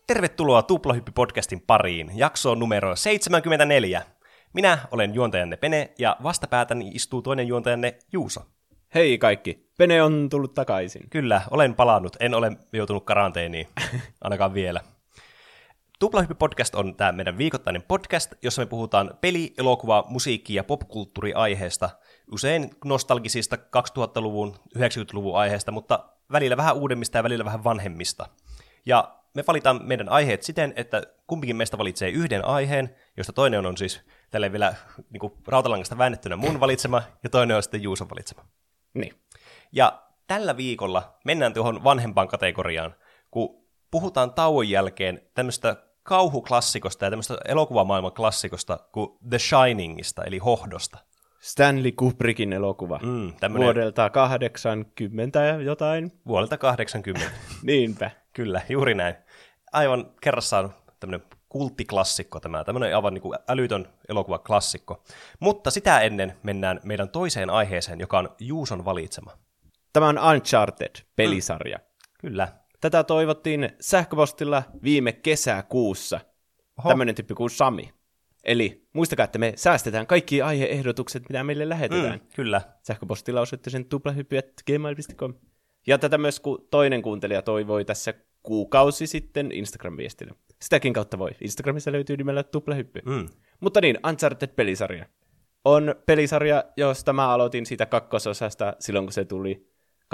Tervetuloa Tuplahyppy-podcastin pariin, jaksoon numero 74. Minä olen juontajanne Pene, ja vastapäätäni istuu toinen juontajanne Juuso. Hei kaikki, Pene on tullut takaisin. Kyllä, olen palannut, en ole joutunut karanteeniin, ainakaan vielä. Tuplahyppy-podcast on tämä meidän viikoittainen podcast, jossa me puhutaan peli-, elokuva-, musiikki- ja popkulttuuriaiheesta, usein nostalgisista 2000-luvun, 90-luvun aiheista, mutta välillä vähän uudemmista ja välillä vähän vanhemmista. Ja me valitaan meidän aiheet siten, että kumpikin meistä valitsee yhden aiheen, josta toinen on siis tälleen vielä niin kuin rautalangasta väännettynä mun valitsema, ja toinen on sitten Juuson valitsema. Niin. Ja tällä viikolla mennään tuohon vanhempaan kategoriaan, kun puhutaan tauon jälkeen tämmöistä kauhuklassikosta ja tämmöistä elokuvamaailman klassikosta kuin The Shiningista, eli Hohdosta. Stanley Kubrickin elokuva. Vuodelta 80 ja jotain. Vuodelta 80. Niinpä. Kyllä, juuri näin. Aivan kerrassaan tämmöinen kulttiklassikko tämä, tämmöinen aivan niin kuin älytön elokuvaklassikko. Mutta sitä ennen mennään meidän toiseen aiheeseen, joka on Juuson valitsema. Tämä on Uncharted-pelisarja. Kyllä. Tätä toivottiin sähköpostilla viime kesäkuussa. Oho. Tämmöinen tyyppi kuin Sami. Eli muistakaa, että me säästetään kaikki aiheehdotukset, mitä meille lähetetään. Kyllä. Sähköpostilla osoitteeseen tuplahyppy@gmail.com. Ja tätä myös toinen kuuntelija toivoi tässä kuukausi sitten Instagram-viestillä. Sitäkin kautta voi. Instagramissa löytyy nimellä tuplahyppy. Mutta niin, Uncharted-pelisarja. On pelisarja, josta mä aloitin siitä kakkososasta silloin, kun se tuli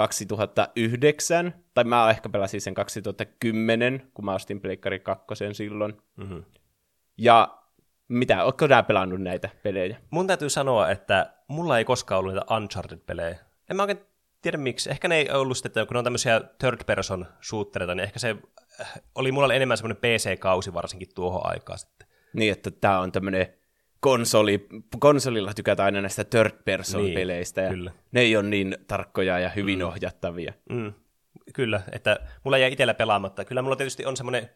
2009. Tai mä ehkä pelasin sen 2010, kun mä ostin Pleikkari 2 silloin. Mm-hmm. Ja mitä, ootko nää pelannut näitä pelejä? Mun täytyy sanoa, että mulla ei koskaan ollut niitä Uncharted-pelejä. En mä oikein tiedä miksi. Ehkä ne ei ollut sitten, että kun ne on tämmöisiä third-person shootereita, niin ehkä se oli mulla enemmän semmoinen PC-kausi varsinkin tuohon aikaan sitten. Niin, että tää on tämmöinen konsolilla tykätään aina näistä third-person-peleistä, ja kyllä. Ne ei ole niin tarkkoja ja hyvin ohjattavia. Kyllä, että mulla jäi itsellä pelaamatta. Kyllä mulla tietysti on semmoinen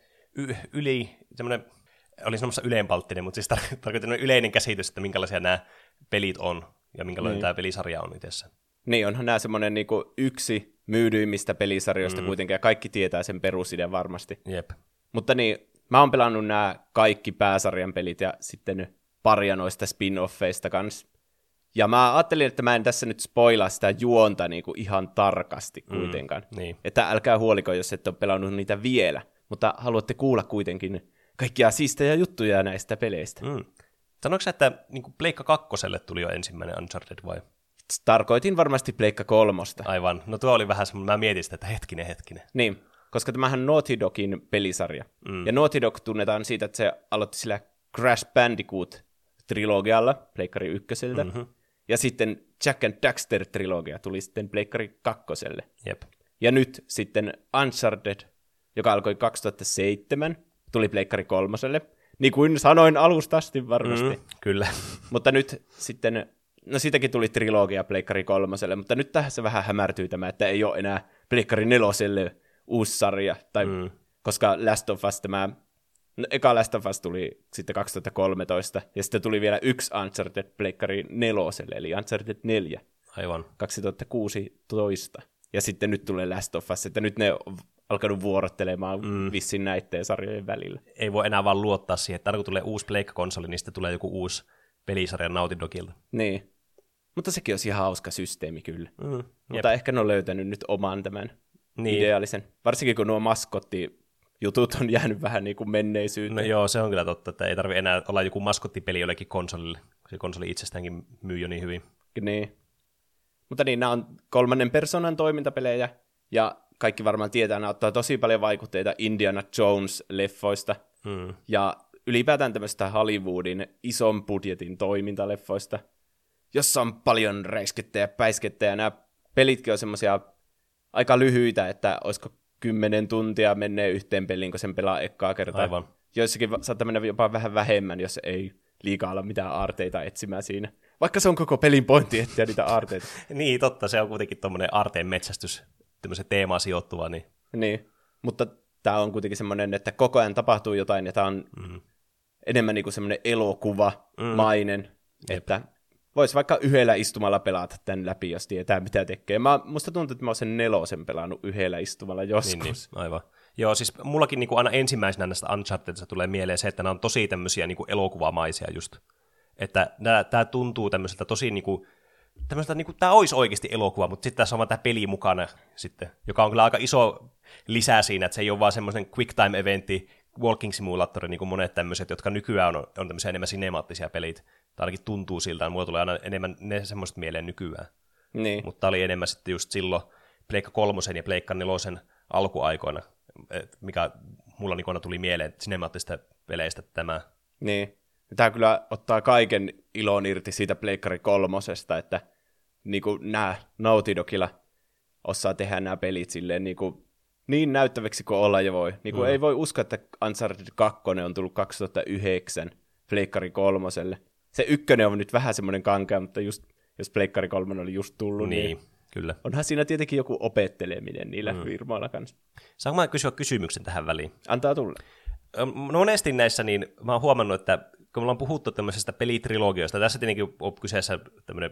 oli sanomassa yleenpalttinen, mutta siis tarkoitan yleinen käsitys, että minkälaisia nämä pelit on, ja minkälainen tämä pelisarja on itse. Niin, onhan nämä semmoinen niinku yksi myydyimmistä pelisarjoista kuitenkin, ja kaikki tietää sen perusiden varmasti. Jep. Mutta niin, mä oon pelannut nämä kaikki pääsarjan pelit, ja sitten paria noista spin-offeista kanssa. Ja mä ajattelin, että mä en tässä nyt spoilaa sitä juonta niinku ihan tarkasti kuitenkaan. Niin. Että älkää huoliko, jos et ole pelannut niitä vielä, mutta haluatte kuulla kuitenkin kaikkia siistejä juttuja näistä peleistä. Sanoitko sä, että niin Pleikka 2 tuli jo ensimmäinen Uncharted vai? Tarkoitin varmasti Pleikka 3. Aivan. No tuo oli vähän semmoinen, mä mietin sitä, että hetkinen. Niin, koska tämähän on Naughty Dogin pelisarja. Ja Naughty Dog tunnetaan siitä, että se aloitti sillä Crash Bandicoot-trilogialla Pleikkari 1. Ja sitten Jack and Daxter-trilogia tuli sitten Pleikkari 2. Jep. Ja nyt sitten Uncharted, joka alkoi 2007, tuli Pleikkari 3. Niin kuin sanoin alusta asti varmasti. Kyllä. Mutta nyt sitten, no siitäkin tuli trilogia Pleikkari 3, mutta nyt tähän se vähän hämärtyy tämä, että ei ole enää Pleikkari 4 uusi sarja, tai koska Last of Us eka Last of Us tuli sitten 2013, ja sitten tuli vielä yksi Uncharted Pleikkari 4, eli Uncharted 4. Aivan. 2016. Ja sitten nyt tulee Last of Us, että nyt ne on alkanut vuorottelemaan vissiin näitten sarjojen välillä. Ei voi enää vaan luottaa siihen, että aina kun tulee uusi Pleikka-konsoli, niin sitten tulee joku uusi pelisarja Naughty Dogilta. Niin. Mutta sekin olisi ihan hauska systeemi kyllä. Mutta ehkä ne on löytänyt nyt oman tämän ideaalisen. Varsinkin kun nuo maskottijutut on jäänyt vähän niin kuin menneisyyteen. No joo, se on kyllä totta, että ei tarvitse enää olla joku maskottipeli jollekin konsolille, kun se konsoli itsestäänkin myy jo niin hyvin. Niin. Mutta niin, nämä on kolmannen persoonan toimintapelejä, ja kaikki varmaan tietää, nämä ottaa tosi paljon vaikutteita Indiana Jones-leffoista, ja ylipäätään tämmöistä Hollywoodin ison budjetin toimintaleffoista, jossa on paljon räiskettä ja päiskettä, ja nämä pelitkin on semmoisia aika lyhyitä, että olisiko 10 tuntia menee yhteen peliin, kun sen pelaa ekkaa kertaa. Aivan. Joissakin saattaa mennä jopa vähän vähemmän, jos ei liikaa olla mitään aarteita etsimään siinä. Vaikka se on koko pelin pointti etsiä niitä aarteita. Niin, totta. Se on kuitenkin tommoinen aarteen metsästys, tämmöisen teemaan sijoittuva. Niin, mutta tämä on kuitenkin semmoinen, että koko ajan tapahtuu jotain, ja tämä on enemmän niin kuin semmoinen elokuvamainen, että voisi vaikka yhdellä istumalla pelata tämän läpi, jos tietää mitä tekee. Musta tuntuu, että mä oon sen 4 pelannut yhdellä istumalla joskus. Niin, aivan. Joo, siis mullakin niin kuin aina ensimmäisenä näistä Unchartedista tulee mieleen se, että nämä on tosi tämmöisiä niin kuin elokuvamaisia just. Että tämä tuntuu tämmöiseltä tosi niin kuin, tämmöiseltä, niin kuin, tämä olisi oikeasti elokuva, mutta sitten tässä on vaan tämä peli mukana sitten, joka on kyllä aika iso lisä siinä, että se ei ole vaan semmoisen quick time eventti, walking simulator, niin kuin monet tämmöiset, jotka nykyään on tämmöisiä enemmän sinemaattisia pelit. Tai ainakin tuntuu siltä, että mulla tulee aina enemmän ne semmoiset mieleen nykyään. Niin. Mutta oli enemmän sitten just silloin Pleikka 3 ja Pleikka 4 alkuaikoina, mikä mulla niin aina tuli mieleen sinemaattisista peleistä tämä. Niin. Tämä kyllä ottaa kaiken ilon irti siitä Pleikkari 3:sta, että niin kuin nämä Naughty Dogilla osaa tehdä nämä pelit silleen niin näyttäväksi kuin olla jo voi. Niin kuin ei voi uskoa, että Uncharted 2 on tullut 2009 Pleikkari 3:lle. Se ykkönen on nyt vähän semmoinen kankea, mutta just, jos Pleikkari 3 oli just tullut, niin kyllä. Onhan siinä tietenkin joku opetteleminen niillä firmoilla kanssa. Saanko mä kysyä kysymyksen tähän väliin? Antaa tulla. Monesti näissä, niin mä oon huomannut, että kun me ollaan puhuttu tämmöisestä pelitrilogioista, tässä tietenkin on kyseessä tämmöinen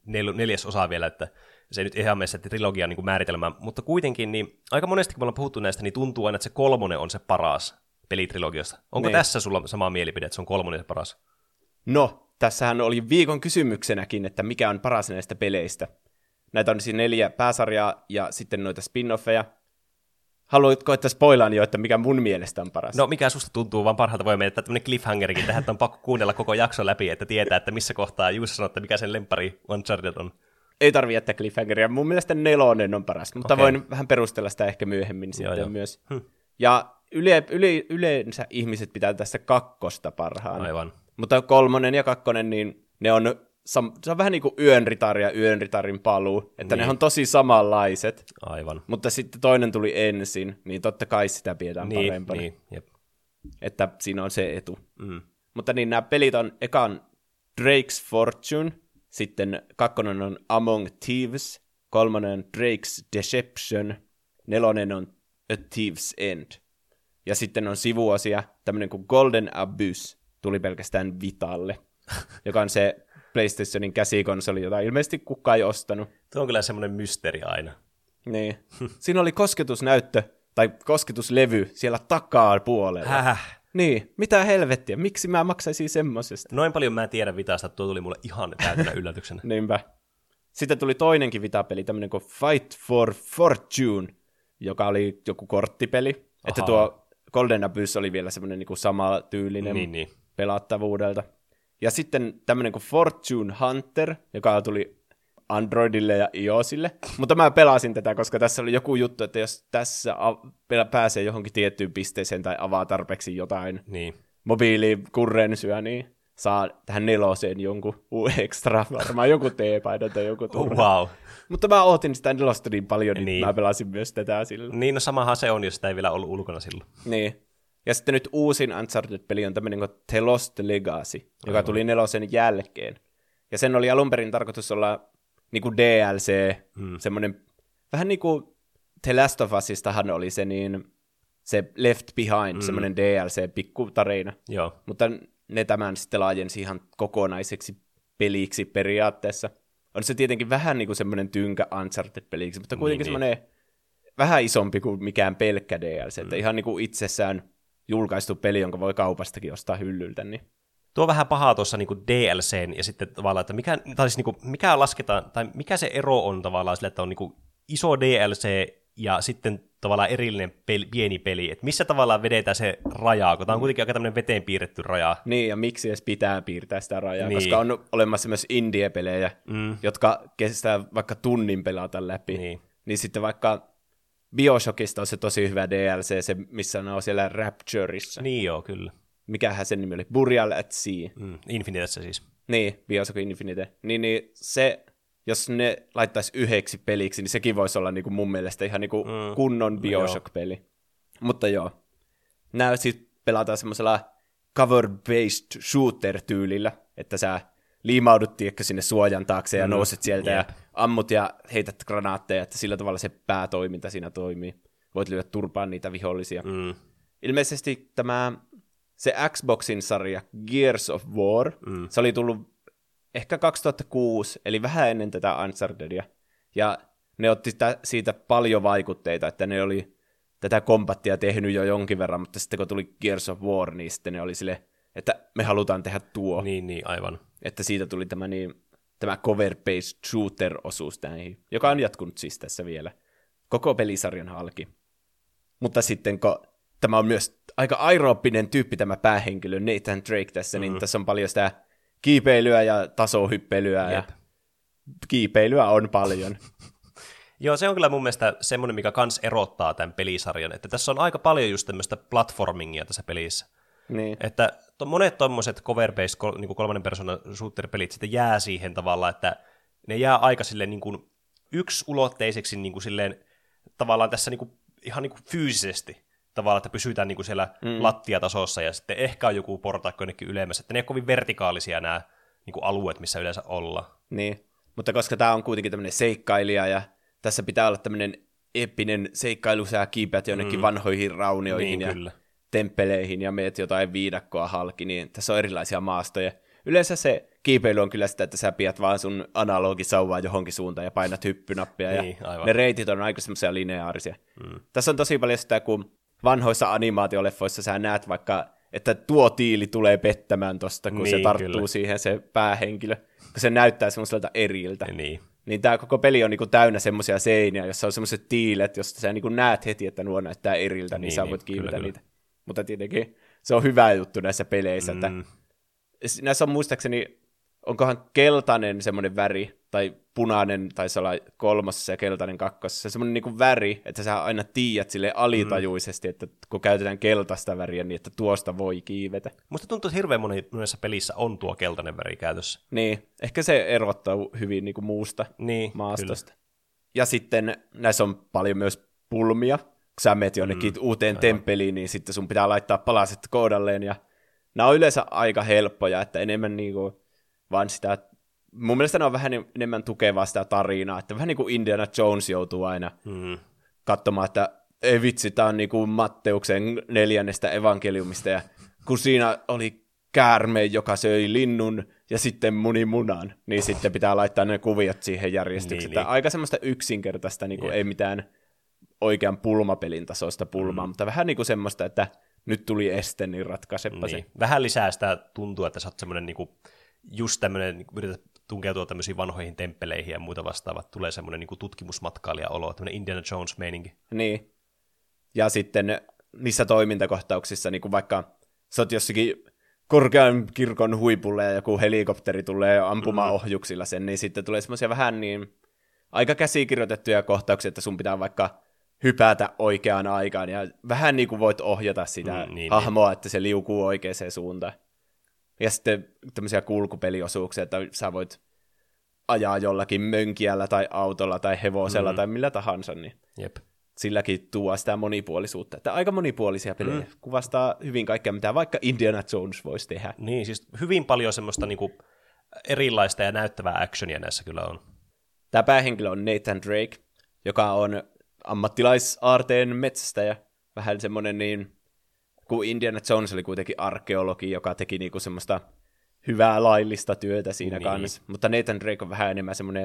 4. osa vielä, että se ei nyt ihan mene se trilogian niin määritelmään, mutta kuitenkin niin aika monesti, kun me ollaan puhuttu näistä, niin tuntuu aina, että se 3 on se paras pelitrilogiosta. Onko tässä sulla sama mielipide, että se on 3 se paras? No, tässähän oli viikon kysymyksenäkin, että mikä on paras näistä peleistä. Näitä on siis 4 pääsarjaa ja sitten noita spin-offeja. Haluatko, että spoilaan jo, että mikä mun mielestä on paras? No, mikä susta tuntuu, vaan parhaalta voi mennä tämmöinen cliffhangerikin tähän, että on pakko kuunnella koko jakso läpi, että tietää, että missä kohtaa Juuso sanoo, että mikä sen lemppari Uncharted on. Ei tarvitse jättää cliffhangeria. Mun mielestä 4 on paras, mutta voin vähän perustella sitä ehkä myöhemmin sitten myös. Ja yleensä ihmiset pitää tästä 2 parhaana. Aivan. Mutta 3 ja 2, niin ne on, se on vähän niin kuin Yön ritari ja Yön ritarin paluu, että ne on tosi samanlaiset. Aivan. Mutta sitten toinen tuli ensin, niin totta kai sitä pidetään parempana. Jep. Että siinä on se etu. Mutta niin nämä pelit on ekan Drake's Fortune, sitten 2 on Among Thieves, 3 on Drake's Deception, 4 on A Thief's End. Ja sitten on sivuosia, tämmöinen kuin Golden Abyss tuli pelkästään Vitalle, joka on se PlayStationin käsikonsoli, jota ilmeisesti kukaan ei ostanut. Tuo on kyllä semmoinen mysteeri aina. Niin. Siinä oli kosketusnäyttö, tai kosketuslevy siellä takaa puolella. Häh? Niin, mitä helvettiä, miksi mä maksaisin semmosesta? Noin paljon mä en tiedä Vitasta, että tuo tuli mulle ihan täytänä yllätyksenä. Niinpä. Sitten tuli toinenkin Vita-peli, tämmöinen kuin Fight for Fortune, joka oli joku korttipeli. Että tuo Golden Abyss oli vielä semmoinen niin kuin sama tyylinen pelattavuudelta. Ja sitten tämmöinen kuin Fortune Hunter, joka tuli Androidille ja iOSille. Mutta mä pelasin tätä, koska tässä oli joku juttu, että jos tässä pääsee johonkin tiettyyn pisteeseen tai avaa tarpeeksi jotain mobiilikurrensyä, niin saa tähän 4 jonkun extra, varmaan joku teepaidan tai joku turha. Wow. Mutta mä ootin sitä 4 niin paljon, niin mä pelasin myös tätä silloin. Niin, no samahan se on, jos sitä ei vielä ollut ulkona silloin. Niin. Ja sitten nyt uusin Uncharted-peli on tämmöinen kuin The Lost Legacy, joka tuli 4 jälkeen. Ja sen oli alun perin tarkoitus olla niin kuin DLC, semmoinen, vähän niin kuin The Last of Usistahan oli se, niin, se Left Behind, semmoinen DLC-pikkutarina. Joo. Mutta ne tämän sitten laajensi ihan kokonaiseksi peliksi periaatteessa. On se tietenkin vähän niin kuin semmoinen tynkä Uncharted-peliksi, mutta kuitenkin semmoinen vähän isompi kuin mikään pelkkä DLC. Että ihan niin kuin itsessään julkaistu peli, jonka voi kaupastakin ostaa hyllyltä. Niin. Tuo on vähän pahaa tuossa niin DLCn ja sitten tavallaan, että mikä lasketaan, tai mikä se ero on tavallaan sille, että on niin kuin iso DLC ja sitten tavallaan erillinen pieni peli, että missä tavallaan vedetään se rajaa, kun tämä on kuitenkin aika tämmöinen veteen piirretty raja. Niin, ja miksi edes pitää piirtää sitä rajaa, koska on olemassa myös indie-pelejä, jotka kestää vaikka tunnin pelata läpi. Niin sitten vaikka BioShockista on se tosi hyvä DLC, se missä on siellä Raptureissa. Niin joo, kyllä. Mikähän sen nimi oli? Burial at Sea. Infinitessä siis. Niin, Bioshock Infinite. Niin se, jos ne laittaisi yhdeksi peliksi, niin sekin voisi olla niinku mun mielestä ihan niinku kunnon Bioshock-peli. Mutta joo. Nämä siis pelataan semmoisella cover-based shooter-tyylillä, että sä liimaudut sinne suojan taakse ja nouset sieltä ja ammut ja heität granaatteja, että sillä tavalla se päätoiminta siinä toimii. Voit lyödä turpaan niitä vihollisia. Ilmeisesti se Xboxin sarja Gears of War, se oli tullut ehkä 2006, eli vähän ennen tätä Unchartedia. Ja ne otti siitä paljon vaikutteita, että ne oli tätä kombattia tehnyt jo jonkin verran, mutta sitten kun tuli Gears of War, niin sitten ne oli sille, että me halutaan tehdä tuo. Niin, aivan. Että siitä tuli tämä cover-based shooter-osuus näihin, joka on jatkunut siis tässä vielä koko pelisarjan halki. Mutta sitten kun tämä on myös aika aerooppinen tyyppi tämä päähenkilö Nathan Drake tässä, niin tässä on paljon sitä kiipeilyä ja tasohyppelyä ja kiipeilyä on paljon. Joo, se on kyllä mun mielestä semmoinen, mikä kans erottaa tämän pelisarjan, että tässä on aika paljon just tämmöistä platformingia tässä pelissä. Niin. Että monet tommoset cover-based niin kolmannen persoonan shooter-pelit sitten jää siihen tavallaan, että ne jää aika silleen niin kuin yksuloteiseksi niin kuin silleen tavallaan tässä niin kuin, ihan niin kuin fyysisesti tavallaan, että pysytään niin kuin siellä lattiatasossa ja sitten ehkä on joku portaikko jonnekin ylemmässä, että ne ei ole kovin vertikaalisia nämä niin kuin alueet, missä yleensä ollaan. Niin, mutta koska tämä on kuitenkin tämmöinen seikkailija ja tässä pitää olla tämmöinen eeppinen seikkailu, sä kiipeät jonnekin vanhoihin raunioihin niin, ja kyllä. Temppeleihin ja meet jotain viidakkoa halki, niin tässä on erilaisia maastoja. Yleensä se kiipeily on kyllä sitä, että sä pidät vaan sun analogisauvaa johonkin suuntaan ja painat hyppynappia niin, ja aivan. ne reitit on aika semmoisia lineaarisia. Tässä on tosi paljon sitä, kun vanhoissa animaatioleffoissa sä näet vaikka, että tuo tiili tulee pettämään tosta, kun se tarttuu kyllä siihen se päähenkilö, kun se näyttää semmoiselta eriltä. Niin tämä koko peli on niinku täynnä semmoisia seiniä, jossa on semmoiset tiilet, josta sä niinku näet heti, että nuo näyttää eriltä, niin sä voit kiivetä niitä. Mutta tietenkin se on hyvä juttu näissä peleissä, että näissä on muistaakseni, onkohan keltainen semmoinen väri, tai punainen taisi olla 3. ja keltainen 2. Semmoinen niinku väri, että sä aina tiedät sille alitajuisesti, että kun käytetään keltaista väriä, niin että tuosta voi kiivetä. Musta tuntuu, että hirveän monessa pelissä on tuo keltainen väri käytössä. Niin, ehkä se erottaa hyvin niinku muusta maastosta. Kyllä. Ja sitten näissä on paljon myös pulmia. Kun sä menet jonnekin uuteen temppeliin, niin sitten sun pitää laittaa palaset koodalleen, ja nämä on yleensä aika helppoja, että enemmän niinku vaan sitä, mun mielestä ne on vähän enemmän tukevaa sitä tarinaa, että vähän niin kuin Indiana Jones joutuu aina katsomaan, että ei vitsi, tää on niinku Matteuksen 4. evankeliumista, ja kun siinä oli käärme, joka söi linnun ja sitten muni munan, niin sitten pitää laittaa ne kuviot siihen järjestykseen. Niin. Aika semmoista yksinkertaista, niinku ei mitään oikean pulmapelin tasoista pulmaa, mutta vähän niin kuin semmoista, että nyt tuli este, niin ratkaisepa se. Vähän lisää sitä tuntuu, että sä oot semmoinen niinku, just tämmöinen, niin yrität tunkeutua tämmöisiin vanhoihin temppeleihin ja muuta vastaavat, tulee semmoinen niin tutkimusmatkailija-olo, tämmöinen Indiana Jones-meininki. Niin. Ja sitten niissä toimintakohtauksissa, niin kuin vaikka sä oot jossakin korkean kirkon huipulle ja joku helikopteri tulee ampumaan ohjuksilla sen, niin sitten tulee semmoisia vähän niin aika käsikirjoitettuja kohtauksia, että sun pitää vaikka hypätä oikeaan aikaan, ja vähän niin kuin voit ohjata sitä hahmoa, että se liukuu oikeaan suuntaan. Ja sitten tämmöisiä kulkupeliosuuksia, että sä voit ajaa jollakin mönkijällä tai autolla tai hevosella tai millä tahansa, niin silläkin tuo sitä monipuolisuutta. Että aika monipuolisia pelejä. Kuvastaa hyvin kaikkea, mitä vaikka Indiana Jones voisi tehdä. Niin, siis hyvin paljon semmoista niinku erilaista ja näyttävää actionia näissä kyllä on. Tämä päähenkilö on Nathan Drake, joka on ammattilaisaarteen metsästäjä. Vähän semmoinen niin, kun Indiana Jones oli kuitenkin arkeologi, joka teki niinku semmoista hyvää laillista työtä siinä kanssa. Mutta Nathan Drake on vähän enemmän semmoinen,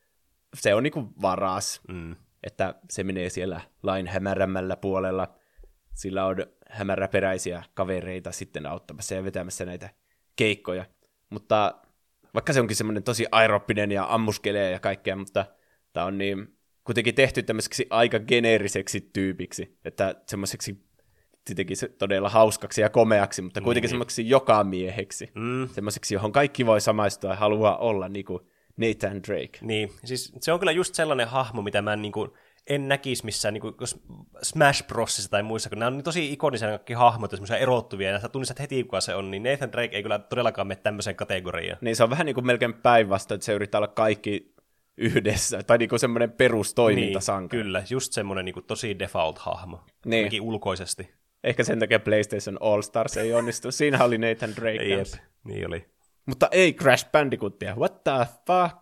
se on niinku varas, että se menee siellä lain hämärämmällä puolella. Sillä on hämäräperäisiä kavereita sitten auttamassa ja vetämässä näitä keikkoja. Mutta vaikka se onkin semmoinen tosi aerooppinen ja ammuskelee ja kaikkea, mutta tämä on niin kuitenkin tehty tämmöiseksi aika geneeriseksi tyypiksi, että semmoiseksi tietenkin se todella hauskaksi ja komeaksi, mutta kuitenkin semmoiseksi jokamieheksi. Semmoiseksi, johon kaikki voi samaistua ja haluaa olla, niin kuin Nathan Drake. Niin, siis se on kyllä just sellainen hahmo, mitä mä en näkisi missään Smash Brosissa tai muissa, kun nämä on tosi ikonisia kaikki hahmot ja semmoisia erottuvia, ja sä tunnistat heti, kuka se on, niin Nathan Drake ei kyllä todellakaan mene tämmöiseen kategoriaan. Niin, se on vähän niin kuin melkein päinvastoin, että se yrittää olla kaikki yhdessä, tai niin kuin semmoinen perustoimintasanka. Niin, kyllä, just semmoinen niin kuin tosi default-hahmo, ainakin ulkoisesti. Ehkä sen takia PlayStation All Stars ei onnistu. Siinä oli Nathan Drake kanssa. Niin oli. Mutta ei Crash Bandicootia. What the fuck?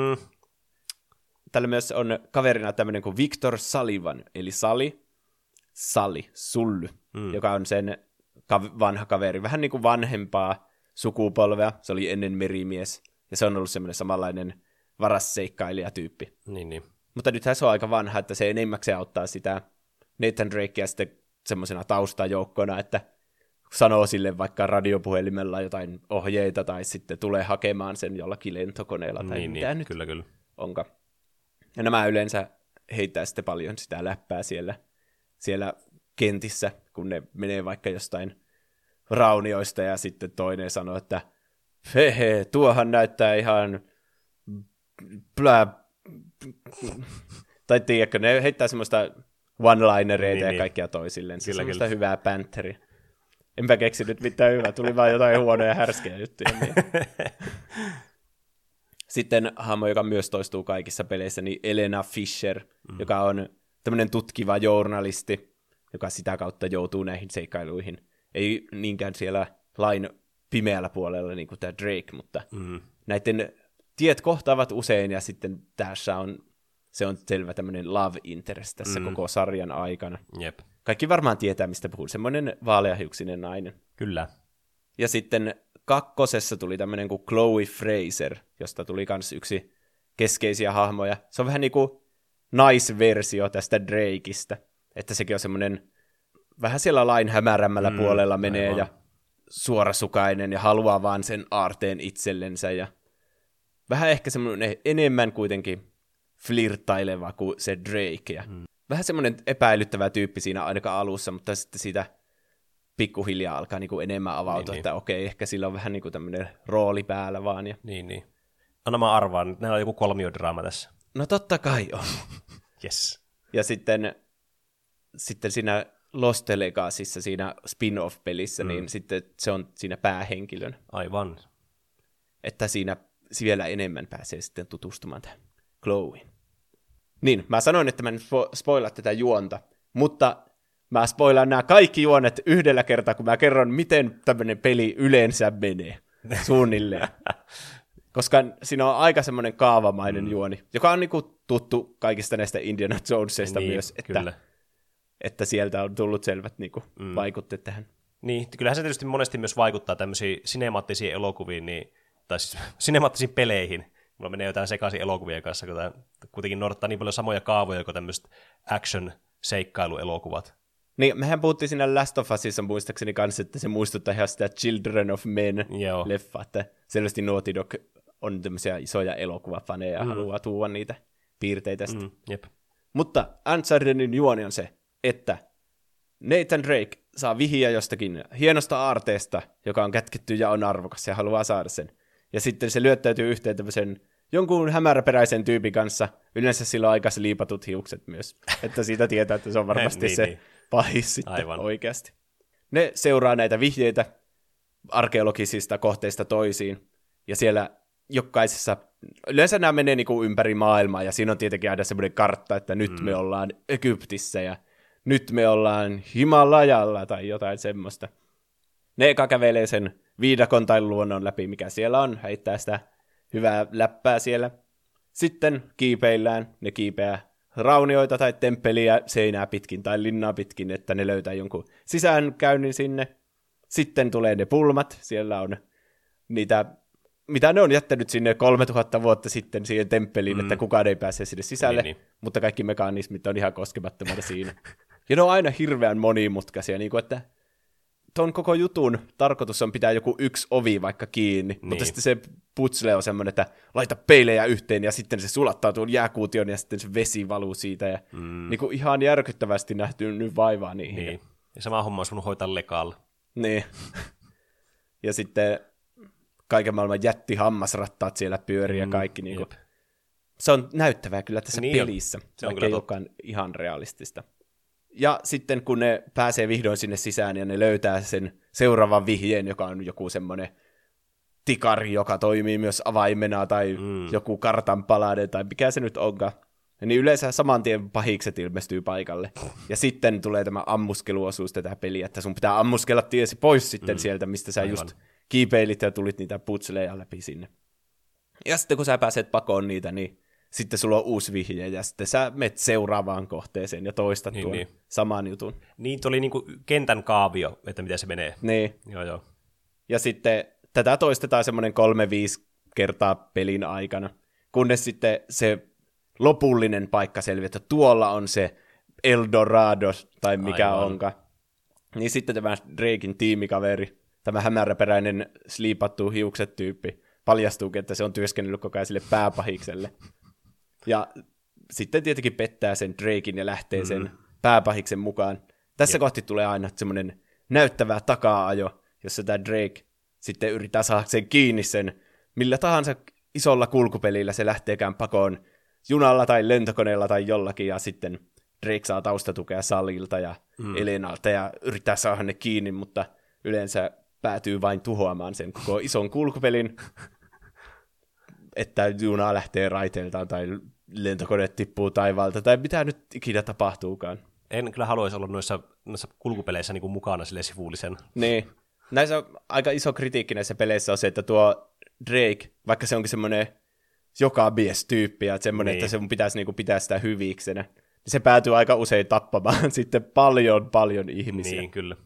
Täällä myös on kaverina tämmöinen kuin Victor Sullivan, eli Sully, joka on sen vanha kaveri. Vähän niin kuin vanhempaa sukupolvea. Se oli ennen merimies. Ja se on ollut semmoinen samanlainen varasseikkailija-tyyppi. Niin. Mutta nythän se on aika vanha, että se enimmäkseen auttaa sitä Nathan Drakea sitten semmoisena taustajoukkona, että sanoo sille vaikka radiopuhelimella jotain ohjeita, tai sitten tulee hakemaan sen jollakin lentokoneella, tai mitä nyt kyllä. onka. Ja nämä yleensä heittää sitten paljon sitä läppää siellä kentissä, kun ne menee vaikka jostain raunioista, ja sitten toinen sanoo, että hehe, tuohan näyttää ihan tai tiedätkö, ne heittää semmoista one-linereita ja kaikkia toisilleen. Se on semmoista hyvää banteria. Enpä keksinyt mitään hyvää, tuli vaan jotain huonoja härskejä juttuja. Sitten hahmo, joka myös toistuu kaikissa peleissä, niin Elena Fisher, joka on tämmöinen tutkiva journalisti, joka sitä kautta joutuu näihin seikkailuihin. Ei niinkään siellä lain pimeällä puolella niin kuin tämä Drake, mutta näiden tiet kohtaavat usein, ja sitten tässä se on selvä tämmöinen love interest tässä koko sarjan aikana. Jep. Kaikki varmaan tietää, mistä puhun. Semmoinen vaaleahiuksinen nainen. Kyllä. Ja sitten 2. tuli tämmöinen kuin Chloe Fraser, josta tuli myös yksi keskeisiä hahmoja. Se on vähän niin kuin naisversio tästä Drakeista. Että sekin on semmoinen vähän siellä lain hämärämmällä puolella menee aivan. Ja suorasukainen ja haluaa vaan sen aarteen itsellensä. Ja vähän ehkä semmoinen enemmän kuitenkin flirttaileva kuin se Drake. Ja vähän semmoinen epäilyttävä tyyppi siinä ainakaan alussa, mutta sitten siitä pikkuhiljaa alkaa niinku enemmän avautua, että okei, ehkä sillä on vähän niinku tämmöinen rooli päällä vaan. Ja Niin. Anna mä arvaan, että näillä on joku kolmiodraama tässä. No totta kai on. Yes. Ja sitten siinä Lost Legacyssa, siinä spin-off-pelissä, niin sitten se on siinä päähenkilön. Aivan. Että siinä vielä enemmän pääsee sitten tutustumaan tähän Chloeen. Niin, mä sanoin, että mä en spoilaa tätä juonta, mutta mä spoilaan nämä kaikki juonet yhdellä kertaa, kun mä kerron, miten tämmöinen peli yleensä menee suunnilleen. Koska siinä on aika semmoinen kaavamainen juoni, joka on niinku tuttu kaikista näistä Indiana Jonesista niin, myös, että sieltä on tullut selvät niinku vaikutteet tähän. Niin, kyllähän se tietysti monesti myös vaikuttaa tämmöisiin sinemaattisiin elokuviin, tai siis sinemaattisiin peleihin. Mulla menee jotain sekaisin elokuvien kanssa, kun tämä kuitenkin noudattaa niin paljon samoja kaavoja kuin tämmöiset action-seikkailuelokuvat. Niin, mehän puhuttiin siinä Last of Usissa muistaakseni kanssa, että se muistuttaa ihan sitä Children of Men-leffa, että selvästi Naughty Dog on tämmöisiä isoja elokuvafaneja ja haluaa tuoda niitä piirteitä. Jep. Mutta Unchartedin juoni on se, että Nathan Drake saa vihiä jostakin hienosta aarteesta, joka on kätketty ja on arvokas ja haluaa saada sen. Ja sitten se lyöttäytyy yhteen tämmöisen jonkun hämäräperäisen tyypin kanssa. Yleensä sillä on aika liipatut hiukset myös. Että siitä tietää, että se on varmasti se pahis sitten aivan. Oikeasti. Ne seuraa näitä vihjeitä arkeologisista kohteista toisiin. Ja siellä jokaisessa, yleensä nämä menee niinku ympäri maailmaa. Ja siinä on tietenkin aina semmoinen kartta, että nyt me ollaan Egyptissä ja nyt me ollaan Himalajalla tai jotain semmoista. Ne eka kävelee sen viidakon tai luonnon läpi, mikä siellä on, heittää sitä hyvää läppää siellä. Sitten kiipeillään, ne kiipeää raunioita tai temppeliä seinää pitkin tai linnaa pitkin, että ne löytää jonkun sisäänkäynnin sinne. Sitten tulee ne pulmat, siellä on niitä, mitä ne on jättänyt sinne 3000 vuotta sitten siihen temppeliin, että kukaan ei pääse sinne sisälle, mutta kaikki mekanismit on ihan koskemattomana siinä. Ja ne on aina hirveän monimutkaisia, niin kuin että tuon koko jutun tarkoitus on pitää joku yksi ovi vaikka kiinni, mutta sitten se putsle on semmoinen, että laita peilejä yhteen ja sitten se sulattaa tuon jääkuution ja sitten se vesi valuu siitä ja niin kuin ihan järkyttävästi nähty nyt vaivaa niihin. Niin. Ja sama homma on sun hoitaa lekaalla. Niin. Ja sitten kaiken maailman jättihammasrattaat siellä pyörii ja kaikki. Niin kuin. Se on näyttävää kyllä tässä pelissä, vaikka ei olekaan ihan realistista. Ja sitten kun ne pääsee vihdoin sinne sisään ja ne löytää sen seuraavan vihjeen, joka on joku semmoinen tikari, joka toimii myös avaimena tai joku kartan palanen tai mikä se nyt onkaan, niin yleensä saman tien pahikset ilmestyy paikalle. Ja sitten tulee tämä ammuskeluosuus tätä peliä, että sun pitää ammuskella tiesi pois sitten sieltä, mistä sä just kiipeilit ja tulit niitä putseleja läpi sinne. Ja sitten kun sä pääset pakoon niitä, niin sitten sulla on uusi vihje, ja sitten sä menet seuraavaan kohteeseen ja toistat tuon saman jutun. Niin, tuo oli niinku kentän kaavio, että miten se menee. Niin. Joo. Ja sitten tätä toistetaan semmoinen 3-5 kertaa pelin aikana, kunnes sitten se lopullinen paikka selviää, että tuolla on se Eldorado tai mikä Aivan. onkaan. Niin sitten tämä Draken tiimikaveri, tämä hämäräperäinen sliipattu hiukset tyyppi, paljastuukin, että se on työskennellyt koko ajan sille pääpahikselle. Ja sitten tietenkin pettää sen Draken ja lähtee sen pääpahiksen mukaan. Tässä kohti tulee aina semmoinen näyttävä taka-ajo, jossa tämä Drake sitten yrittää saada sen kiinni sen millä tahansa isolla kulkupelillä se lähteekään pakoon junalla tai lentokoneella tai jollakin, ja sitten Drake saa taustatukea Salilta ja Elenalta ja yrittää saada ne kiinni, mutta yleensä päätyy vain tuhoamaan sen koko ison kulkupelin, että juna lähtee raiteiltaan tai lentokone tippuu taivaalta tai mitä nyt ikinä tapahtuukaan. En kyllä haluaisi olla noissa kulkupeleissä niin kuin mukana sille sivullisen. Niin. Näissä on aika iso kritiikki näissä peleissä on se, että tuo Drake, vaikka se onkin semmoinen joka mies-tyyppi ja semmoinen, että se pitäisi niinku pitää sitä hyviksenä, niin se päätyy aika usein tappamaan sitten paljon ihmisiä. Niin, kyllä.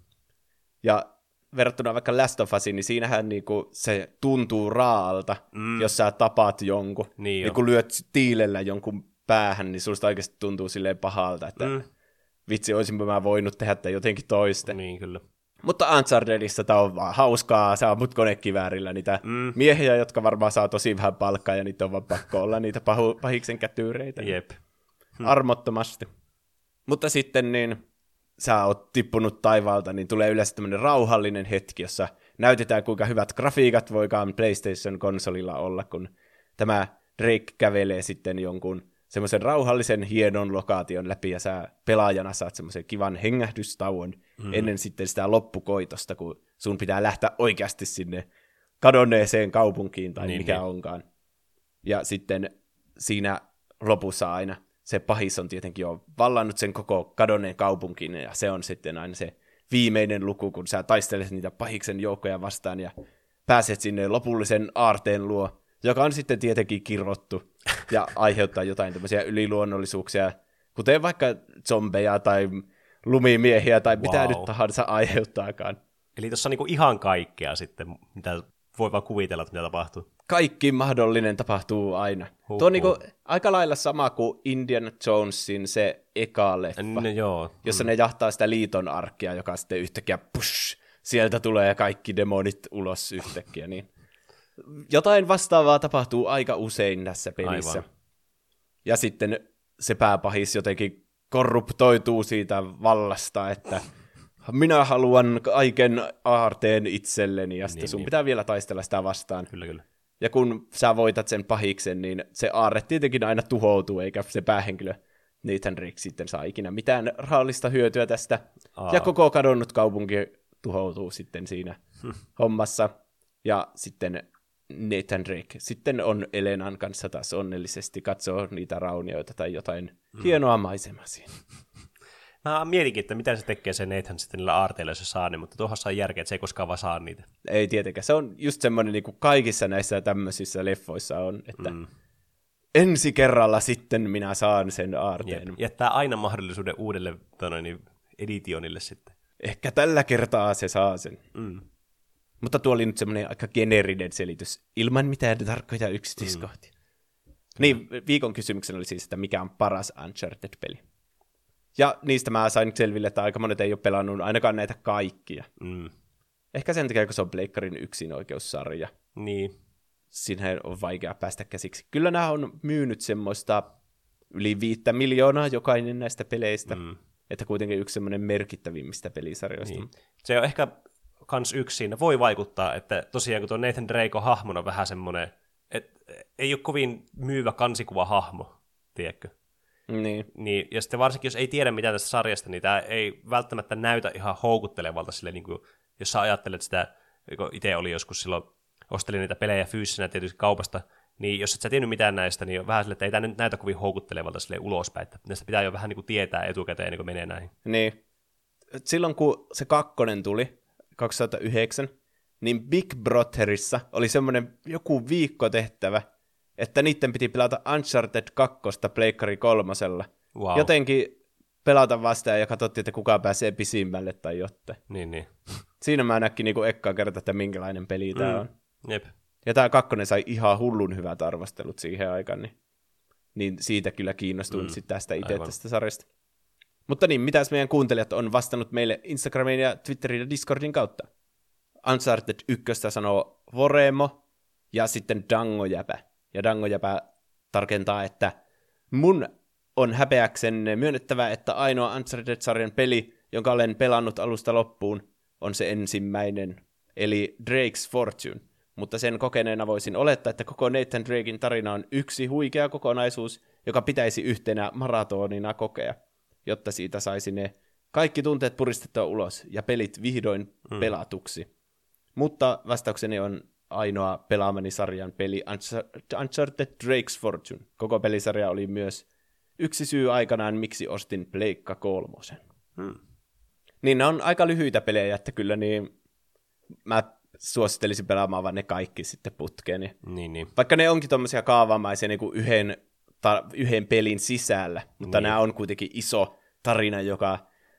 Ja verrattuna vaikka Last of Usiin, niin siinähän niinku se tuntuu raalta, jos sä tapaat jonkun. Niin kun lyöt tiilellä jonkun päähän, niin susta oikeasti tuntuu silleen pahalta, että vitsi, olisinpä mä voinut tehdä tämän jotenkin toisten. Niin, kyllä. Mutta Unchartedissa tää on vaan hauskaa, sä ammut konekiväärillä niitä miehiä, jotka varmaan saa tosi vähän palkkaa, ja niitä on vaan pakko olla niitä pahiksen kätyyreitä. Jep. Armottomasti. Mutta sitten niin sä oot tippunut taivaalta, niin tulee yleensä tämmöinen rauhallinen hetki, jossa näytetään, kuinka hyvät grafiikat voikaan PlayStation-konsolilla olla, kun tämä Drake kävelee sitten jonkun semmoisen rauhallisen, hienon lokaation läpi, ja sä pelaajana saat semmoisen kivan hengähdystauon ennen sitten sitä loppukoitosta, kun sun pitää lähteä oikeasti sinne kadonneeseen kaupunkiin tai mikä onkaan. Ja sitten siinä lopussa aina se pahis on tietenkin jo vallannut sen koko kadonneen kaupunkiin, ja se on sitten aina se viimeinen luku, kun sä taistelet niitä pahiksen joukkoja vastaan, ja pääset sinne lopullisen aarteen luo, joka on sitten tietenkin kirottu, ja aiheuttaa jotain tämmöisiä yliluonnollisuuksia, kuten vaikka zombeja tai lumimiehiä tai mitä nyt tahansa aiheuttaakaan. Eli tuossa on niinku ihan kaikkea sitten, mitä voi vaan kuvitella, että mitä tapahtuu. Kaikki mahdollinen tapahtuu aina. Tuo on niinku aika lailla sama kuin Indiana Jonesin se eka leffa, jossa ne jahtaa sitä liiton arkkia, joka sitten yhtäkkiä sieltä tulee kaikki demonit ulos yhtäkkiä. Niin jotain vastaavaa tapahtuu aika usein tässä pelissä. Aivan. Ja sitten se pääpahis jotenkin korruptoituu siitä vallasta, että minä haluan kaiken aarteen itselleni, ja sitten sun pitää vielä taistella sitä vastaan. Kyllä. Ja kun sä voitat sen pahiksen, niin se aarre tietenkin aina tuhoutuu, eikä se päähenkilö Nathan Drake sitten saa ikinä mitään rahallista hyötyä tästä. Ja koko kadonnut kaupunki tuhoutuu sitten siinä hommassa. Ja sitten Nathan Drake sitten on Elenan kanssa taas onnellisesti katsoo niitä raunioita tai jotain hienoa maisemaa siinä. Mä mietinkin, että mitä se tekee se Nathan sitten niillä aarteilla, jos se saa ne, mutta tuossa on järkeä, että se ei koskaan vaan saa niitä. Ei tietenkään. Se on just semmoinen, niin kuin kaikissa näissä tämmöisissä leffoissa on, että ensi kerralla sitten minä saan sen aarteen. Jättää aina mahdollisuuden uudelle editionille sitten. Ehkä tällä kertaa se saa sen. Mutta tuo oli nyt semmoinen aika geneerinen selitys, ilman mitään tarkkoja yksityiskohtia. Niin, viikon kysymyksen oli siis, että mikä on paras Uncharted-peli. Ja niistä mä sain selville, että aika monet ei ole pelannut ainakaan näitä kaikkia. Ehkä sen takia, kun se on Pleikkarin yksinoikeussarja. Niin. Siinähän on vaikea päästä käsiksi. Kyllä nämä on myynyt semmoista yli 5 miljoonaa jokainen näistä peleistä. Että kuitenkin yksi semmoinen merkittävimmistä pelisarjoista. Niin. Se on ehkä kans yksi siinä. Voi vaikuttaa, että tosiaan kun tuo Nathan Drake on hahmona vähän semmoinen, että ei ole kovin myyvä kansikuva-hahmo, tiedätkö? Niin, ja sitten varsinkin, jos ei tiedä mitään tästä sarjasta, niin tämä ei välttämättä näytä ihan houkuttelevalta sille, niin kuin, jos sä ajattelet sitä, kun itse oli joskus silloin, ostelin niitä pelejä fyysisenä tietysti kaupasta, niin jos et sä tiennyt mitään näistä, niin on vähän sille, että ei tämä nyt näytä kovin houkuttelevalta sille ulospäin, että näistä pitää jo vähän niin kuin tietää etukäteen ennen kuin menee näihin. Niin. Silloin kun se 2 tuli, 2009, niin Big Brotherissa oli semmoinen joku viikko tehtävä, että niiden piti pelata Uncharted 2 Pleikkari 3. Wow. Jotenkin pelata vastaan ja katsottiin, että kuka pääsee pisimmälle tai jotain. Niin. Siinä mä näkin niinku ekkaa kertaa, että minkälainen peli tää on. Jep. Ja tää 2 sai ihan hullun hyvät arvostelut siihen aikaan, niin siitä kyllä kiinnostuin sitten tästä itse tästä sarjasta. Mutta niin, mitäs meidän kuuntelijat on vastannut meille Instagramin ja Twitterin ja Discordin kautta? Uncharted 1 sanoo Voremo ja sitten Dangojäpä. Ja Dangojäpä tarkentaa, että mun on häpeäksenne myönnettävä, että ainoa Uncharted-sarjan peli, jonka olen pelannut alusta loppuun, on se ensimmäinen, eli Drake's Fortune. Mutta sen kokeneena voisin olettaa, että koko Nathan Draken tarina on yksi huikea kokonaisuus, joka pitäisi yhtenä maratonina kokea, jotta siitä saisi ne kaikki tunteet puristettua ulos ja pelit vihdoin pelatuksi. Mutta vastaukseni on ainoa pelaamani sarjan peli Uncharted Drake's Fortune. Koko pelisarja oli myös yksi syy aikanaan, miksi ostin Pleikka 3. Niin ne on aika lyhyitä pelejä, että kyllä niin mä suosittelisin pelaamaan vaan ne kaikki sitten putkeen. Niin. Vaikka ne onkin tommosia kaavamaisia niin kuin yhden pelin sisällä, mutta nämä on kuitenkin iso tarina, joka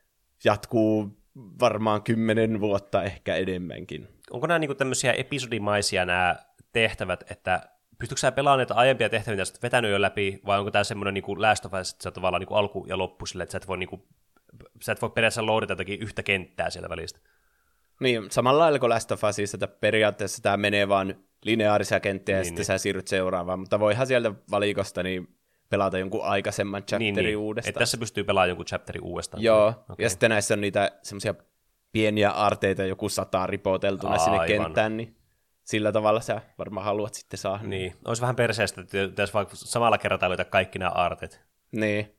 jatkuu varmaan 10 vuotta ehkä enemmänkin. Onko nämä niinku tämmöisiä episodimaisia nämä tehtävät, että pystytkö sä pelaamaan näitä aiempia tehtäviä, mitä sä oot vetänyt jo läpi, vai onko tämä semmoinen niinku Last of Us, että se on tavallaan niinku alku ja loppu sille, että sä et voi periaatteessa loadata jotakin yhtä kenttää siellä välistä? Niin, samalla lailla kuin Last of Usissa, että periaatteessa tämä menee vaan lineaarisia kenttiä ja sitten sä siirryt seuraavaan, mutta voihan sieltä valikosta niin pelata jonkun aikaisemman chapterin uudestaan. Että tässä pystyy pelaamaan jonkun chapterin uudestaan. Joo, okay. Ja sitten näissä on niitä semmoisia pieniä aarteita, joku 100 ripoteltuna sinne kenttään, niin sillä tavalla sä varmaan haluat sitten saada. Niin, olisi vähän perseestä, että pitäisi vaikka samalla kertaa löytää kaikki nämä aarteet. Niin.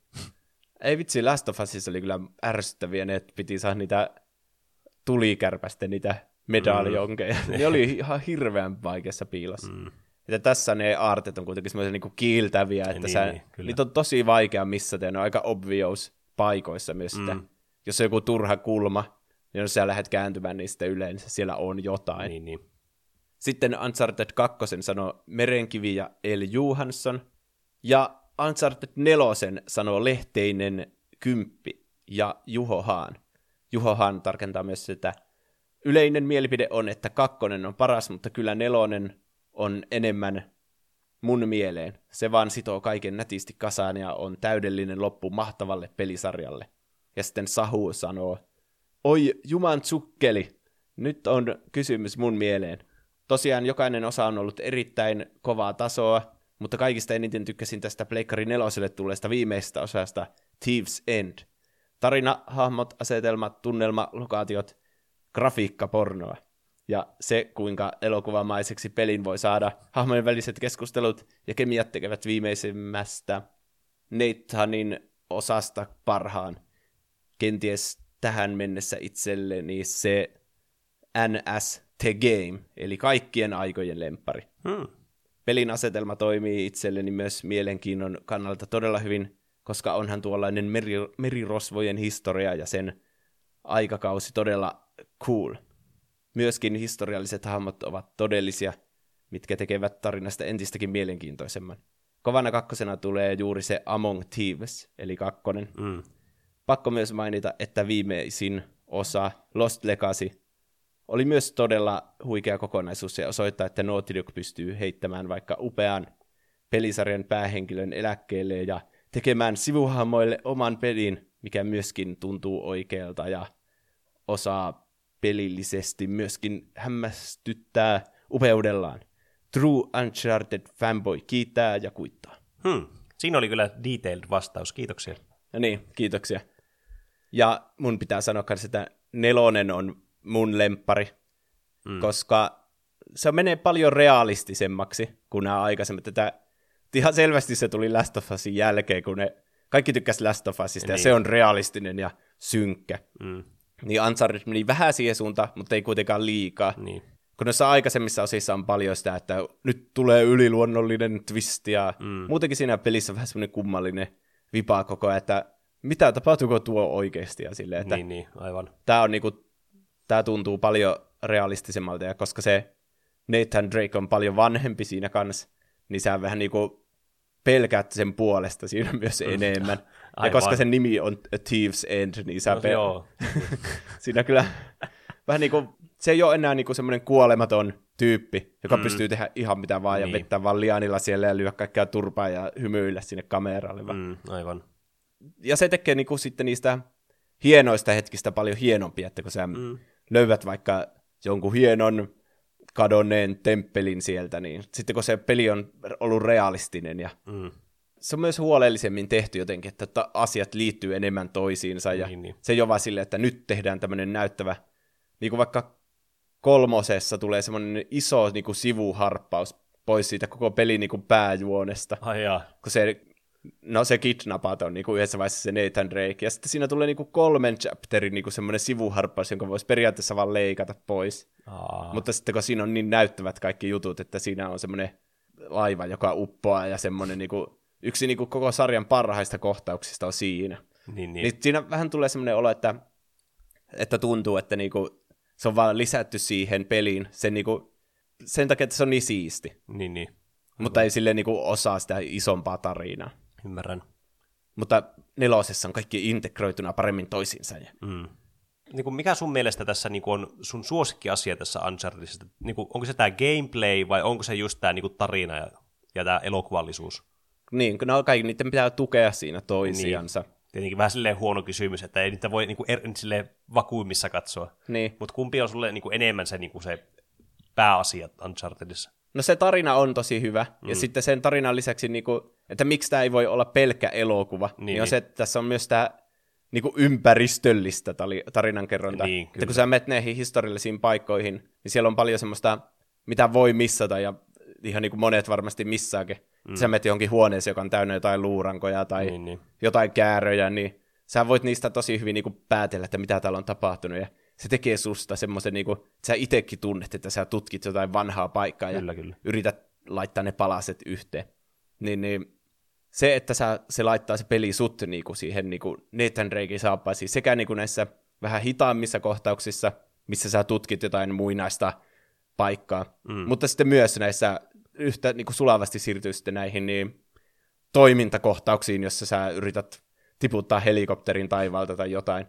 Ei vitsi, Last of Usissa oli kyllä ärsyttäviä ne, että piti saada niitä tulikärpästen niitä medaljonkeja. Ne oli ihan hirveän vaikeassa piilossa. Että tässä ne aarteet on kuitenkin semmoisia niinku kiiltäviä, että niitä on tosi vaikea missata, ja ne on aika obvious paikoissa myös sitä. Jos on joku turha kulma, niin jos sä lähdet kääntymään, niin sitten yleensä siellä on jotain. Niin. Sitten Uncharted 2 sanoo Merenkivi ja El Johansson, ja Uncharted 4 sanoo Lehteinen 10 ja Juho Haan. Juho Haan tarkentaa myös sitä. Yleinen mielipide on, että 2 on paras, mutta kyllä 4 on enemmän mun mieleen. Se vaan sitoo kaiken nätisti kasaan ja on täydellinen loppu mahtavalle pelisarjalle. Ja sitten Sahu sanoo, oi juman tsukkeli, nyt on kysymys mun mieleen. Tosiaan jokainen osa on ollut erittäin kovaa tasoa, mutta kaikista eniten tykkäsin tästä Pleikkari 4:lle tulleesta viimeisestä osasta Thieves End. Tarina, hahmot, asetelmat, tunnelma, lokaatiot, grafiikka, pornoa. Ja se, kuinka elokuvamaiseksi pelin voi saada, hahmojen väliset keskustelut ja kemiat tekevät viimeisimmästä Nathanin osasta parhaan. Kenties tähän mennessä itselleni se NS The Game, eli kaikkien aikojen lemppari. Pelin asetelma toimii itselleni myös mielenkiinnon kannalta todella hyvin, koska onhan tuollainen merirosvojen historia ja sen aikakausi todella cool. Myöskin historialliset hahmot ovat todellisia, mitkä tekevät tarinasta entistäkin mielenkiintoisemman. Kovana 2 tulee juuri se Among Thieves, eli 2. Pakko myös mainita, että viimeisin osa, Lost Legacy, oli myös todella huikea kokonaisuus ja osoittaa, että Naughty Dog pystyy heittämään vaikka upean pelisarjan päähenkilön eläkkeelle ja tekemään sivuhahmoille oman pelin, mikä myöskin tuntuu oikealta ja osaa pelillisesti myöskin hämmästyttää upeudellaan. True Uncharted fanboy kiittää ja kuittaa. Siinä oli kyllä detailed vastaus, kiitoksia. No niin, kiitoksia. Ja mun pitää sanoa myös, että 4 on mun lemppari, koska se menee paljon realistisemmaksi kuin nämä aikaisemmat. Ihan selvästi se tuli Last of Usin jälkeen, kun ne kaikki tykkäsi Last of Usista, ja se on realistinen ja synkkä. Niin Uncharted meni vähän siihen suuntaan, mutta ei kuitenkaan liikaa. Niin. Kun noissa aikaisemmissa osissa on paljon sitä, että nyt tulee yliluonnollinen twist, ja muutenkin siinä pelissä on vähän semmoinen kummallinen vipa koko ajan, että mitä tapahtuuko tuo oikeasti, ja silleen, että niin, aivan. Tää tuntuu paljon realistisemmalta, ja koska se Nathan Drake on paljon vanhempi siinä kanssa, niin sä vähän niinku pelkäät sen puolesta siinä myös enemmän. Ja koska sen nimi on A Thieves End, niin sä siinä kyllä vähän niinku, se ei ole enää niinku semmoinen kuolematon tyyppi, joka pystyy tehdä ihan mitä vaan ja vettää vaan lianilla siellä ja lyödä kaikkea turpaa ja hymyillä sinne kameralle. Aivan. Ja se tekee niinku sitten niistä hienoista hetkistä paljon hienompia, että kun sä löydät vaikka jonkun hienon kadonneen temppelin sieltä, niin sitten kun se peli on ollut realistinen ja se on myös huolellisemmin tehty jotenkin, että asiat liittyy enemmän toisiinsa ja se ei ole vaan silleen, että nyt tehdään tämmöinen näyttävä, niin kuin vaikka 3 tulee semmoinen iso niin kuin sivuharppaus pois siitä koko pelin niin kuin pääjuonesta. Kun se kidnapaton niin kuin yhdessä vaiheessa se Nathan Drake, ja sitten siinä tulee niin kuin 3 chapterin niin kuin semmoinen sivuharppaus, jonka voisi periaatteessa vaan leikata pois. Mutta sitten kun siinä on niin näyttävät kaikki jutut, että siinä on semmoinen laiva, joka uppoaa, ja semmoinen niin kuin, yksi niin kuin koko sarjan parhaista kohtauksista on siinä. Niin siinä vähän tulee semmoinen olo, että tuntuu, että niin kuin se on vaan lisätty siihen peliin sen takia, että se on niin siisti. Niin. Mutta ei silleen niin kuin osaa sitä isompaa tarinaa. Ymmärrän. Mutta 4 on kaikki integroituna paremmin toisiinsa. Niin kuin mikä sun mielestä tässä niin kuin on sun suosikkiasia tässä Unchartedissa? Niin kuin, onko se tämä gameplay vai onko se just tämä niin kuin tarina ja tämä elokuvallisuus? Niin, kun kaikki niiden pitää tukea siinä toisiansa. Niin. Tietenkin vähän silleen huono kysymys, että ei niitä voi niin kuin silleen vakuumissa katsoa. Niin. Mutta kumpi on sulle niin kuin enemmän se, niin kuin se pääasia Unchartedissa? No se tarina on tosi hyvä, ja sitten sen tarinan lisäksi, että miksi tämä ei voi olla pelkkä elokuva, niin on se, että tässä on myös tämä ympäristöllistä tarinankerrontaa. Niin, että kun sä menet näihin historiallisiin paikkoihin, niin siellä on paljon semmoista, mitä voi missata, ja ihan niin kuin monet varmasti missaakin. Sä menet johonkin huoneeseen, joka on täynnä jotain luurankoja tai jotain kääröjä, niin sä voit niistä tosi hyvin niin kuin päätellä, että mitä täällä on tapahtunut, ja se tekee susta semmoisen, niin kuin, että sä itsekin tunnet, että sä tutkit jotain vanhaa paikkaa ja yrität laittaa ne palaset yhteen. Niin se, että se laittaa se peli sut niin kuin siihen niin kuin Nathan Drakein saappaisiin, sekä niin kuin näissä vähän hitaammissa kohtauksissa, missä sä tutkit jotain muinaista paikkaa, mutta sitten myös näissä yhtä niin kuin sulavasti siirtyy sitten näihin niin toimintakohtauksiin, jossa sä yrität tiputtaa helikopterin taivaalta tai jotain.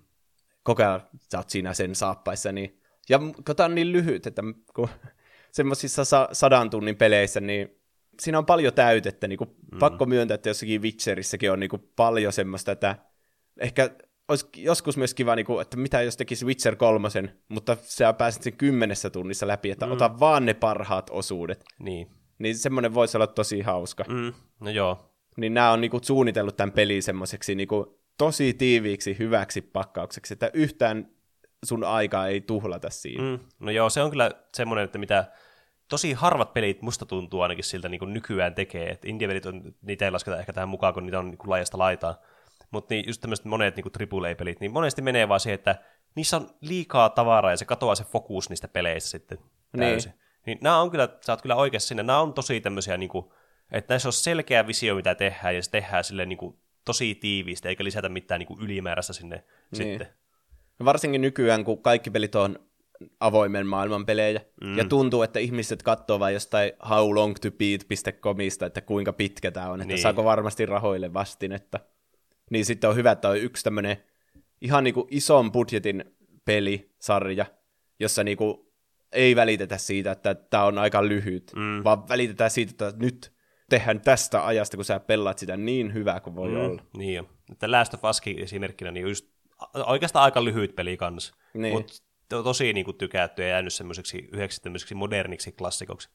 Koko ajan sä oot siinä sen saappaissa. Niin. Ja kun tää on niin lyhyt, että kun semmoisissa 100 tunnin peleissä, niin siinä on paljon täytettä. Niin pakko myöntää, että jossakin Witcherissäkin on niin paljon semmoista, että ehkä olisi joskus myös kiva, niin kuin, että mitä jos tekisi Witcher 3, mutta sä pääset sen 10 tunnissa läpi, että ota vaan ne parhaat osuudet. Niin semmoinen voisi olla tosi hauska. No joo. Niin nämä on niin kuin suunnitellut tämän pelin semmoiseksi niin kuin tosi tiiviiksi, hyväksi pakkaukseksi, että yhtään sun aikaa ei tuhlata siinä. No joo, se on kyllä semmoinen, että mitä tosi harvat pelit musta tuntuu ainakin siltä niin kuin nykyään tekee. Että indie-pelit niitä ei lasketa ehkä tähän mukaan, kun niitä on niin kuin laajasta laitaan. Mutta niin just tämmöiset monet niin kuin AAA-pelit, niin monesti menee vaan siihen, että niissä on liikaa tavaraa ja se katoaa se fokus niistä peleistä sitten täysin. Niin nämä on kyllä, sä oot kyllä oikeassa siinä, nämä on tosi tämmöisiä, niin kuin, että näissä on selkeä visio, mitä tehdään, ja se tehdään silleen niin kuin tosi tiiviistä, eikä lisätä mitään niin kuin ylimääräistä sinne sitten. Varsinkin nykyään, kun kaikki pelit on avoimen maailman pelejä, ja tuntuu, että ihmiset katsoo vain jostain howlongtobeat.comista, että kuinka pitkä tämä on, että saako varmasti rahoille vastinetta. Niin sitten on hyvä, että on yksi tämmöinen ihan niinku ison budjetin pelisarja, jossa niinku ei välitetä siitä, että tämä on aika lyhyt, vaan välitetään siitä, että nyt tehdään tästä ajasta, kun sä pelaat sitä niin hyvää kuin voi olla. Niin jo. Että Last of Uskin esimerkkinä niin just oikeastaan aika lyhyt peli kanssa, mutta tosi niinku tykätty ja jäänyt semmoiseksi moderniksi klassikoksi.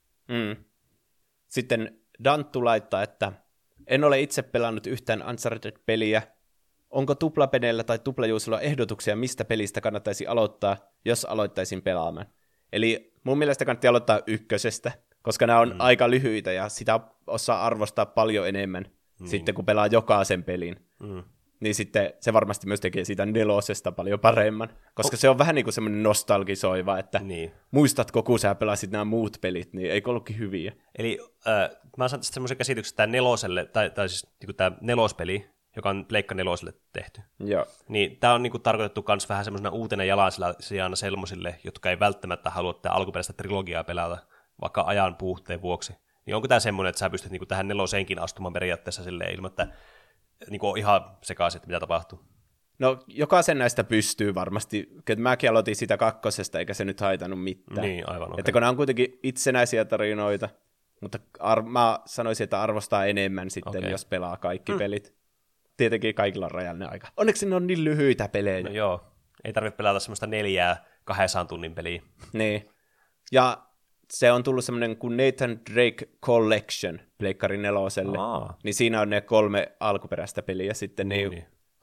Sitten Danttu laittaa, että en ole itse pelannut yhtään Uncharted-peliä. Onko Tuplapeneellä tai Tuplajuusolla ehdotuksia, mistä pelistä kannattaisi aloittaa, jos aloittaisin pelaamaan? Eli mun mielestä kannattaa aloittaa 1, koska nämä on aika lyhyitä ja sitä osaa arvostaa paljon enemmän sitten, kun pelaa jokaisen pelin. Niin sitten se varmasti myös tekee siitä 4 paljon paremman, koska se on vähän niin kuin semmoinen nostalgisoiva, että muistatko, kun sä pelasit nämä muut pelit, niin eikö ollutkin hyviä? Eli mä saan tästä semmoisen käsityksen, että tämä 4, tai siis niin tämä 4-peli, joka on Pleikka 4 tehty, niin tämä on niin kuin tarkoitettu myös vähän semmoisena uutena jalansijana semmoisille, jotka ei välttämättä halua tätä alkuperäistä trilogiaa pelata, vaikka ajan puutteen vuoksi. Niin onko tämä semmoinen, että sä pystyt niin kuin tähän 4:eenkin astumaan periaatteessa silleen ilman, että niin kuin ihan sekaisin, mitä tapahtuu? No, jokaisen näistä pystyy varmasti. Mäkin aloitin sitä 2, eikä se nyt haitannut mitään. Niin, aivan okei. Että kun nämä on kuitenkin itsenäisiä tarinoita, mutta mä sanoisin, että arvostaa enemmän sitten, jos pelaa kaikki pelit. tietenkin kaikilla on rajallinen aika. Onneksi ne on niin lyhyitä pelejä. No joo, ei tarvitse pelata semmoista 4 200 tunnin peliä. Niin. Ja se on tullut semmoinen kuin Nathan Drake Collection Pleikkari 4:lle. Niin siinä on ne 3 alkuperäistä peliä, sitten ne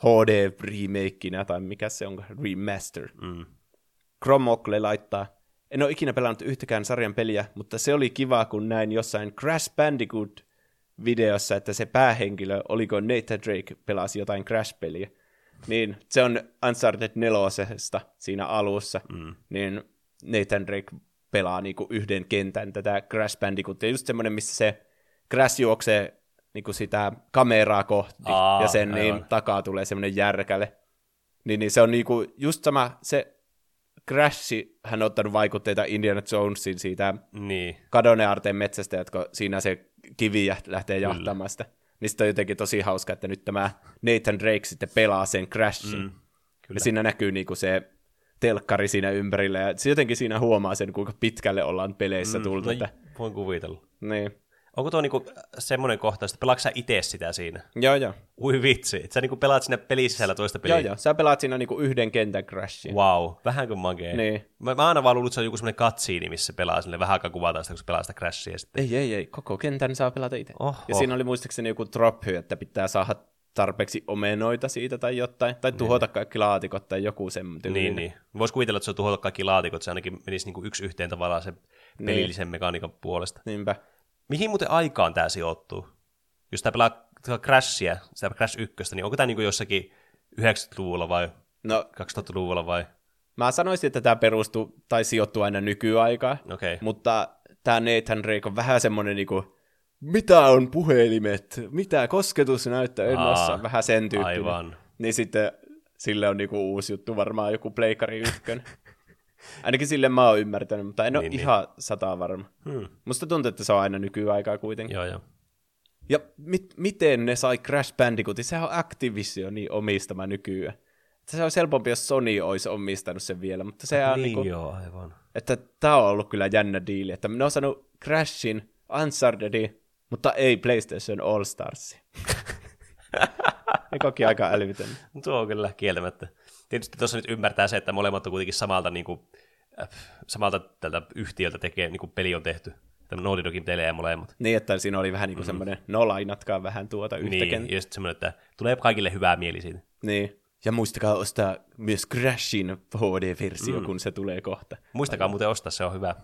HD-remakinä, tai mikä se on, remaster. Chromokle laittaa. En ole ikinä pelannut yhtäkään sarjan peliä, mutta se oli kiva, kun näin jossain Crash Bandicoot-videossa, että se päähenkilö, oliko Nathan Drake, pelasi jotain Crash-peliä. Niin se on Uncharted 4:sta siinä alussa. Niin Nathan Drake pelaa niinku yhden kentän tätä Crash Bandicootia. Just semmoinen, missä se Crash juoksee niinku sitä kameraa kohti, ja sen niin takaa tulee semmoinen järkäle. Niin se on niinku just sama, se Crash, hän on ottanut vaikutteita Indiana Jonesin siitä kadonneen aarteen metsästä, jotka siinä se kivi lähtee jahtamaan sitä. Niin sitten on jotenkin tosi hauska, että nyt tämä Nathan Drake sitten pelaa sen Crashin. Ja siinä näkyy niinku se telkkari siinä ympärillä, ja jotenkin siinä huomaa sen, kuinka pitkälle ollaan peleissä tultu. No, voin kuvitella. Niin. Onko tuo niinku semmoinen kohtaus, että pelaatko sä itse sitä siinä? Joo. Ui vitsi, että sä niinku pelaat siinä pelisisällä toista peliä? Joo, sä pelaat siinä niinku yhden kentän Crashia. Wow, vähän kuin makee. Niin. Mä aina vaan luullut, että se on joku semmoinen cutscene, missä pelaa sinne vähän aikaa kuvataan sitä, kun se pelaa sitä Crashia sitten. Ei, koko kentän saa pelata itse. Ja siinä oli muistaakseni joku drophy, että pitää saada tarpeeksi omenoita siitä tai jotain, tai tuhota kaikki laatikot tai joku semmoinen. Niin. Vois kuvitella, että se on tuhota kaikki laatikot, se ainakin menisi niinku 1 yhteen tavallaan sen pelillisen mekaniikan puolesta. Niinpä. Mihin muuten aikaan tää sijoittuu? Jos tää pelaa Crashia, sitä Crash 1, niin onko tää niinku jossakin 90-luvulla vai 2000-luvulla vai? Mä sanoisin, että tää perustuu tai sijoittuu aina nykyaikaan, mutta tää Nathan Drake on vähän semmonen niinku, mitä on puhelimet, mitä kosketus näyttää ennassa, vähän sen tyyppinen. Aivan. Niin sitten sille on niinku uusi juttu, varmaan joku Pleikkari 1. Ainakin sille mä oon ymmärtänyt, mutta en ole ihan 100 varma. Musta tuntuu, että se on aina nykyaikaa kuitenkin. Joo. Ja miten ne sai Crash Bandicootin? Sehän on Activisionin omistama nykyään. Se olisi helpompi, jos Sony olisi omistanut sen vielä, mutta se on niinku, aivan. Että tää on ollut kyllä jännä diili, että ne on saanut Crashin, Unchartedin, mutta ei PlayStation All Starsia. Ne koki aika älytön. Tuo on kyllä kieltämättä. Tietysti tuossa nyt ymmärtää se, että molemmat on kuitenkin samalta tältä yhtiöltä tekee, niin kuin peli on tehty. Tämä Naughty Dogin pelejä molemmat. Niin, että siinä oli vähän niin kuin semmoinen, no lainatkaa vähän tuota yhtä Niin, ja sitten semmoinen, että tulee kaikille hyvää mieli siitä. Niin, ja muistakaa ostaa myös Crashin HD-versio, kun se tulee kohta. Muistakaa muuten ostaa, se on hyvä.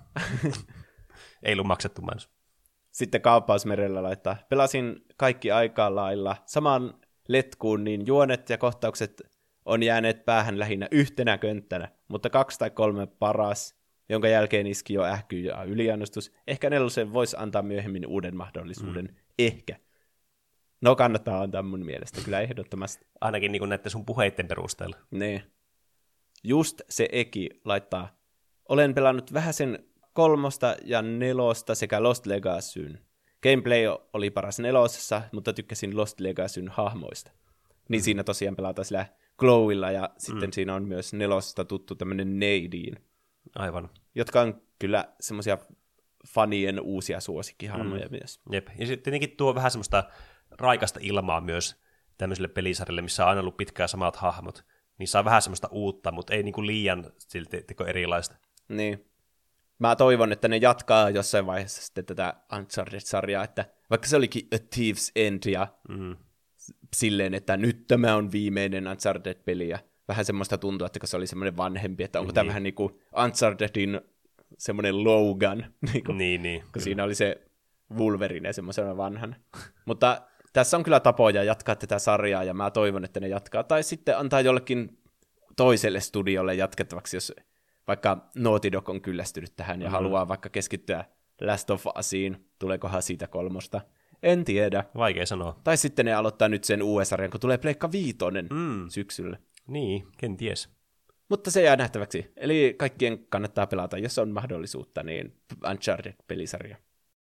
Ei ollut maksettu mainos. Sitten Kaappausmerellä laittaa, pelasin kaikki aikaa lailla saman letkuun, niin juonet ja kohtaukset on jääneet päähän lähinnä yhtenä könttänä, mutta 2 tai 3 paras, jonka jälkeen iski jo ähky ja yliannostus. Ehkä 4 voisi antaa myöhemmin uuden mahdollisuuden. Ehkä. No kannattaa antaa mun mielestä, kyllä ehdottomasti. Ainakin niin näiden sun puheitten perusteella. Niin. Just se Eki laittaa, olen pelannut vähän sen 3 ja 4 sekä Lost Legacyn. Gameplay oli paras 4, mutta tykkäsin Lost Legacyn hahmoista. Niin siinä tosiaan pelataan sillä Glowilla, ja sitten siinä on myös 4 tuttu tämmönen Nadine. Aivan. Jotka on kyllä semmoisia fanien uusia suosikkihahmoja myös. Jep, ja sitten tietenkin tuo vähän semmoista raikasta ilmaa myös tämmöiselle pelisarjalle, missä on aina ollut pitkään samat hahmot. Niissä on vähän semmoista uutta, mutta ei niinku liian silti erilaista. Niin. Mä toivon, että ne jatkaa jossain vaiheessa sitten tätä Uncharted-sarjaa, että vaikka se olikin A Thief's End ja silleen, että nyt tämä on viimeinen Uncharted-peli ja vähän semmoista tuntuu, että kun se oli semmoinen vanhempi, että onko tämä vähän niin kuin Unchartedin semmoinen Logan, niin kun siinä oli se Wolverine semmoisena vanhana. Mutta tässä on kyllä tapoja jatkaa tätä sarjaa ja mä toivon, että ne jatkaa. Tai sitten antaa jollekin toiselle studiolle jatkettavaksi, jos vaikka Naughty Dog on kyllästynyt tähän ja haluaa vaikka keskittyä Last of Usiin, tuleekohan siitä 3. En tiedä. Vaikea sanoa. Tai sitten ne aloittaa nyt sen sarjan, kun tulee Pleikka 5 syksyllä. Niin, kenties. Mutta se jää nähtäväksi. Eli kaikkien kannattaa pelata, jos on mahdollisuutta, niin Uncharted-pelisarja.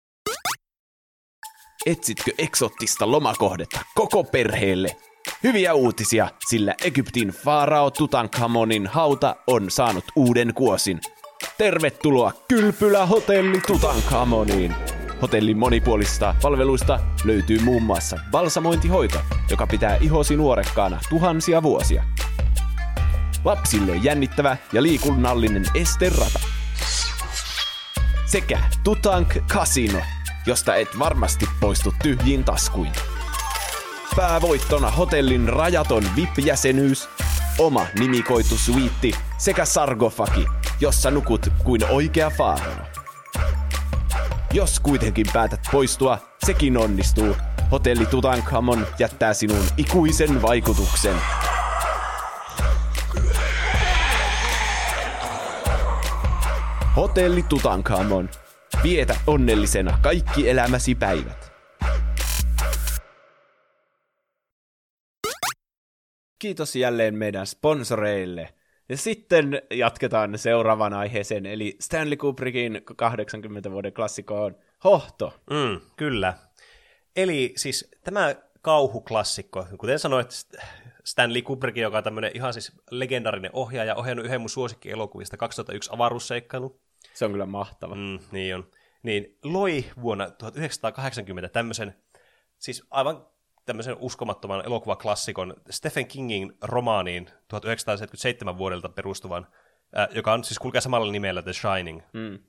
Etsitkö eksoottista lomakohdetta koko perheelle? Hyviä uutisia, sillä Egyptin faarao Tutankhamonin hauta on saanut uuden kuosin. Tervetuloa Kylpylä-hotelli Tutankhamoniin! Hotellin monipuolisista palveluista löytyy muun muassa balsamointihoito, joka pitää ihosi nuorekkaana tuhansia vuosia. Lapsille jännittävä ja liikunnallinen esterata. Sekä Tutank Casino, josta et varmasti poistu tyhjiin taskuin. Päävoittona hotellin rajaton VIP-jäsenyys, oma nimikoitu suiitti sekä sargofagi, jossa nukut kuin oikea faarao. Jos kuitenkin päätät poistua, sekin onnistuu. Hotelli Tutankhamon jättää sinun ikuisen vaikutuksen. Hotelli Tutankhamon. Vietä onnellisena kaikki elämäsi päivät. Kiitos jälleen meidän sponsoreille. Ja sitten jatketaan seuraavan aiheeseen, eli Stanley Kubrickin 80 vuoden klassikkoon Hohto. Kyllä. Eli siis tämä kauhuklassikko, kuten sanoit, Stanley Kubrick, joka on tämmöinen ihan siis legendaarinen ohjaaja, ohjannut yhden mun suosikkielokuvista 2001 Avaruusseikkailu. Se on kyllä mahtava. Niin on. Niin loi vuonna 1980 tämmöisen, siis aivan tämmöisen uskomattoman elokuvaklassikon Stephen Kingin romaaniin 1977 vuodelta perustuvan, joka on siis kulkee samalla nimellä The Shining.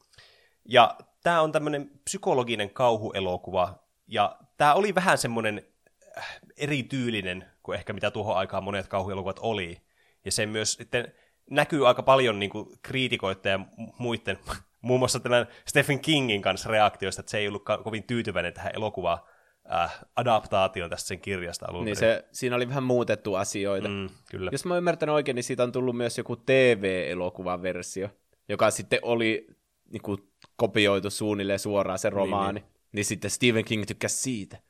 Ja tämä on tämmöinen psykologinen kauhuelokuva, ja tämä oli vähän semmoinen erityylinen kuin ehkä mitä tuohon aikaan monet kauhuelokuvat oli. Ja se myös sitten näkyy aika paljon niin kuin kriitikoiden ja muiden, muun muassa tämän Stephen Kingin kanssa reaktioista, että se ei ollut kovin tyytyväinen tähän elokuvaan adaptaation tästä sen kirjasta alun niin perin. Siinä oli vähän muutettu asioita. Kyllä. Jos mä oon ymmärtänyt oikein, niin siitä on tullut myös joku TV-elokuvan versio, joka sitten oli niin kuin, kopioitu suunnilleen suoraan se romaani. Niin sitten Stephen King tykkäsi siitä.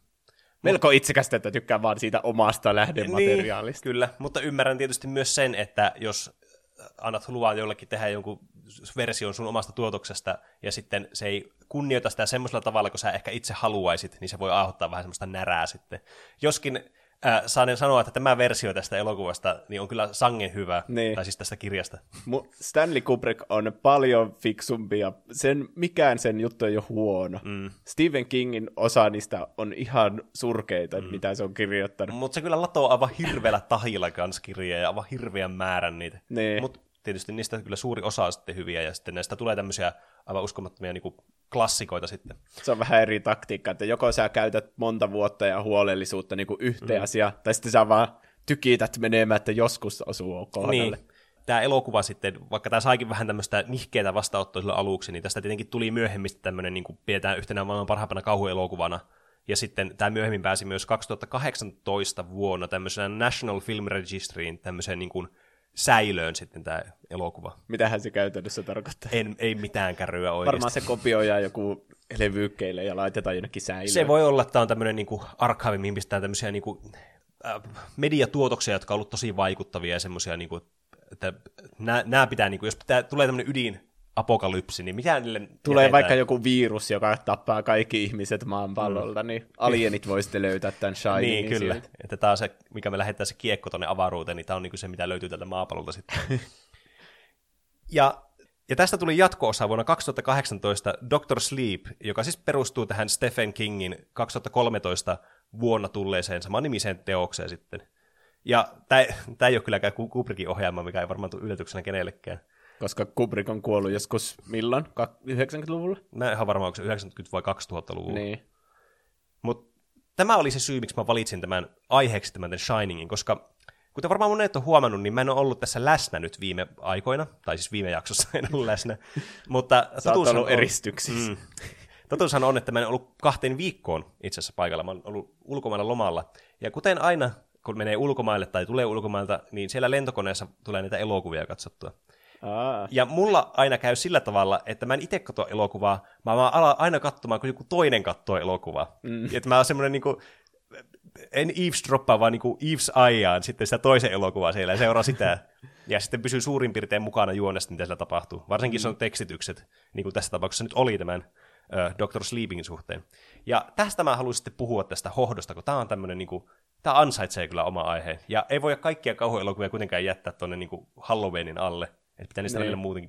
Melko itsekästä, että tykkää vaan siitä omasta lähdemateriaalista. Niin, kyllä, mutta ymmärrän tietysti myös sen, että jos annat luvan jollekin tehdä jonkun version sun omasta tuotoksesta, ja sitten se ei kunnioita sitä semmoisella tavalla, kun sä ehkä itse haluaisit, niin se voi aiheuttaa vähän semmoista närää sitten. Joskin saan sanoa, että tämä versio tästä elokuvasta niin on kyllä sangen hyvä, tai siis tästä kirjasta. Stanley Kubrick on paljon fiksumpi, ja mikään sen juttu ei ole huono. Stephen Kingin osa niistä on ihan surkeita, mitä se on kirjoittanut. Mutta se kyllä latoo aivan hirveällä tahilla kans kirjaa, ja aivan hirveän määrän niitä. Mutta tietysti niistä kyllä suuri osa on sitten hyviä, ja sitten näistä tulee tämmöisiä aivan uskomattomia niin kuin klassikoita sitten. Se on vähän eri taktiikka, että joko sä käytät monta vuotta ja huolellisuutta niin kuin yhteen asiaan, tai sitten sä vaan tykität menemään, että joskus osuu kohdalle. Niin. Tämä elokuva sitten, vaikka tämä saikin vähän tämmöistä nihkeätä vastaanottoa silloin aluksi, niin tästä tietenkin tuli myöhemmin tämmöinen, niin kuin pidetään yhtenä maailman parhaimpana kauhuelokuvana. Ja sitten tämä myöhemmin pääsi myös 2018 vuonna tämmöisenä National Film Registryin tämmöiseen niin kuin säilöön sitten tämä elokuva. Mitähän se käytännössä tarkoittaa? Ei mitään kärryä oikeasti. Varmaan se kopioidaan joku levyykkeille ja laitetaan jonnekin säilöön. Se voi olla, että tämä on tämmöinen niin kuin archive, mihin pistetään tämmöisiä niin kuin, mediatuotoksia, jotka on ollut tosi vaikuttavia ja semmoisia, niin kuin, että nämä pitää, niin kuin, jos tulee tämmöinen ydinapokalypsi, niin mitä niille tulee jätetään? vaikka joku virus, joka tappaa kaikki ihmiset maanpallolta, niin alienit voi sitten löytää tämän Shiningin. Niin, kyllä. Sieltä. Että tämä on se, mikä me lähettää se kiekko tuonne avaruuteen, niin tämä on niin kuin se, mitä löytyy tältä maapallolta sitten. Ja tästä tuli jatko-osa vuonna 2018 Dr. Sleep, joka siis perustuu tähän Stephen Kingin 2013 vuonna tulleeseen samannimiseen teokseen sitten. Ja tämä ei ole kylläkään Kubrickin ohjaama, mikä ei varmaan tule yllätyksenä kenellekään. Koska Kubrick on kuollut joskus milloin? 90-luvulla? Mä en ihan varma, onko se 90- vai 2000-luvulla. Niin. Mutta tämä oli se syy, miksi mä valitsin tämän aiheeksi tämän The Shiningin, koska kuten varmaan monet on huomannut, niin mä en ole ollut tässä läsnä nyt viime aikoina, tai siis viime jaksossa en ollut läsnä. Mutta sä oot ollut eristyksissä. Totuushan on, että mä en ollut 2 viikkoon itse asiassa paikalla. Mä oon ollut ulkomailla lomalla. Ja kuten aina, kun menee ulkomaille tai tulee ulkomailta, niin siellä lentokoneessa tulee niitä elokuvia katsottua. Ja mulla aina käy sillä tavalla, että mä en itse katso elokuvaa, mä alan aina katsomaan, kun joku toinen katsoo elokuvaa. Että mä oon semmoinen niinku, en eavesdroppaa, vaan niinku eaves-aiaan sitten sitä toisen elokuvaa siellä ja seuraa sitä. Ja sitten pysyy suurin piirtein mukana juonesta, mitä siellä tapahtuu. Varsinkin se on tekstitykset, niin kuin tässä tapauksessa nyt oli tämän Dr. Sleepingin suhteen. Ja tästä mä haluaisin sitten puhua tästä hohdosta, kun tää on tämmöinen, niinku, tää ansaitsee kyllä oma aiheen. Ja ei voi kaikkia kauhuelokuvia kuitenkaan jättää tuonne niinku Halloweenin alle. Että pitää niistä vielä muutenkin puhua.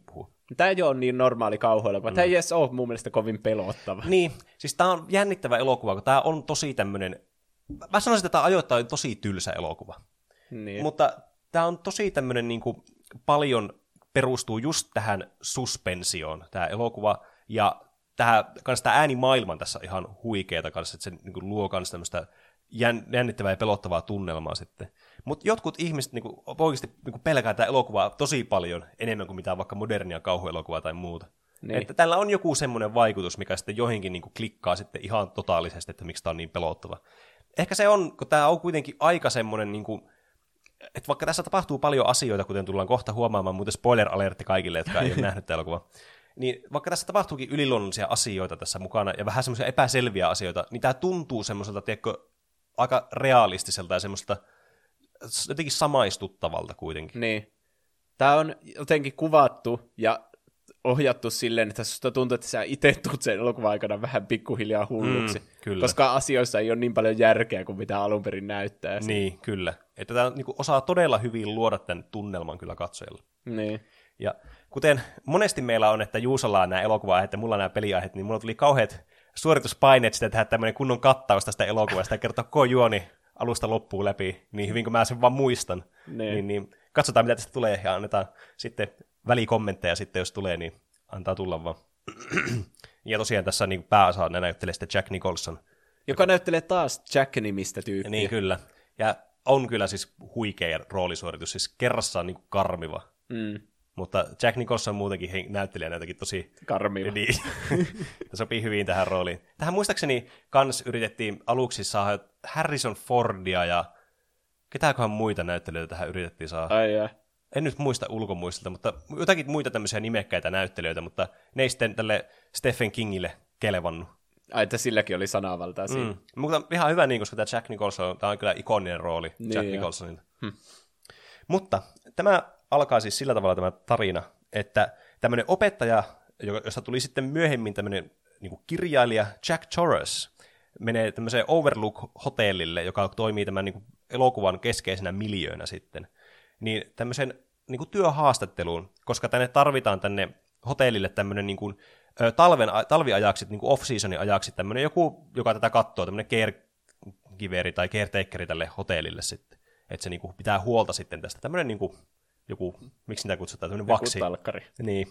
Tämä ei ole niin normaali kauhuelokuva. Tämä ei edes ole mun mielestä kovin pelottava. Niin, siis tämä on jännittävä elokuva, kun tämä on tosi tämmöinen, mä sanoisin, että tämä ajoittain tosi tylsä elokuva. Niin. Mutta tämä on tosi tämmöinen niin kuin, paljon perustuu just tähän suspensioon, tämä elokuva, ja kans tämä äänimaailman tässä on ihan huikeeta kanssa, että se niin kuin, luo kans tämmöistä jännittävää ja pelottavaa tunnelmaa sitten. Mutta jotkut ihmiset niin kuin, oikeasti niin pelkää tätä elokuvaa tosi paljon enemmän kuin mitään vaikka modernia kauhuelokuvaa tai muuta. Niin. Että tällä on joku semmoinen vaikutus, mikä sitten joihinkin niin kuin, klikkaa sitten ihan totaalisesti, että miksi tämä on niin pelottava. Ehkä se on, kun tämä on kuitenkin aika semmoinen, niin kuin, että vaikka tässä tapahtuu paljon asioita, kuten tullaan kohta huomaamaan, muuten spoiler-alertti kaikille, jotka ei ole nähnyt tätä elokuvaa, niin vaikka tässä tapahtuukin yliluonnollisia asioita tässä mukana ja vähän semmoisia epäselviä asioita, niin tämä tuntuu semmoiselta, tiedätkö, aika realistiselta ja semmoista jotenkin samaistuttavalta kuitenkin. Niin. Tämä on jotenkin kuvattu ja ohjattu silleen, että susta tuntuu, että sä itse tulet sen elokuvan aikana vähän pikkuhiljaa hulluksi. Koska asioissa ei ole niin paljon järkeä kuin mitä alun perin näyttää. Niin, kyllä. Että tämä niin osaa todella hyvin luoda tämän tunnelman kyllä katsojalle. Niin. Ja kuten monesti meillä on, että Juusolla on nämä elokuva-aiheet ja mulla on nämä peliaiheet, niin mulla tuli kauheat suorituspaineet sitä tehdä tämmöinen kunnon kattaus tästä elokuvasta ja kertoa koko juoni alusta loppuun läpi, niin hyvin kuin mä sen vaan muistan. Niin katsotaan, mitä tästä tulee ja annetaan sitten välikommentteja sitten, jos tulee, niin antaa tulla vaan. Ja tosiaan tässä niin pääosa näyttelee sitten Jack Nicholson. Joka näyttelee taas Jack-nimistä tyyppiä. Niin kyllä. Ja on kyllä siis huikea roolisuoritus, siis kerrassaan niin karmiva. Mutta Jack Nicholson muutenkin näyttelijä näytäkin tosi karmiva. Niin. Sopii hyvin tähän rooliin. Tähän muistaakseni kans yritettiin aluksi saada Harrison Fordia ja ketäköhän muita näyttelijöitä tähän yritettiin saada. En nyt muista ulkomuistilta, mutta jotakin muita tämmöisiä nimekkäitä näyttelijöitä, mutta ne ei sitten tälle Stephen Kingille kelevannut. Ai, että silläkin oli sanavaltaa siinä. Mutta ihan hyvä niin, koska tämä Jack Nicholson, tämä on kyllä ikoninen rooli niin Jack Nicholsonilta. Mutta tämä alkaa siis sillä tavalla tämä tarina, että tämmöinen opettaja, josta tuli sitten myöhemmin tämmöinen niin kuin kirjailija Jack Torrance, menee tämmöiseen Overlook-hotellille, joka toimii tämän niin kuin elokuvan keskeisenä miljöönä sitten, niin tämmöisen niin kuin työhaastatteluun, koska tänne tarvitaan tänne hotellille tämmöinen niin kuin, talviajaksi, niin kuin off-seasonin ajaksi tämmöinen joku, joka tätä katsoo, tämmöinen caregiveri tai caretakeri tälle hotellille sitten, että se niin kuin pitää huolta sitten tästä, tämmöinen niin kuin joku, miksi niitä kutsutaan, tämmöinen vaksi. Joku talkkari. Niin.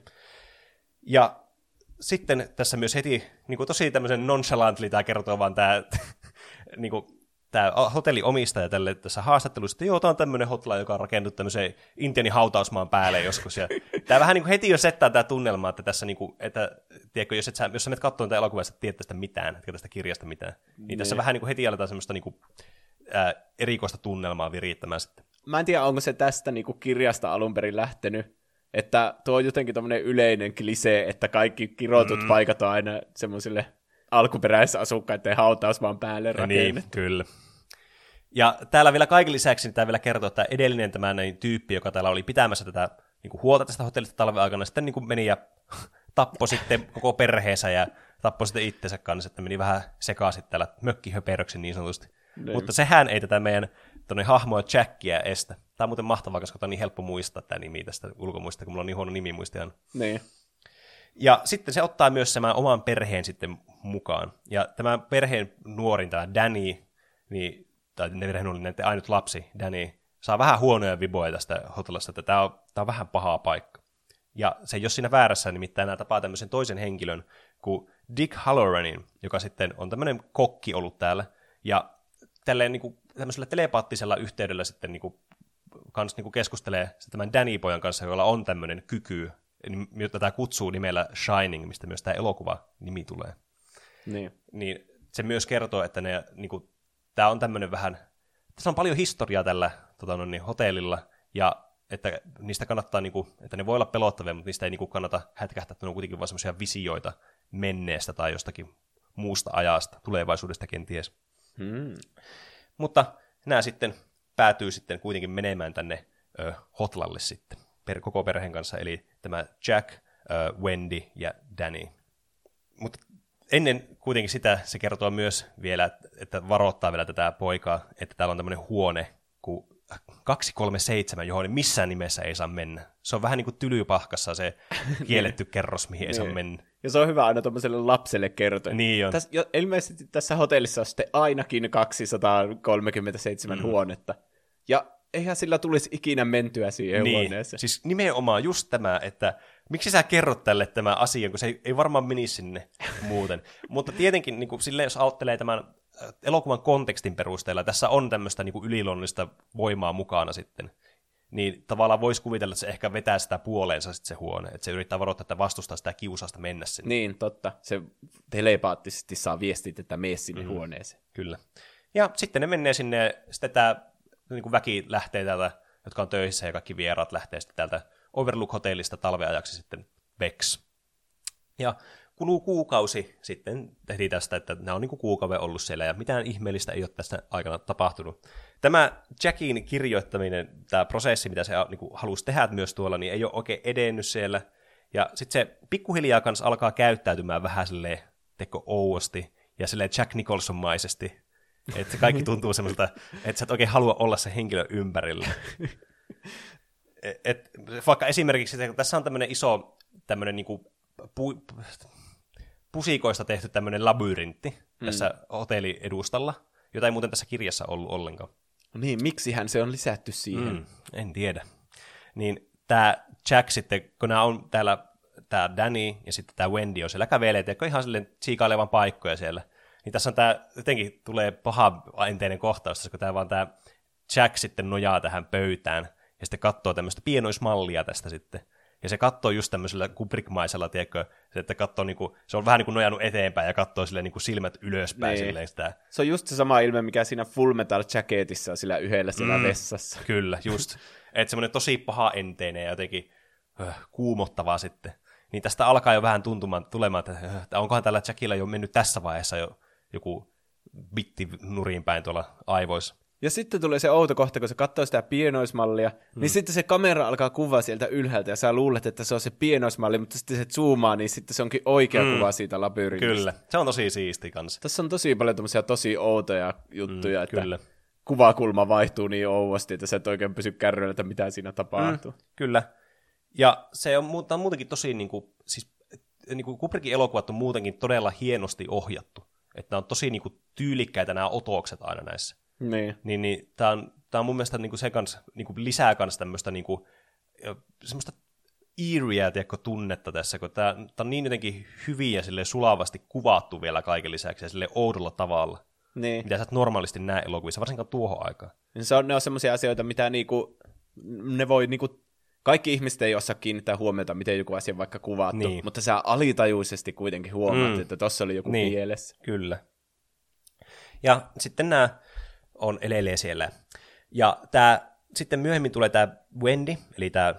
Ja sitten tässä myös heti niin kuin tosi tämmöisen nonchalantly tämä kertoo vaan tämä, niin kuin, tämä hotelliomistaja tälle tässä haastattelussa, että joo, tämä on tämmöinen hotline, joka on rakennut tämmöiseen Intianin hautausmaan päälle joskus. Ja tämä vähän niin kuin heti jo settää tämä tunnelma, että tässä, niin kuin, että, tiedätkö, jos sä menet katsomaan tätä elokuvaa, et tiedät tästä mitään, etkä tästä kirjasta mitään, niin tässä vähän niin kuin heti aletaan semmoista niin kuin, erikoista tunnelmaa virittämään sitten. Mä en tiedä, onko se tästä niinku kirjasta alun perin lähtenyt, että tuo on jotenkin tommoinen yleinen klisee, että kaikki kirotut paikat on aina semmoisille alkuperäisasukkaiden hautausmaan päälle rakennettu. Niin, kyllä. Ja täällä vielä kaiken lisäksi niin tämä vielä kertoo, että edellinen tämä tyyppi, joka täällä oli pitämässä tätä niin kuin huolta tästä hotellista talven aikana, sitten niin kuin meni ja tappoi sitten koko perheensä ja tappoi sitten itsensä kanssa, että meni vähän sekaisin täällä mökkihöperöksi niin sanotusti. Mutta sehän ei tätä meidän hahmoa Jackia estä. Tämä on muuten mahtavaa, koska on niin helppo muistaa tämä nimi tästä ulkomuista, kun mulla on niin huono nimi muistajan. Niin. Ja sitten se ottaa myös tämän oman perheen sitten mukaan. Ja tämä perheen nuorin, tämä Danny, niin, tai perheen oli näiden ainut lapsi, Danny, saa vähän huonoja viboja tästä hotellista, että tämä on vähän pahaa paikka. Ja se ei ole siinä väärässä, nimittäin nämä tapaa tämmöisen toisen henkilön kuin Dick Halloranin, joka sitten on tämmöinen kokki ollut täällä. Ja tälleen niin kuin, tämmöisellä telepaattisella yhteydellä sitten niin kuin, kans, niin kuin keskustelee tämän Danny-pojan kanssa, jolla on tämmöinen kyky, jota tämä kutsuu nimellä Shining, mistä myös tämä elokuva-nimi tulee. Niin se myös kertoo, että ne, niin kuin, tämä on tämmöinen vähän, tässä on paljon historiaa tällä hotellilla, ja että niistä kannattaa, niin kuin, että ne voi olla pelottavia, mutta niistä ei niin kuin, kannata hätkähtää, että ne on kuitenkin vain semmoisia visioita menneestä tai jostakin muusta ajasta, tulevaisuudesta kenties. Mutta nämä sitten päätyy sitten kuitenkin menemään tänne Hotlalle sitten koko perheen kanssa, eli tämä Jack, Wendy ja Danny. Mutta ennen kuitenkin sitä se kertoo myös vielä, että varoittaa vielä tätä poikaa, että täällä on tämmöinen huone kuin 237, johon missään nimessä ei saa mennä. Se on vähän niin kuin Tylypahkassa se kielletty kerros, mihin ei saa mennä. Ja se on hyvä aina tuollaiselle lapselle kertoa. Niin on. Ilmeisesti tässä hotellissa on sitten ainakin 237 huonetta. Ja eihän sillä tulisi ikinä mentyä siihen huoneeseen. Siis nimenomaan just tämä, että miksi sä kerrot tälle tämä asia, kun se ei varmaan menisi sinne muuten. Mutta tietenkin niin kuin, silleen, jos ajattelee tämän elokuvan kontekstin perusteella, tässä on tämmöistä niin kuin yliluonnollista voimaa mukana sitten. Niin tavallaan voisi kuvitella, että se ehkä vetää sitä puoleensa sitten se huone. Että se yrittää varoittaa, että vastustaa sitä kiusasta mennä sinne. Niin, totta. Se telepaattisesti saa viestit, että mene sinne huoneeseen. Kyllä. Ja sitten ne menee sinne, ja sitten tämä niin kuin väki lähtee täältä, jotka on töissä, ja kaikki vieraat lähtee sitten täältä Overlook-hotellista talveajaksi sitten Bex. Ja kuluu kuukausi sitten tehtiin tästä, että nämä on niin kuin kuukauden ollut siellä, ja mitään ihmeellistä ei ole tästä aikana tapahtunut. Tämä Jackin kirjoittaminen, tämä prosessi, mitä se niin kuin halusi tehdä myös tuolla, niin ei ole oikein edennyt siellä. Ja sitten se pikkuhiljaa kanssa alkaa käyttäytymään vähän silleen ouosti, ja silleen Jack Nicholson-maisesti. Että se kaikki tuntuu semmoiselta, että sä et oikein halua olla se henkilö ympärillä. Vaikka esimerkiksi, kun tässä on tämmöinen iso tämmöinen niinku pusikoista tehty tämmöinen labyrintti tässä hotelliedustalla, jota ei muuten tässä kirjassa ollut ollenkaan. Niin, miksihän se on lisätty siihen? En tiedä. Niin tämä Jack sitten, kun nämä on täällä, tämä Danny ja sitten tämä Wendy on siellä kävelee, teekö ihan silleen tsiikailevan paikkoja siellä. Niin tässä on tämä, jotenkin tulee paha enteinen kohtaus, kun tämä Jack sitten nojaa tähän pöytään ja sitten katsoo tämmöistä pienoismallia tästä sitten. Ja se katsoo just tämmöisellä Kubrick-maisella, tiedätkö, että katsoo niinku, se on vähän niin kuin nojannut eteenpäin ja katsoo silleen niinku silmät ylöspäin. Niin. Silleen sitä. Se on just se sama ilme, mikä siinä Full Metal Jacketissa on sillä yhdellä siellä vessassa. Kyllä, just. Että semmoinen tosi paha enteinen ja jotenkin kuumottavaa sitten. Niin tästä alkaa jo vähän tulemaan, että onkohan tällä Jackilla jo mennyt tässä vaiheessa jo joku bitti nurin päin tuolla aivoissa. Ja sitten tulee se outo kohta, kun se katsoo sitä pienoismallia, niin sitten se kamera alkaa kuvaa sieltä ylhäältä, ja sä luulet, että se on se pienoismalli, mutta sitten se zoomaa, niin sitten se onkin oikea kuva siitä labyrintistä. Kyllä, se on tosi siisti kanssa. Tässä on tosi paljon tämmöisiä tosi outoja juttuja, että kuvakulma vaihtuu niin ouvosti, että sä et oikein pysy kärryillä, että mitä siinä tapahtuu. Kyllä. Ja se on muutenkin tosi, siis Kubrickin elokuvat on muutenkin todella hienosti ohjattu. Että nämä on tosi tyylikkäitä nämä otokset aina näissä. Niin tämä on mun mielestä se kans, lisää kans tämmöistä semmoista eerieä, tunnetta tässä, kun tämä on niin jotenkin hyvin ja sulavasti kuvattu vielä kaiken lisäksi ja silleen oudolla tavalla. Niin. Mitä sä et normaalisti näe elokuvissa, varsinkaan tuohon aikaan. Ne on semmoisia asioita, mitä ne voi kaikki ihmiset ei osaa kiinnittää huomiota, miten joku asia on vaikka kuvattu, mutta sä alitajuisesti kuitenkin huomaat, että tossa oli joku mielessä. Kyllä. Ja sitten nämä on edelleen siellä. Ja sitten myöhemmin tulee tämä Wendy, eli tämä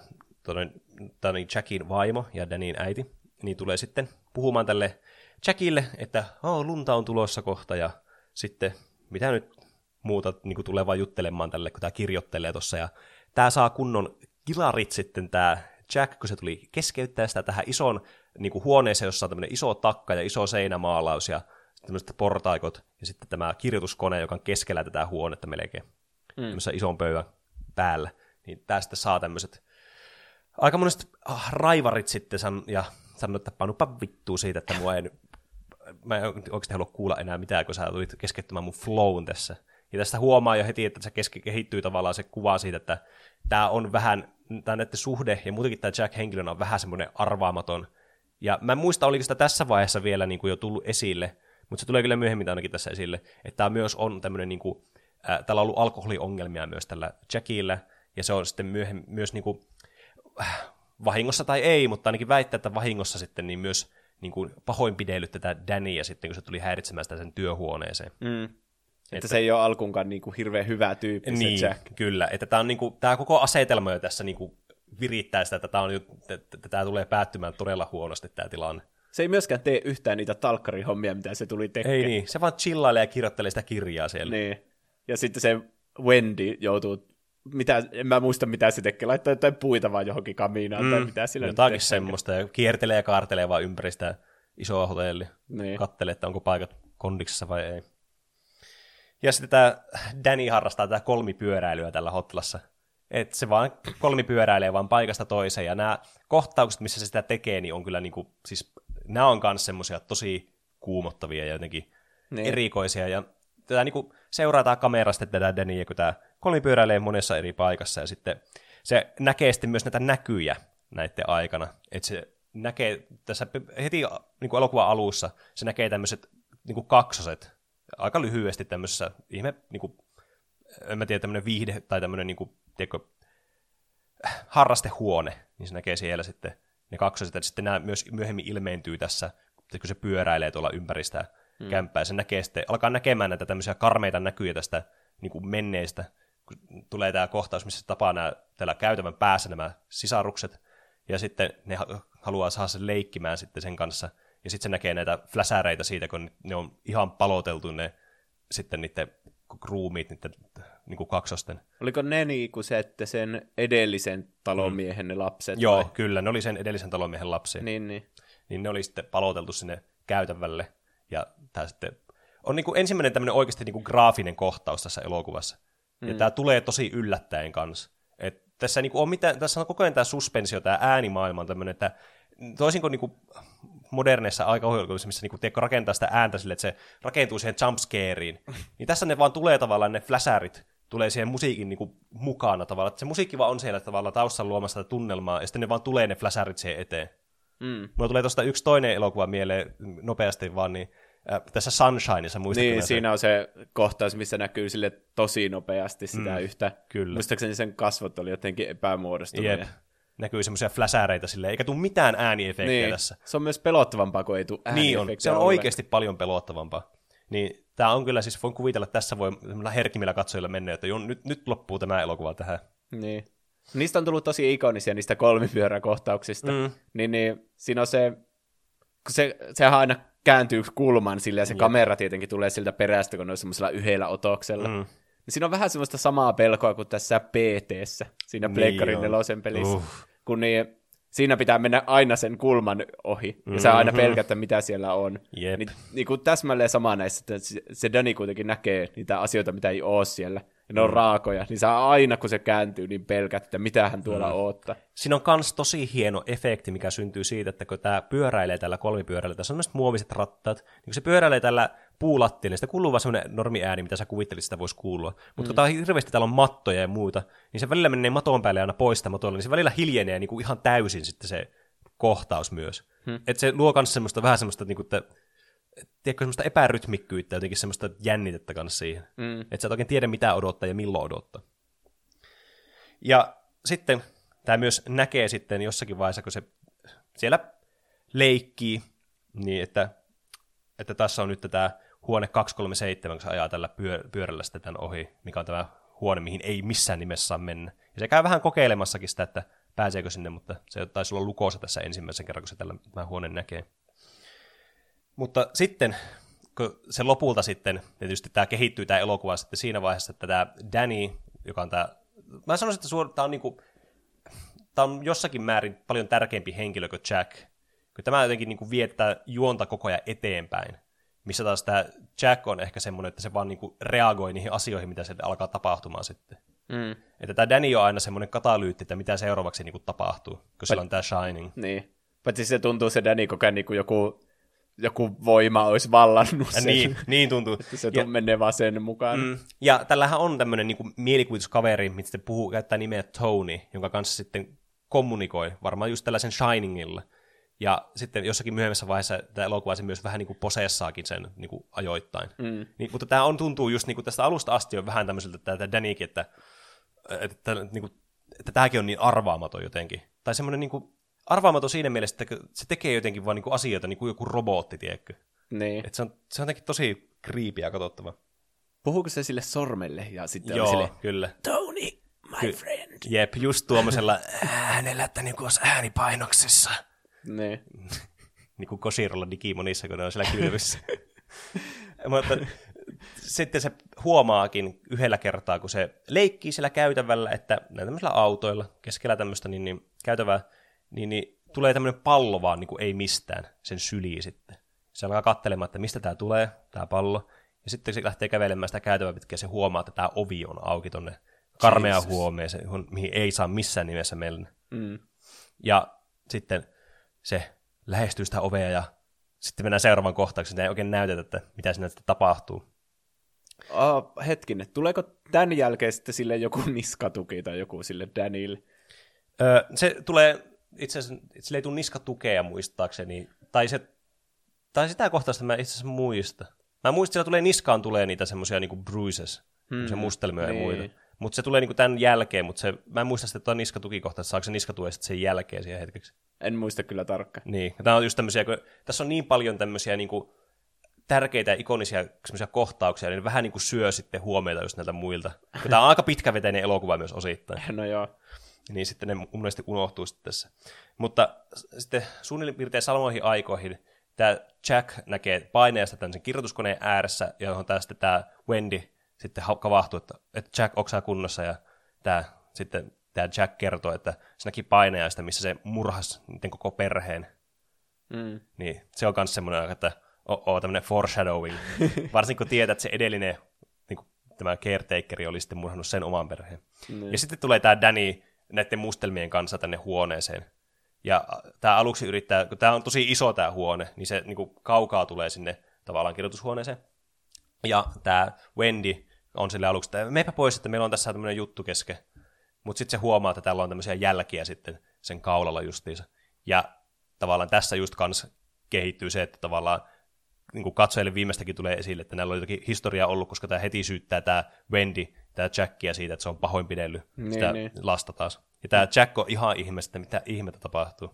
Jackin vaimo ja Danin äiti, niin tulee sitten puhumaan tälle Jackille, että lunta on tulossa kohta, ja sitten mitä nyt muuta tulee vaan juttelemaan tälle, kun tämä kirjoittelee tuossa, ja tämä saa kunnon kilarit sitten tämä Jack, kun se tuli keskeyttää sitä tähän isoon huoneeseen, jossa on tämmöinen iso takka ja iso seinämaalaus ja tämmöiset portaikot ja sitten tämä kirjoituskone, joka on keskellä tätä huonetta melkein, tämmöisen ison pöydän päällä. Niin tämä sitten saa tämmöiset aika monet raivarit sitten ja sanoo, että panupa vittua siitä, että mä en oikeasti halua kuulla enää mitään, kun sä tulit keskeyttämään mun flown tässä. Ja tästä huomaa jo heti, että se kehittyy tavallaan se kuva siitä, että tämä on vähän, tämä näiden suhde, ja muutenkin tämä Jack henkilönä on vähän semmoinen arvaamaton. Ja mä en muista, oliko sitä tässä vaiheessa vielä jo tullut esille, mutta se tulee kyllä myöhemmin ainakin tässä esille, että tämä myös on tämmöinen, täällä on ollut alkoholiongelmia myös tällä Jackillä, ja se on sitten myös vahingossa tai ei, mutta ainakin väittää, että vahingossa sitten niin myös pahoinpidellyt tätä Danyä sitten, kun se tuli häiritsemään sitä sen työhuoneeseen. Että se ei ole alkuunkaan hirveän hyvä tyyppi se Jack. Kyllä. Että tämä on tämä koko asetelma jo tässä virittää sitä, että tämä tulee päättymään todella huonosti tämä tilanne. Se ei myöskään tee yhtään niitä talkkarihommia, mitä se tuli tekemään. Ei niin, se vaan chillailee ja kirjoittelee sitä kirjaa siellä. Niin. Ja sitten se Wendy joutuu, en mä muista mitä se tekee, laittaa jotain puita vaan johonkin kamiinaan tai mitä sillä jotakin semmoista, ja kiertelee ja kaartelee vaan ympäri sitä isoa hotellia. Niin. Kattelee, että onko paikat kondiksessa vai ei. Ja sitten tämä Danny harrastaa tätä kolmipyöräilyä tällä hotlassa. Että se vaan kolmipyöräilee vaan paikasta toiseen, ja nämä kohtaukset, missä se sitä tekee, niin on kyllä niinku, siis nämä on myös semmoisia tosi kuumottavia ja jotenkin erikoisia, ja tätä niinku seurataan kamerasta tätä Dannyä, kun tämä kolmipyöräilee monessa eri paikassa, ja sitten se näkee sitten myös näitä näkyjä näiden aikana, että se näkee tässä heti niin kuin elokuvan alussa, se näkee tämmöiset niin kuin kaksoset, aika lyhyesti tämmöisessä ihme, niin kuin, en mä tiedä, tämmöinen viihde tai tämmöinen niin kuin, tiedätkö, harrastehuone, niin se näkee siellä sitten ne kaksoset, ja sitten nämä myös myöhemmin ilmeentyy tässä, kun se pyöräilee tuolla ympäri sitä kämppää, ja se näkee sitten, alkaa näkemään näitä tämmöisiä karmeita näkyjä tästä niin kuin menneistä, kun tulee tämä kohtaus, missä se tapaa täällä käytävän päässä nämä sisarukset, ja sitten ne haluaa saada sen leikkimään sitten sen kanssa, ja sitten se näkee näitä fläsäreitä siitä, kun ne on ihan paloteltu ne sitten niiden ruumiit, niiden niin kuin kaksosten. Oliko ne niin kuin se, että sen edellisen talonmiehen ne lapset? Joo, vai? Kyllä, ne oli sen edellisen talonmiehen lapsia. Niin ne oli sitten paloteltu sinne käytävälle, ja tämä sitten on niin kuin ensimmäinen tämmöinen oikeasti niin kuin graafinen kohtaus tässä elokuvassa. Ja tämä tulee tosi yllättäen kanssa. Tässä, niin kuin tässä on koko ajan tämä suspensio, tämä äänimaailma on tämmöinen, että toisin kuin, moderneissa aikaohjelmissa, missä niin rakentaa sitä ääntä sille, että se rakentuu siihen jumpscareen, niin tässä ne vaan tulee tavallaan, ne fläsärit tulee siihen musiikin niin kuin mukana tavallaan, että se musiikki vaan on siellä tavallaan taustalla luomassa sitä tunnelmaa, ja sitten ne vaan tulee ne fläsärit siihen eteen. Mulla tulee tuosta yksi toinen elokuva mieleen nopeasti vaan, niin tässä Sunshineissa, muistatko? Niin, siinä on se kohtaus, missä näkyy sille tosi nopeasti sitä yhtä. Kyllä. Muistaakseni sen kasvot oli jotenkin epämuodostuneet. Jep. Näkyy semmoisia fläsäreitä silleen, eikä tule mitään ääniefektejä niin. tässä. Se on myös pelottavampaa, kun ei tule ääniefektejä. Niin on, se on oikeasti paljon pelottavampaa. Niin tämä on kyllä, siis voin kuvitella, että tässä voi herkimmillä katsojilla mennä, että nyt loppuu tämä elokuva tähän. Niin. Niistä on tullut tosi ikonisia, niistä kolmipyöräkohtauksista. Niin siinä on sehän aina kääntyy kulman sille, ja se kamera tietenkin tulee siltä perästä, kun ne on semmoisella yhdellä otoksella. Niin siinä on vähän semmoista samaa pelkoa kuin tässä PT-ssä, siinä Pleikkarin 4 pelissä. Kun siinä pitää mennä aina sen kulman ohi, ja sä aina pelkät, mitä siellä on. Niin kuin täsmälleen sama näissä, että se Danny kuitenkin näkee niitä asioita, mitä ei ole siellä, ja ne on raakoja, niin sä aina, kun se kääntyy, niin pelkät, että mitä hän tuolla odottaa. Siinä on myös tosi hieno efekti, mikä syntyy siitä, että kun tämä pyöräilee tällä kolmipyörällä, tässä on myös muoviset rattaat, niin kun se pyöräilee tällä puulattialla, niin sitä kuuluu vaan semmoinen normiääni, mitä sä kuvittelisit, sitä voisi kuulua. Mutta kun hirveästi täällä on mattoja ja muuta, niin se välillä menee maton päälle aina pois sitä matolla, niin se välillä hiljenee niin kuin ihan täysin sitten se kohtaus myös. Että se luo myös semmoista, vähän semmoista, niin kuin, tiedätkö, semmoista epärytmikkyyttä, jotenkin semmoista jännitettä kanssa siihen. Että sä et oikein tiedä, mitä odottaa ja milloin odottaa. Ja sitten tämä myös näkee sitten jossakin vaiheessa, kun se siellä leikkii, niin että tässä on nyt tämä huone 237, kun se ajaa tällä pyörällä sitten tämän ohi, mikä on tämä huone, mihin ei missään nimessä saa mennä. Ja se käy vähän kokeilemassakin sitä, että pääseekö sinne, mutta se taisi olla lukossa tässä ensimmäisen kerran, kun se tämä huone näkee. Mutta sitten, kun se lopulta sitten, tietysti tämä kehittyy tämä elokuva sitten siinä vaiheessa, että tämä Danny, joka on tämä, mä sanoisin, että tämä on, niinku, tämä on jossakin määrin paljon tärkeämpi henkilö kuin Jack, kun tämä jotenkin niinku vie tätä juonta koko ajan eteenpäin, missä taas tämä Jack on ehkä semmoinen, että se vaan niinku reagoi niihin asioihin, mitä sieltä alkaa tapahtumaan sitten. Että tämä Danny on aina semmoinen katalyytti, että mitä seuraavaksi niinku tapahtuu, kun sillä on tämä Shining. Niin, paitsi se tuntuu se Danny koko ajan niinku joku voima olisi vallannut sen. Niin tuntuu. Että se menee vaan sen mukaan. Ja tällähän on tämmöinen niinku mielikuvituskaveri, mitä sitten käyttää nimeä Tony, jonka kanssa sitten kommunikoi, varmaan just tällaisen Shiningilla. Ja sitten jossakin myöhemmässä vaiheessa tämä elokuva se myös vähän niin kuin poseessaakin sen niin kuin ajoittain. Niin, mutta tämä tuntuu just niin kuin tästä alusta asti on vähän tämmöiseltä tämä Dannykin, että tämäkin on niin arvaamaton jotenkin. Tai semmoinen niin kuin arvaamaton siinä mielessä, että se tekee jotenkin vaan niin kuin asioita niin kuin joku robotti, tiedätkö? Niin. Että se on jotenkin tosi creepyä katsottava. Puhuuko se sille sormelle ja sitten joo, sille, kyllä. Tony, my friend. Jep, just tuommoisella äänellä, että niin kuin olisi äänipainoksissa. Niin. Niin kuin Koshirolla Digimonissa, kun ne on siellä kylvyssä. Mutta sitten se huomaakin yhdellä kertaa, kun se leikkii siellä käytävällä, että tämmöisillä autoilla keskellä tämmöistä niin käytävää, niin tulee tämmöinen pallo vaan niin kuin ei mistään sen syliin sitten. Se alkaa katselemaan, että mistä tämä tulee, tämä pallo. Ja sitten se lähtee kävelemään sitä käytävää pitkin, ja se huomaa, että tämä ovi on auki tonne karmeaan huoneeseen, mihin ei saa missään nimessä mennä. Ja sitten se lähestyy sitä ovea, ja sitten mennään seuraavan kohtaukseen, sitä ei oikein näytetä, että mitä siinä tapahtuu. Hetkinen, tuleeko tämän jälkeen sitten sille joku niskatuki tai joku sille Danille? Se tulee, itse asiassa sille ei tule niskatukea muistaakseni, tai sitä kohtausta mä itse asiassa muista. Mä muistin, että siellä tulee niskaan tulee niitä semmoisia niinku bruises, se mustelmia ja muita. Mutta se tulee niinku tämän jälkeen, mutta mä en muista sitä tuota niskatukikohtaa, että saako se niskatue sitten sen jälkeen siihen hetkeksi. En muista kyllä tarkkaan. Niin, tämä on just tämmöisiä, kun tässä on niin paljon tämmöisiä niinku tärkeitä ja ikonisia kohtauksia, niin vähän niinku syö sitten huomiota just näiltä muilta. Tämä on aika pitkäveteinen elokuva myös osittain. No joo. Niin sitten ne monesti unohtuu sitten tässä. Mutta sitten suunnilleen piirtein samoihin aikoihin tämä Jack näkee paineesta tämän kirjoituskoneen ääressä, johon tämä Wendy sitten kavahtuu, että Jack, onko sä kunnossa, ja tämä Jack kertoo, että se näki paineesta, missä se murhasi niiden koko perheen. Niin se on myös semmoinen, että tämmöinen foreshadowing, varsinkin kun tietää, että se edellinen niin tämä caretakeri oli sitten murhannut sen oman perheen. Ja sitten tulee tämä Danny näiden mustelmien kanssa tänne huoneeseen. Ja tämä aluksi yrittää, kun tämä on tosi iso tämä huone, niin se niin kuin kaukaa tulee sinne tavallaan kirjoitushuoneeseen. Ja tämä Wendy on sille aluksi, että meipä pois, että meillä on tässä tämmöinen juttu kesken. Mutta sitten se huomaa, että täällä on tämmöisiä jälkiä sitten sen kaulalla justiinsa. Ja tavallaan tässä just kanssa kehittyy se, että tavallaan niin kuin katsojille viimeistäkin tulee esille, että näillä on jotakin historiaa ollut, koska tämä heti syyttää tämä Wendy, tämä Jackia siitä, että se on pahoinpidellyt sitä lasta taas. Ja tämä Jack on ihan ihmeessä, että mitä ihmettä tapahtuu.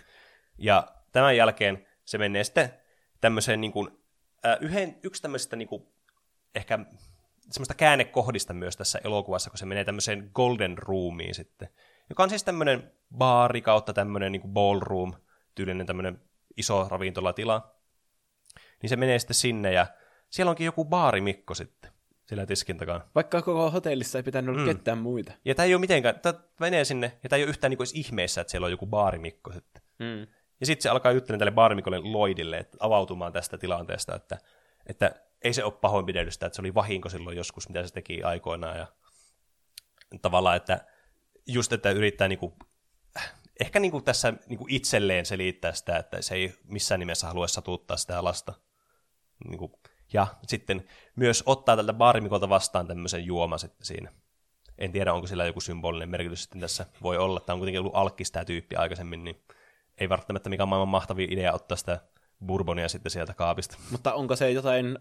Ja tämän jälkeen se menee sitten tämmöiseen niin kuin, yksi tämmöisistä niin kuin, ehkä semmoista käännekohdista myös tässä elokuvassa, kun se menee tämmöiseen Golden Roomiin sitten, joka on siis tämmöinen baari kautta tämmöinen niin kuin ballroom-tyylinen tämmöinen iso ravintolatila. Niin se menee sitten sinne, ja siellä onkin joku baarimikko sitten, sillä tiskin takana. Vaikka koko hotellissa ei pitänyt olla ketään muita. Ja tämä ei ole mitenkään, tämä menee sinne, ja tämä ei ole yhtään niin ihmeessä, että siellä on joku baarimikko sitten. Ja sitten se alkaa juttelemaan tälle baarimikolle Lloydille, että avautumaan tästä tilanteesta, että ei se ole pahoinpidellystä, että se oli vahinko silloin joskus, mitä se teki aikoinaan. Ja tavallaan, että just, että yrittää niinku, ehkä niinku tässä niinku itselleen selittää sitä, että se ei missään nimessä halua satuttaa sitä lasta. Niinku, ja sitten myös ottaa tältä baarimikolta vastaan tämmöisen juoma sitten siinä. En tiedä, onko sillä joku symbolinen merkitys sitten tässä. Voi olla, että on kuitenkin ollut alkkis tämä tyyppi aikaisemmin, niin ei välttämättä mikään maailman mahtavia idea ottaa sitä bourbonia sitten sieltä kaapista. Mutta onko se jotain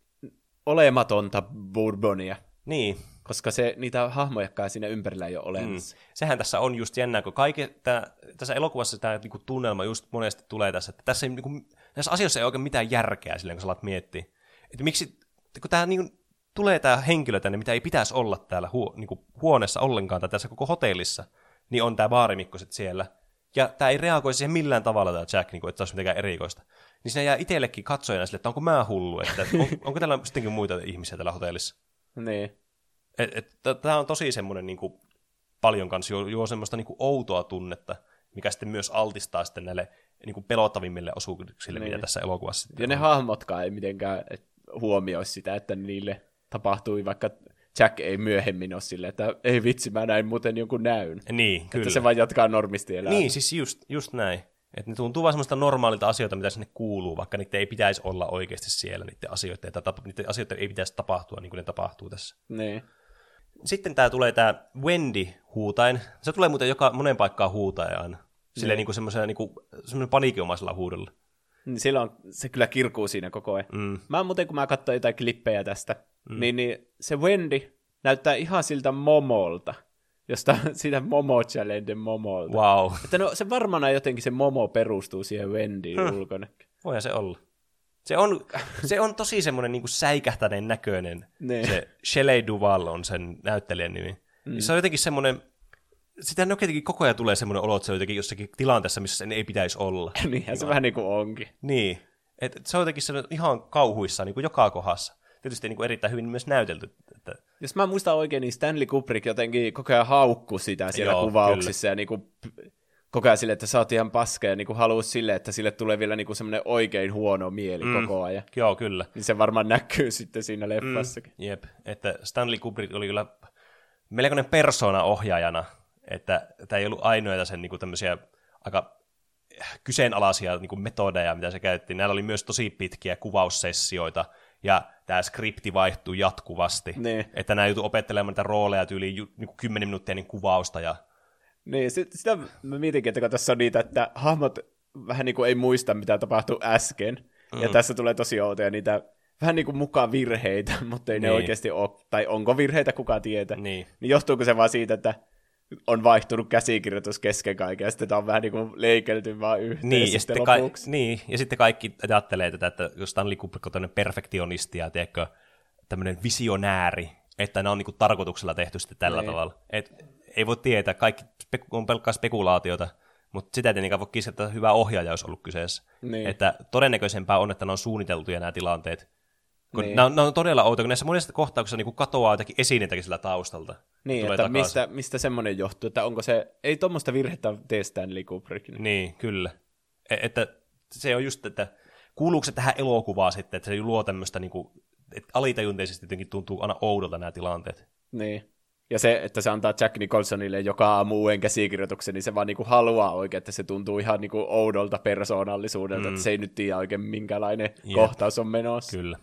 olematonta bourbonia? Niin. Koska niitä hahmojakkaa siinä ympärillä ei ole olemassa. Sehän tässä on just jännää, kun tässä elokuvassa tämä niinku tunnelma just monesti tulee tässä, että tässä näissä asioissa ei ole oikein mitään järkeä silleen, kun sä alat miettiä. Että miksi, kun tämä niinku, tulee tämä henkilö tänne, mitä ei pitäisi olla täällä niinku, huoneessa ollenkaan, tai tässä koko hotellissa, niin on tämä baarimikko sitten siellä. Ja tämä ei reagoi siihen millään tavalla, tämä Jack, niin kuin, että se olisi mitenkään erikoista. Niin siinä jää itsellekin katsojana sille, että onko mä hullu, että onko täällä sittenkin muita ihmisiä täällä hotellissa. Niin. Tämä on tosi semmoinen niin kuin, paljon kanssa juo semmoista niin kuin outoa tunnetta, mikä sitten myös altistaa sitten näille niin kuin pelottavimmille osuuksille, mitä tässä elokuvassa. Ja ne hahmotkaan ei mitenkään huomioi sitä, että niille tapahtui, vaikka Jack ei myöhemmin ole silleen, että ei vitsi, mä näin muuten jonkun näyn. Niin, kyllä. Että se vaan jatkaa normisti elämää. Niin, siis just näin. Että ne tuntuu vaan semmoista normaalilta asioita, mitä sinne kuuluu, vaikka niiden ei pitäisi olla oikeasti siellä, niiden asioiden ei pitäisi tapahtua niin kuin ne tapahtuu tässä. Niin. Sitten tulee tämä Wendy huutain. Se tulee muuten monen paikkaan huutaen aina. Silleen niin kuin semmoinen paniikinomaisella huudolla. Silloin se kyllä kirkuu siinä koko ajan. Kun mä katsoin jotain klippejä tästä, niin se Wendy näyttää ihan siltä Momolta. Siitä Momo Challenge Momolta. Wow. Että se varmana jotenkin se Momo perustuu siihen Wendyin ulkona. Voihan se olla. Se on tosi semmoinen niinku säikähtäneen näköinen. Se Shelley Duvall on sen näyttelijän nimi. Se on jotenkin semmoinen, sitä jotenkin koko ajan tulee semmoinen olo, että se on jotenkin jossakin tilanteessa, missä sen ei pitäisi olla. Niinhän se vähän niin kuin onkin. Niin. Se on jotenkin ihan kauhuissa niin kuin joka kohdassa. Tietysti niin kuin erittäin hyvin myös näytelty. Että jos mä muistan oikein, niin Stanley Kubrick jotenkin koko ajan haukkui sitä siellä kuvauksissa. Kyllä. Ja niin kuin koko ajan silleen, että sä oot ihan paska ja niinku haluaisi silleen, että sille tulee vielä niinku semmoinen oikein huono mieli koko ajan. Joo, kyllä. Niin se varmaan näkyy sitten siinä leffassakin. Jep, että Stanley Kubrick oli kyllä melkoinen persona ohjaajana, että tämä ei ollut ainoita sen niinku tämmöisiä aika kyseenalaisia niinku metodeja, mitä se käytti. Näillä oli myös tosi pitkiä kuvaussessioita, ja tämä skripti vaihtui jatkuvasti. Niin. Että nämä joutui opettelemaan niitä rooleja tyyliin niinku 10 minuuttia niin kuvausta. Ja... Niin, sitä mä mietinkin, että kun tässä on niitä, että hahmot vähän niin kuin ei muista, mitä tapahtui äsken. Ja tässä tulee tosi outoja niitä vähän niin kuin mukaan virheitä, mutta ei ne oikeasti ole. Tai onko virheitä, kuka tietää. Niin johtuuko se vaan siitä, että on vaihtunut käsikirjoitus kesken kaiken, ja sitten tämä on vähän niin kuin leikelty vaan yhteen niin, sitten lopuksi. Ja sitten kaikki ajattelee tätä, että jos Stanley Kubrick on tämmöinen perfektionisti ja tiedätkö, tämmöinen visionääri, että nämä on niin kuin tarkoituksella tehty sitten tällä tavalla. Et ei voi tietää, kaikki on pelkkää spekulaatiota, mutta sitä ei tietenkään voi kiistää, että hyvä ohjaaja olisi ollut kyseessä. Niin. Että todennäköisempää on, että ne on suunniteltuja nämä tilanteet. Kun nämä on todella outoja, kun näissä monissa kohtauksissa niin katoaa jotakin esineitäkin sillä taustalta. Niin, että mistä semmoinen johtuu, että onko se, ei tuommoista virhettä tee Stanley Kubrick. Niin, kyllä. Että se on just, että kuuluuko se tähän elokuvaan sitten, että se luo tämmöistä, niin kuin, että alitajunteisesti jotenkin tuntuu aina oudolta nämä tilanteet. Niin. Ja se, että se antaa Jack Nicholsonille joka aamu uuden käsikirjoituksen, niin se vaan niinku haluaa oikein, että se tuntuu ihan niinku oudolta persoonallisuudelta, että se ei nyt tiedä oikein minkälainen kohtaus on menossa. Kyllä.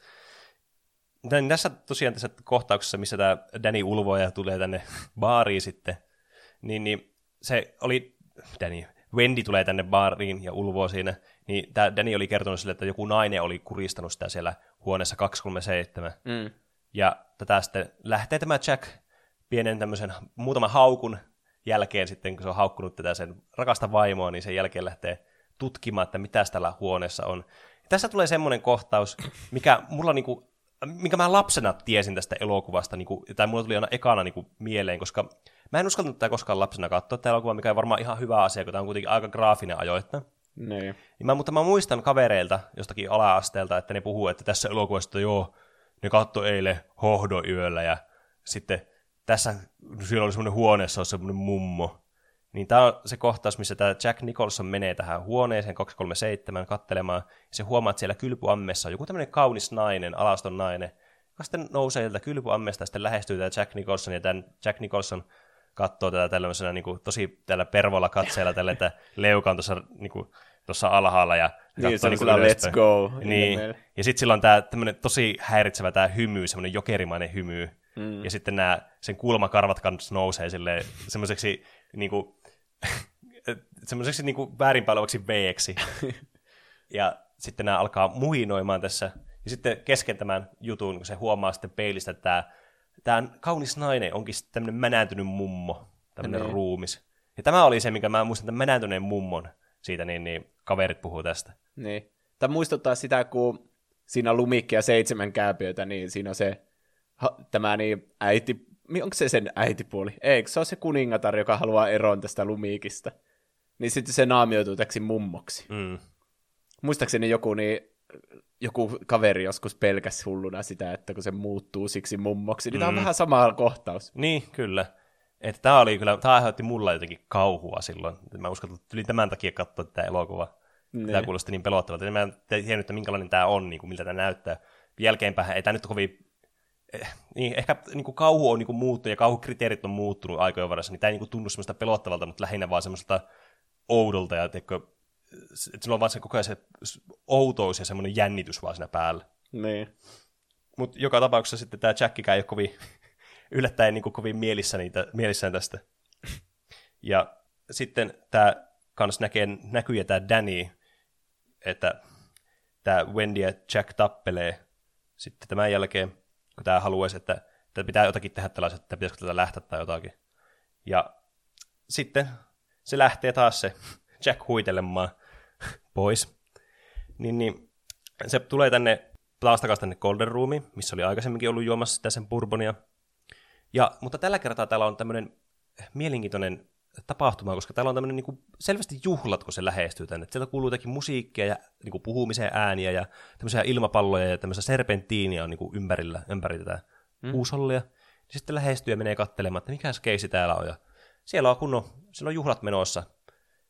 Tässä tosiaan tässä kohtauksessa, missä tämä Danny ulvoja tulee tänne baariin sitten, niin se oli, Wendy tulee tänne baariin ja ulvoo siinä, niin tämä Danny oli kertonut sille, että joku nainen oli kuristanut sitä siellä huoneessa 237. Ja tätä sitten lähtee tämä Jack pienen tämmöisen muutaman haukun jälkeen sitten, kun se on haukkunut tätä sen rakasta vaimoa, niin sen jälkeen lähtee tutkimaan, että mitä tällä huoneessa on. Ja tässä tulee semmoinen kohtaus, minkä mä lapsena tiesin tästä elokuvasta, tai mulla tuli aina ekana mieleen, koska mä en uskaltanut tätä koskaan lapsena katsoa tätä elokuvaa, mikä on varmaan ihan hyvä asia, kun tämä on kuitenkin aika graafinen ajoittain. Niin. Mutta mä muistan kavereilta jostakin ala-asteelta, että ne puhuu, että tässä elokuvassa, ne katsoi eilen hohdoyöllä, ja sitten tässä siellä oli semmoinen huoneessa, on semmoinen mummo. Niin tämä on se kohtaus, missä tämä Jack Nicholson menee tähän huoneeseen 237 katselemaan, ja se huomaa, että siellä kylpyammessa on joku tämmöinen kaunis nainen, alaston nainen, joka sitten nousee sieltä kylpyammesta, ja sitten lähestyy tämä Jack Nicholson, ja tämän Jack Nicholson katsoo tätä tällaisena tosi tällä pervolla katseella, tällä, että leuka on tuossa alhaalla, ja niin, se on let's go. Niin. Ja sitten sillä on tämä tämmöinen tosi häiritsevä tämä hymy, semmoinen jokerimainen hymy, ja sitten sen kulmakarvat kanssa nousee semmoiseksi semmoiseksi väärinpäin olevaksi veeksi. Ja sitten nämä alkaa muhinoimaan tässä. Ja sitten kesken tämän jutun, kun se huomaa sitten peilistä, että tämä kaunis nainen onkin tämmöinen mänäntynyt mummo, tämmöinen ruumis. Ja tämä oli se, minkä mä muistan, tämän mänäntyneen mummon siitä, niin kaverit puhuu tästä. Niin. Tämä muistuttaa sitä, kun siinä on lumikki ja 7 kääpiöitä, niin siinä on se tämä äiti, onko se sen äitipuoli? Eikö se ole se kuningatar, joka haluaa eroon tästä lumikista? Niin sitten se naamioituu täksi mummoksi. Muistaakseni joku kaveri joskus pelkäsi hulluna sitä, että kun se muuttuu siksi mummoksi, niin tämä on vähän sama kohtaus. Niin, kyllä. Että tämä aiheutti mulla jotenkin kauhua silloin. Mä uskon, että tuli tämän takia katsoa tätä elokuvaa. Tämä kuulosti niin pelottavalta. Mä en tiennyt, että minkälainen tämä on, miltä tämä näyttää. Jälkeenpäin ei tämä nyt kovin... Niin, ehkä kauhu on muuttunut ja kauhukriteerit on muuttunut aikojen varressa, niin tämä ei tunnu semmoista pelottavalta, mutta lähinnä vaan semmoista oudolta, ja että sillä on vaan se koko ajan se outous ja semmoinen jännitys vaan siinä päällä. Niin. Mutta joka tapauksessa sitten tämä Jackikään ei ole kovin yllättäen kovin mielissään tästä. Ja sitten tämä kans näkyy tämä Danny, että tämä Wendy ja Jack tappelee sitten tämän jälkeen, kun tämä haluaisi, että pitää jotakin tehdä tällaiset, että pitäisikö tätä lähteä tai jotakin. Ja sitten se lähtee taas se Jack huitelemaan pois. Niin se tulee taas takaisin tänne Golden Roomiin, missä oli aikaisemminkin ollut juomassa sitä sen bourbonia. Mutta tällä kertaa täällä on tämmöinen mielenkiintoinen tapahtuma, koska täällä on tämmöinen selvästi juhlat, kun se lähestyy tänne. Sieltä kuuluu jotakin musiikkia ja puhumisen ääniä ja tämmöisiä ilmapalloja ja tämmöisiä serpentiinia on ympäri tätä huushollia. Sitten lähestyy ja menee katselemaan, että mikä keisi täällä on. Ja siellä on juhlat menossa.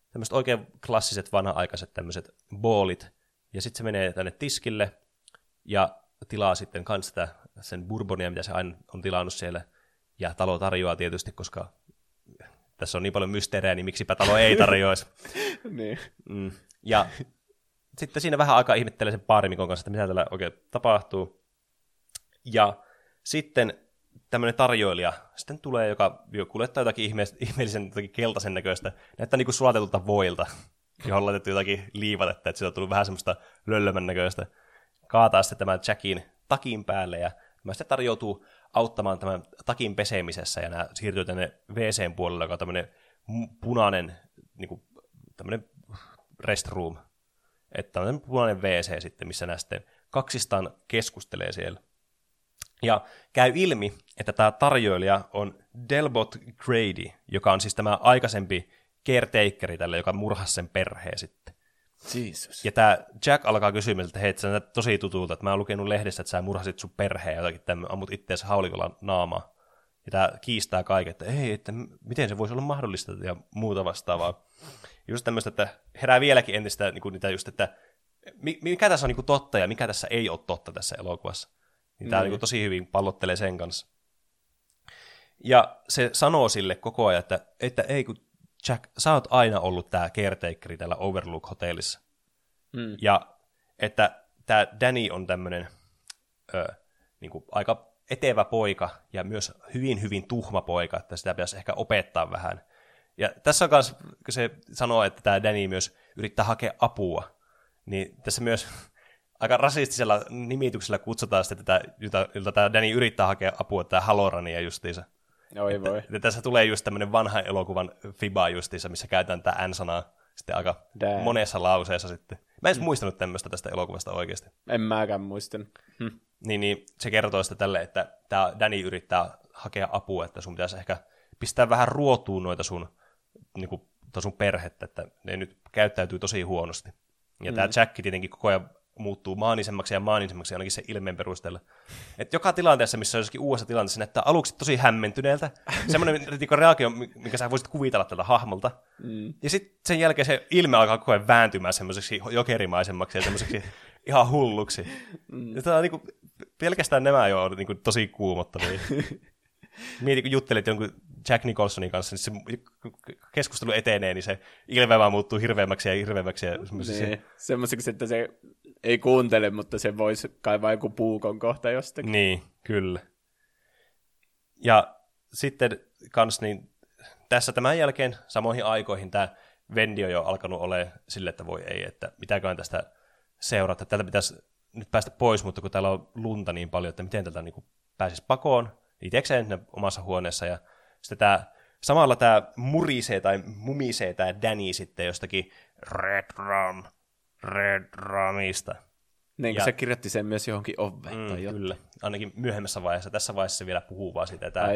tämmöiset oikein klassiset vanha-aikaiset tämmöiset boolit, ja sitten se menee tänne tiskille, ja tilaa sitten kans sen bourbonia, mitä se aina on tilannut siellä, ja talo tarjoaa tietysti, koska tässä on niin paljon mysteerejä, niin miksipä talo ei tarjoaisi. Niin. Ja sitten siinä vähän aikaa ihmettelee sen baarimikon kanssa, että mitä täällä oikein tapahtuu. Ja sitten tämmöinen tarjoilija sitten tulee, joka kuljettaa jotakin ihmeellisen jotakin keltaisen näköistä, näyttää niin kuin sulatetulta voilta, johon on laitettu jotakin liivatetta, että siitä on tullut vähän semmoista löllömän näköistä. Kaataa sitten tämän Jackin takin päälle, ja mä sitten tarjoutuu auttamaan tämän takin pesemisessä, ja nämä siirtyy tänne WC:n puolelle, joka on tämmöinen punainen niin kuin, tämmöinen restroom. Että on punainen WC sitten, missä nämä sitten kaksistaan keskustelee siellä. Ja käy ilmi, että tämä tarjoilija on Delbot Grady, joka on siis tämä aikaisempi caretakeri tälle, joka murhasi sen perheen sitten. Jesus. Ja tämä Jack alkaa kysymään, että hei, sä näet tosi tutulta, että mä oon lukenut lehdestä, että sä murhasit sun perheen ja jotakin tämmöinen, ammut itseäsi haulikolla naamaa. Ja tämä kiistää kaiken, että ei, että miten se voisi olla mahdollista ja muuta vastaavaa. Just tämmöistä, että herää vieläkin entistä niin niitä just, että mikä tässä on niin totta ja mikä tässä ei ole totta tässä elokuvassa. Niin tämä niin tosi hyvin pallottelee sen kanssa. Ja se sanoo sille koko ajan, että ei kun Jack, sä oot aina ollut tämä caretakeri täällä Overlook-hotellissa. Ja että tämä Danny on tämmöinen niin aika etevä poika ja myös hyvin, hyvin tuhma poika, että sitä pitäisi ehkä opettaa vähän. Ja tässä on myös, kun se sanoo, että tämä Danny myös yrittää hakea apua, niin tässä myös aika rasistisella nimityksellä kutsutaan sitten tätä, jolta tämä Danny yrittää hakea apua, tämä Hallorania justiinsa. Oi voi. Ja tässä tulee just tämmöinen vanha elokuvan fiba justiinsa, missä käytetään tätä N-sanaa sitten aika monessa lauseessa sitten. Mä en edes muistanut tämmöistä tästä elokuvasta oikeasti. En mäkään muistanut. Niin se kertoo sitten tälle, että tämä Danny yrittää hakea apua, että sun pitäisi ehkä pistää vähän ruotuun noita sun perhettä, että ne nyt käyttäytyy tosi huonosti. Ja tämä Jack tietenkin koko ajan muuttuu maanisemmaksi ja maanisemmaksi ainakin sen ilmeen perusteella. Että joka tilanteessa, missä on jossakin uudessa tilanteessa, näyttää aluksi tosi hämmentyneeltä. Semmoinen reaktio, minkä sä voisit kuvitella tältä hahmolta. Ja sitten sen jälkeen se ilme alkaa koko ajan vääntymään semmoiseksi jokerimaisemmaksi ja semmoiseksi ihan hulluksi. Ja tämä on niinku, pelkästään nämä jo on niinku tosi kuumottavia. Mietin, kun juttelit jonkun Jack Nicholsonin kanssa, niin se keskustelu etenee, niin se ilme vaan muuttuu hirveämmäksi ja hirveämmäksi. Niin, semmoiseksi, että se ei kuuntele, mutta se voisi kaivaa joku puukon kohta jostakin. Niin, kyllä. Ja sitten kans niin tässä tämän jälkeen samoihin aikoihin tämä Wendy on jo alkanut olemaan sille, että voi ei, että mitäköhän tästä seurata. Täältä pitäisi nyt päästä pois, mutta kun täällä on lunta niin paljon, että miten tältä niin pääsisi pakoon itsekseen omassa huoneessa. Ja sitten samalla tämä murisee tai mumisee tämä Danny sitten jostakin Red Rumista. Niin, kun se kirjoitti sen myös johonkin oveen tai jotain. Kyllä, ainakin myöhemmässä vaiheessa. Tässä vaiheessa se vielä puhuu vaan siitä. Tämä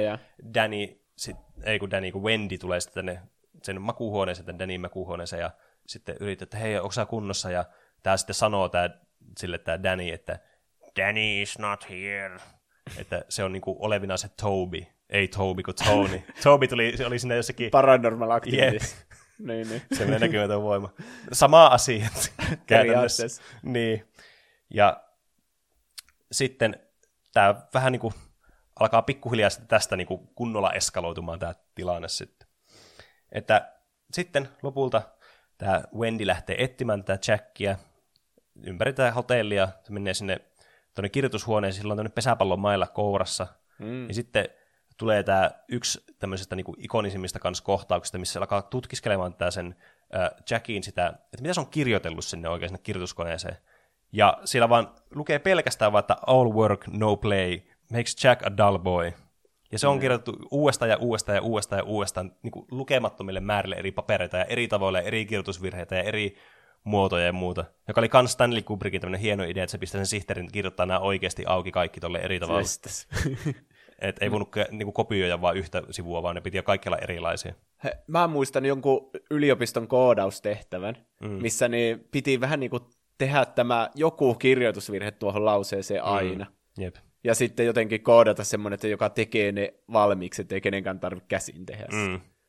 kun Wendy tulee sitten tänne sen makuuhuoneeseen, tämän Dannyn makuuhuoneeseen, ja sitten yrittää, että hei, onko sä kunnossa? Ja tämä sitten sanoo sille tämä Danny, että Danny is not here. Että se on niinku olevina se Toby. Ei Toby, kun Tony. Toby oli sinne jossakin Paranormal Activity. Niin. Se menee näkymätön voima. Sama asia käytännössä. Niin. Ja sitten tämä vähän niin kuin alkaa pikkuhiljaa tästä niin kuin kunnolla eskaloitumaan tämä tilanne sitten. Että sitten lopulta tämä Wendy lähtee etsimään tätä Jackia ympäri tätä hotellia. Se menee sinne tuonne kirjoitushuoneeseen, sillä on tämmöinen pesäpallon mailla kourassa. Ja sitten tulee tämä yksi tämmöisestä niin kuin ikonisimmista kohtauksista, missä alkaa tutkiskelemaan sen Jackin sitä, että mitä se on kirjoitellut sinne oikein sinne kirjoituskoneeseen. Ja siellä vaan lukee pelkästään vaan, että all work, no play, makes Jack a dull boy. Ja se on kirjoitettu uudestaan ja uudestaan ja uudestaan ja uudestaan niin kuin lukemattomille määrille eri papereita ja eri tavoilla ja eri kirjoitusvirheitä ja eri muotoja ja muuta. Joka oli kans Stanley Kubrickin tämmöinen hieno idea, että se pistää sen sihteerin kirjoittaa nämä oikeasti auki kaikki tolle eri tavalla. Että ei voinut niinku kopioida vaan yhtä sivua, vaan ne piti jo kaikki olla erilaisia. Mä muistan jonkun yliopiston koodaustehtävän, missä niin piti vähän niin kuin tehdä tämä joku kirjoitusvirhe tuohon lauseeseen aina. Jep. Ja sitten jotenkin koodata semmoinen, että joka tekee ne valmiiksi, ettei kenenkään tarvitse käsin tehdä.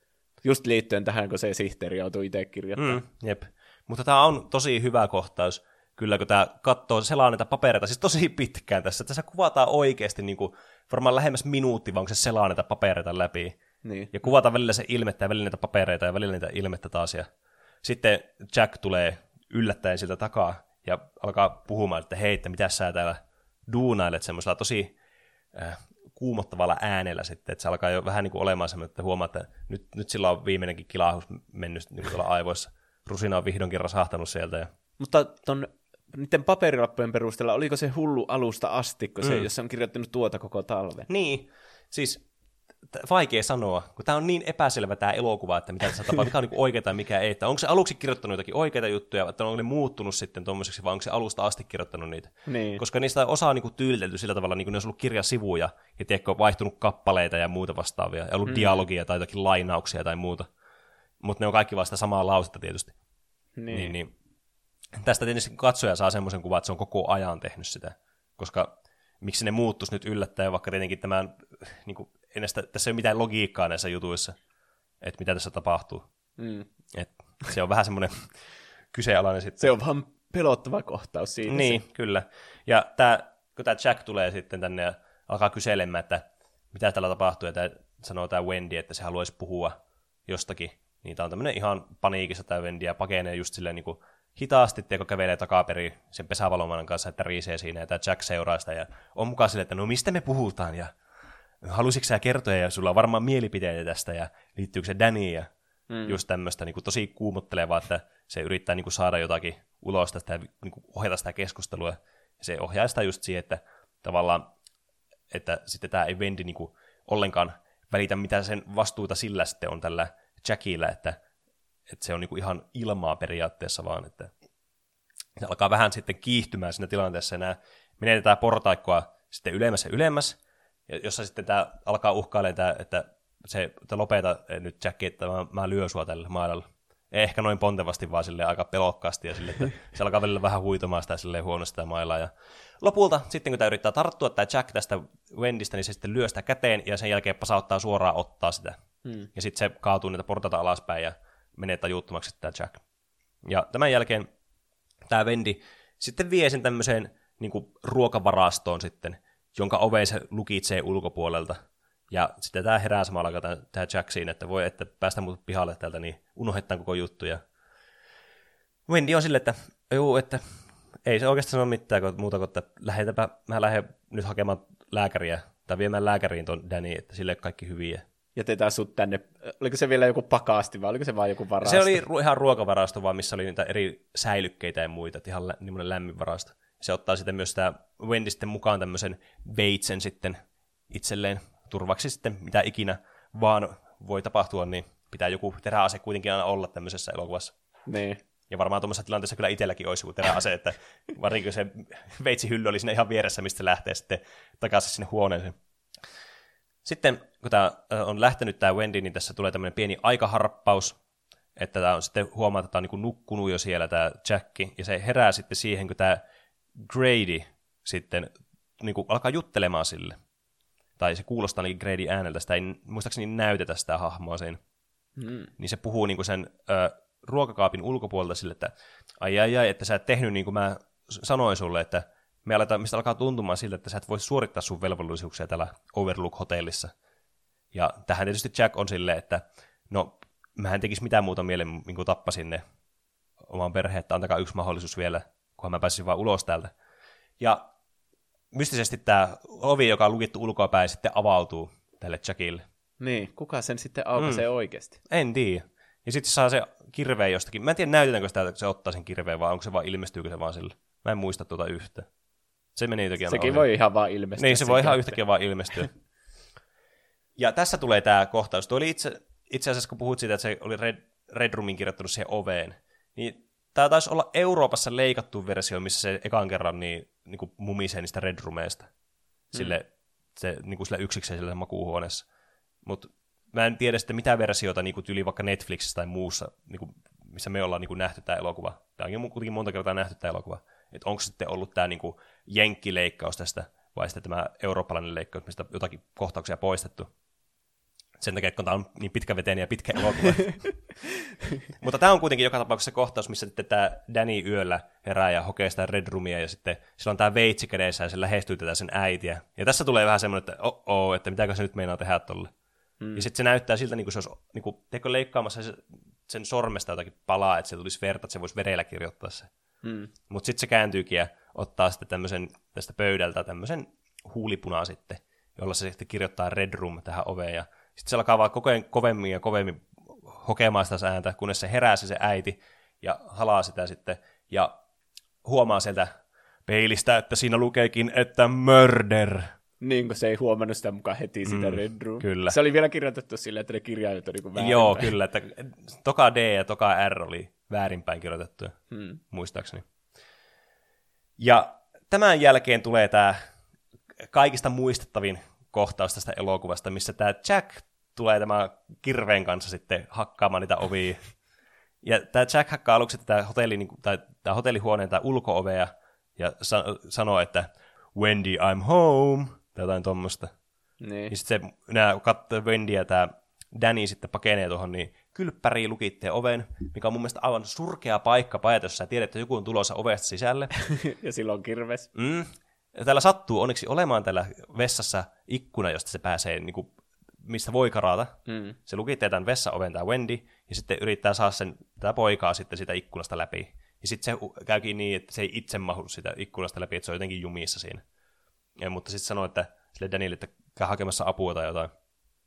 Just liittyen tähän, kun se sihteeri joutui itse kirjoittamaan. Jep. Mutta tämä on tosi hyvä kohtaus, kyllä kun tämä katsoo, selaa näitä papereita, siis tosi pitkään tässä. Tässä kuvataan oikeasti niin kuin, varmaan lähemmäs minuutti, vaan kun se selaa näitä papereita läpi. Niin. Ja kuvataan välillä se ilmettä ja välillä niitä papereita ja välillä niitä ilmettä taas. Ja sitten Jack tulee yllättäen siltä takaa ja alkaa puhumaan, että hei, että mitä sä täällä duunailet semmoisella tosi kuumottavalla äänellä sitten, että se alkaa jo vähän niin kuin olemaan semmoinen, että huomaa, että nyt sillä on viimeinenkin kilahus mennyt niin tuolla aivoissa. Rusina on vihdoinkin rasahtanut sieltä. Ja... Mutta niiden paperilappujen perusteella, oliko se hullu alusta asti, kun se, jos se on kirjoittanut tuota koko talven? Niin, siis vaikea sanoa, kun tämä on niin epäselvä tämä elokuva, että mitä tässä tapahtuu, mikä on niin oikea tai mikä ei. Että onko se aluksi kirjoittanut jotakin oikeita juttuja, että on ne muuttunut sitten tuommoiseksi, vai onko se alusta asti kirjoittanut niitä. Niin. Koska niistä osa on niin tyylitelty sillä tavalla, niin kuin ne olisi ollut kirjasivuja, ja tiedätkö, vaihtunut kappaleita ja muuta vastaavia, ja ollut dialogia tai jotakin lainauksia tai muuta. Mutta ne on kaikki vasta samaa lausetta tietysti. Niin. Tästä tietysti katsoja saa semmoisen kuvan, että se on koko ajan tehnyt sitä. Koska miksi ne muuttuisi nyt yllättäen, vaikka tietenkin tämän, niin kuin, tässä ei ole mitään logiikkaa näissä jutuissa, että mitä tässä tapahtuu. Et se on vähän semmoinen kyseenalainen sitten. Se on vaan pelottava kohtaus siinä. Niin, kyllä. Ja kun tämä Jack tulee sitten tänne ja alkaa kyselemään, että mitä täällä tapahtuu, ja sanoo tämä Wendy, että se haluaisi puhua jostakin, niin tämä on tämmöinen ihan paniikissa tämä Wendy, ja pakenee just silleen niin kuin hitaasti, kun kävelee takaperin sen pesävalomainen kanssa, että riisee siinä, ja tämä Jack seuraa sitä, ja on mukaan silleen, että no mistä me puhutaan, ja halusitko sä kertoa, ja sulla on varmaan mielipiteitä tästä, ja liittyykö se Daniin, ja just tämmöistä niin kuin tosi kuumottelevaa, että se yrittää niin kuin saada jotakin ulos tästä ja niin kuin ohjata sitä keskustelua, ja se ohjaa sitä just siihen, että tavallaan, että sitten tämä ei Wendy niin kuin ollenkaan välitä, mitä sen vastuuta sillä sitten on tällä Jackillä, että se on niinku ihan ilmaa periaatteessa vaan, että se alkaa vähän sitten kiihtymään siinä tilanteessa, ja nämä menetetään portaikkoa sitten ylemmäs ja ylemmäs, jossa sitten tämä alkaa uhkailemaan, että lopeta nyt Jack, että mä lyön sua tällä mailalla. Ehkä noin pontevasti, vaan silleen aika pelokkaasti, ja silleen, että se alkaa välillä vähän huitomaan sitä silleen huonosti sitä mailaa, ja lopulta, sitten kun tämä yrittää tarttua tämä Jack tästä Wendystä, niin se sitten lyö sitä käteen, ja sen jälkeen pasauttaa suoraan ottaa sitä. Ja sitten se kaatuu niitä portaita alaspäin, ja menee tajuuttomaksi tämä Jack. Ja tämän jälkeen tämä Wendy sitten vie sen tämmöiseen niin kuin ruokavarastoon sitten, jonka oveen se lukitsee ulkopuolelta. Ja sitten tämä herää samalla aikaa tämä Jack siinä, että voi, että päästä mut pihalle täältä, niin unohdetaan koko juttu. Ja Wendy on silleen, että juu, että ei se oikeastaan sano mitään muuta kuin, että mä lähden nyt hakemaan lääkäriä, tai viemään lääkäriin ton Danny, että sille kaikki hyviä. Jätetään sut tänne, oliko se vielä joku pakasti, vai oliko se vaan joku varasto? Se oli ihan ruokavarasto vaan, missä oli niitä eri säilykkeitä ja muita, että ihan niimoinen lämmin varasto. Se ottaa sitten myös tämä Wendy sitten mukaan tämmöisen veitsen sitten itselleen turvaksi sitten, mitä ikinä vaan voi tapahtua, niin pitää joku teräase kuitenkin aina olla tämmöisessä elokuvassa. Niin. Ja varmaan tuommoisessa tilanteessa kyllä itselläkin olisi joku teräase, että varsinkin se veitsihylly oli siinä ihan vieressä, mistä se lähtee sitten takaisin sinne huoneeseen. Sitten, kun tämä on lähtenyt tämä Wendy, niin tässä tulee tämmöinen pieni aikaharppaus, että tämä on sitten huomaa, että tämä on niin kuin nukkunut jo siellä tämä Jack, ja se herää sitten siihen, kun tämä Grady sitten niin kuin alkaa juttelemaan sille. Tai se kuulostaa niin Grady ääneltä, sitä ei muistaakseni näytetä sitä hahmoa siinä. Niin se puhuu niin kuin sen ruokakaapin ulkopuolelta sille, että ai, että sä et tehnyt niin kuin mä sanoin sulle, että mistä alkaa tuntumaan siltä, että sä et voi suorittaa sun velvollisuuksia täällä Overlook-hotellissa. Ja tähän tietysti Jack on silleen, että no, mä en tekisi mitään muuta mieleen, niin kuin tappasin ne oman perheen, että antakaa yksi mahdollisuus vielä, kunhan mä pääsisin vaan ulos täältä. Ja mystisesti tämä ovi, joka on lukittu ulkoapäin, sitten avautuu tälle Jackille. Niin, kuka sen sitten aukaisee oikeasti? En tiedä. Ja sitten saa se kirveen jostakin. Mä en tiedä, näytetäänkö sitä, että se ottaa sen kirveen, vai onko se vaan, ilmestyykö se vaan sille. Mä en muista tuota yhtään. Se meni jotenkin sekin ohi. Voi ihan vaan ilmestyä. Niin, se voi ihan yhtäkkiä vaan ilmestyä. Ja tässä tulee tämä kohtaus. Tuo oli itse asiassa, kun puhut siitä, että se oli Red Roomin kirjoittanut siihen oveen, niin tämä taisi olla Euroopassa leikattu versio, missä se ekan kerran niin kuin mumisee niistä Red Roomeista. Sille yksikseen sille makuuhuoneessa. Mutta mä en tiedä sitten mitä versiota niin kuin tyyli vaikka Netflixissä tai muussa, niin kuin, missä me ollaan niin kuin nähty tämä elokuva. Tämä on kuitenkin monta kertaa nähty tämä elokuva. Että onko sitten ollut tämä niin kuin jenkkileikkaus tästä, vai sitten tämä eurooppalainen leikkaus, mistä jotakin kohtauksia poistettu. Sen takia, kun tämä on niin pitkäveteinen ja pitkä elokuva. Mutta tämä on kuitenkin joka tapauksessa se kohtaus, missä sitten tämä Danny yöllä herää ja hokee sitä Red Roomia, ja sitten sillä on tämä veitsi kädessä, ja se lähestyy tätä sen äitiä. Ja tässä tulee vähän semmoinen, että että mitäkö se nyt meinaa tehdä tolle. Ja sitten se näyttää siltä, niin kuin se olisi leikkaamassa sen sormesta jotakin palaa, että se tulisi verta, että se voisi verellä kirjoittaa se. Mutta sitten se kääntyykin ja ottaa sitten tämmöisen tästä pöydältä tämmöisen huulipunaa sitten, jolla se sitten kirjoittaa Red Room tähän oveen. Ja sitten se alkaa vaan koko ajan kovemmin ja kovemmin hokemaan sitä ääntä, kunnes se herää se äiti ja halaa sitä sitten. Ja huomaa sieltä peilistä, että siinä lukeekin, että murder. Niin kuin se ei huomannut sitä mukaan heti sitä Red Room. Kyllä. Se oli vielä kirjoitettu silleen, että ne kirjaimet oli niin väärinpäin. Joo, kyllä. Että toka D ja toka R oli väärinpäin kirjoitettu, muistaakseni. Ja tämän jälkeen tulee tämä kaikista muistettavin kohtaus tästä elokuvasta, missä tämä Jack tulee tämän kirveen kanssa sitten hakkaamaan niitä ovia. Ja tämä Jack hakkaa aluksi tätä hotellihuoneen tai ulko-ovea ja sanoo, että Wendy, I'm home, tai jotain tuommoista. Niin. Ja sitten nämä katsoo Wendyä ja tämä Danny sitten pakenee tuohon, niin kylppäriin lukitte oven, mikä on mun mielestä aivan surkea paikka pajata, jos sä tiedät, että joku on tulossa ovesta sisälle. Ja silloin kirves. Ja täällä sattuu onneksi olemaan täällä vessassa ikkuna, josta se pääsee, niin kuin, mistä voi karata. Se lukitte tämän vessaoven, tämä Wendy, ja sitten yrittää saada tätä poikaa sitten sitä ikkunasta läpi. Ja sitten se käykin niin, että se ei itse mahdu sitä ikkunasta läpi, että se on jotenkin jumissa siinä. Mutta sitten sanoo, että sille Danielle, että käy hakemassa apua tai jotain.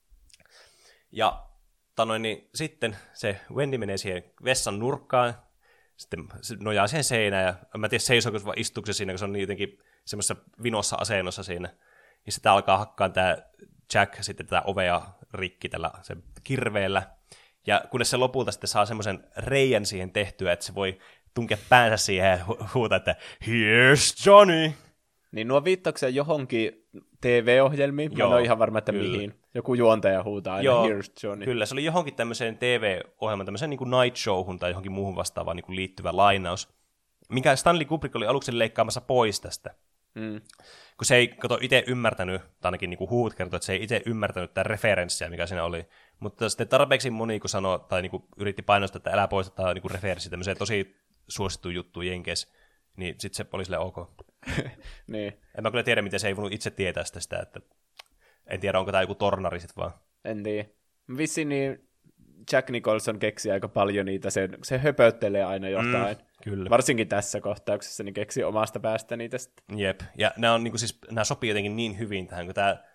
Ja niin sitten se Wendy menee siihen vessan nurkkaan, sitten se nojaa siihen seinään, ja mä en tiedä seisoako vai istuuko se siinä, kun se on niin jotenkin semmoisessa vinossa asennossa siinä. Ja sitten alkaa hakkaan tämä Jack sitten tätä ovea rikki tällä sen kirveellä. Ja kunnes se lopulta sitten saa semmoisen reijän siihen tehtyä, että se voi tunkea päänsä siihen ja huutaa, että here's Johnny! Niin nuo viittauksia johonkin TV-ohjelmiin, mä en ole ihan varma, että mihin. Joku juontaja huutaa aina, here's Johnny. Kyllä, se oli johonkin tämmöiseen TV-ohjelmaan, tämmöiseen niin kuin night showhun tai johonkin muuhun vastaavaan niin kuin liittyvä lainaus, minkä Stanley Kubrick oli aluksi leikkaamassa pois tästä. Kun se ei itse ymmärtänyt, tai ainakin niin kuin huut kertoi, että se ei itse ymmärtänyt tätä referenssiä, mikä siinä oli. Mutta sitten tarpeeksi moni, kun sanoi, tai niin kuin yritti painostaa, että älä poista tämä niin referenssi, tämmöiseen tosi suosittu juttu jenkeissä, niin sitten se oli silleen ok. Niin. En mä kyllä tiedä, miten se ei voinut itse tietää sitä, että en tiedä, onko tämä joku tornari sitten vaan. En tiedä. Vissiin niin Jack Nicholson keksi aika paljon niitä, se höpöttelee aina jotain. Kyllä. Varsinkin tässä kohtauksessa, niin keksi omasta päästä niitä sitten. Jep, ja nämä sopii jotenkin niin hyvin tähän, kun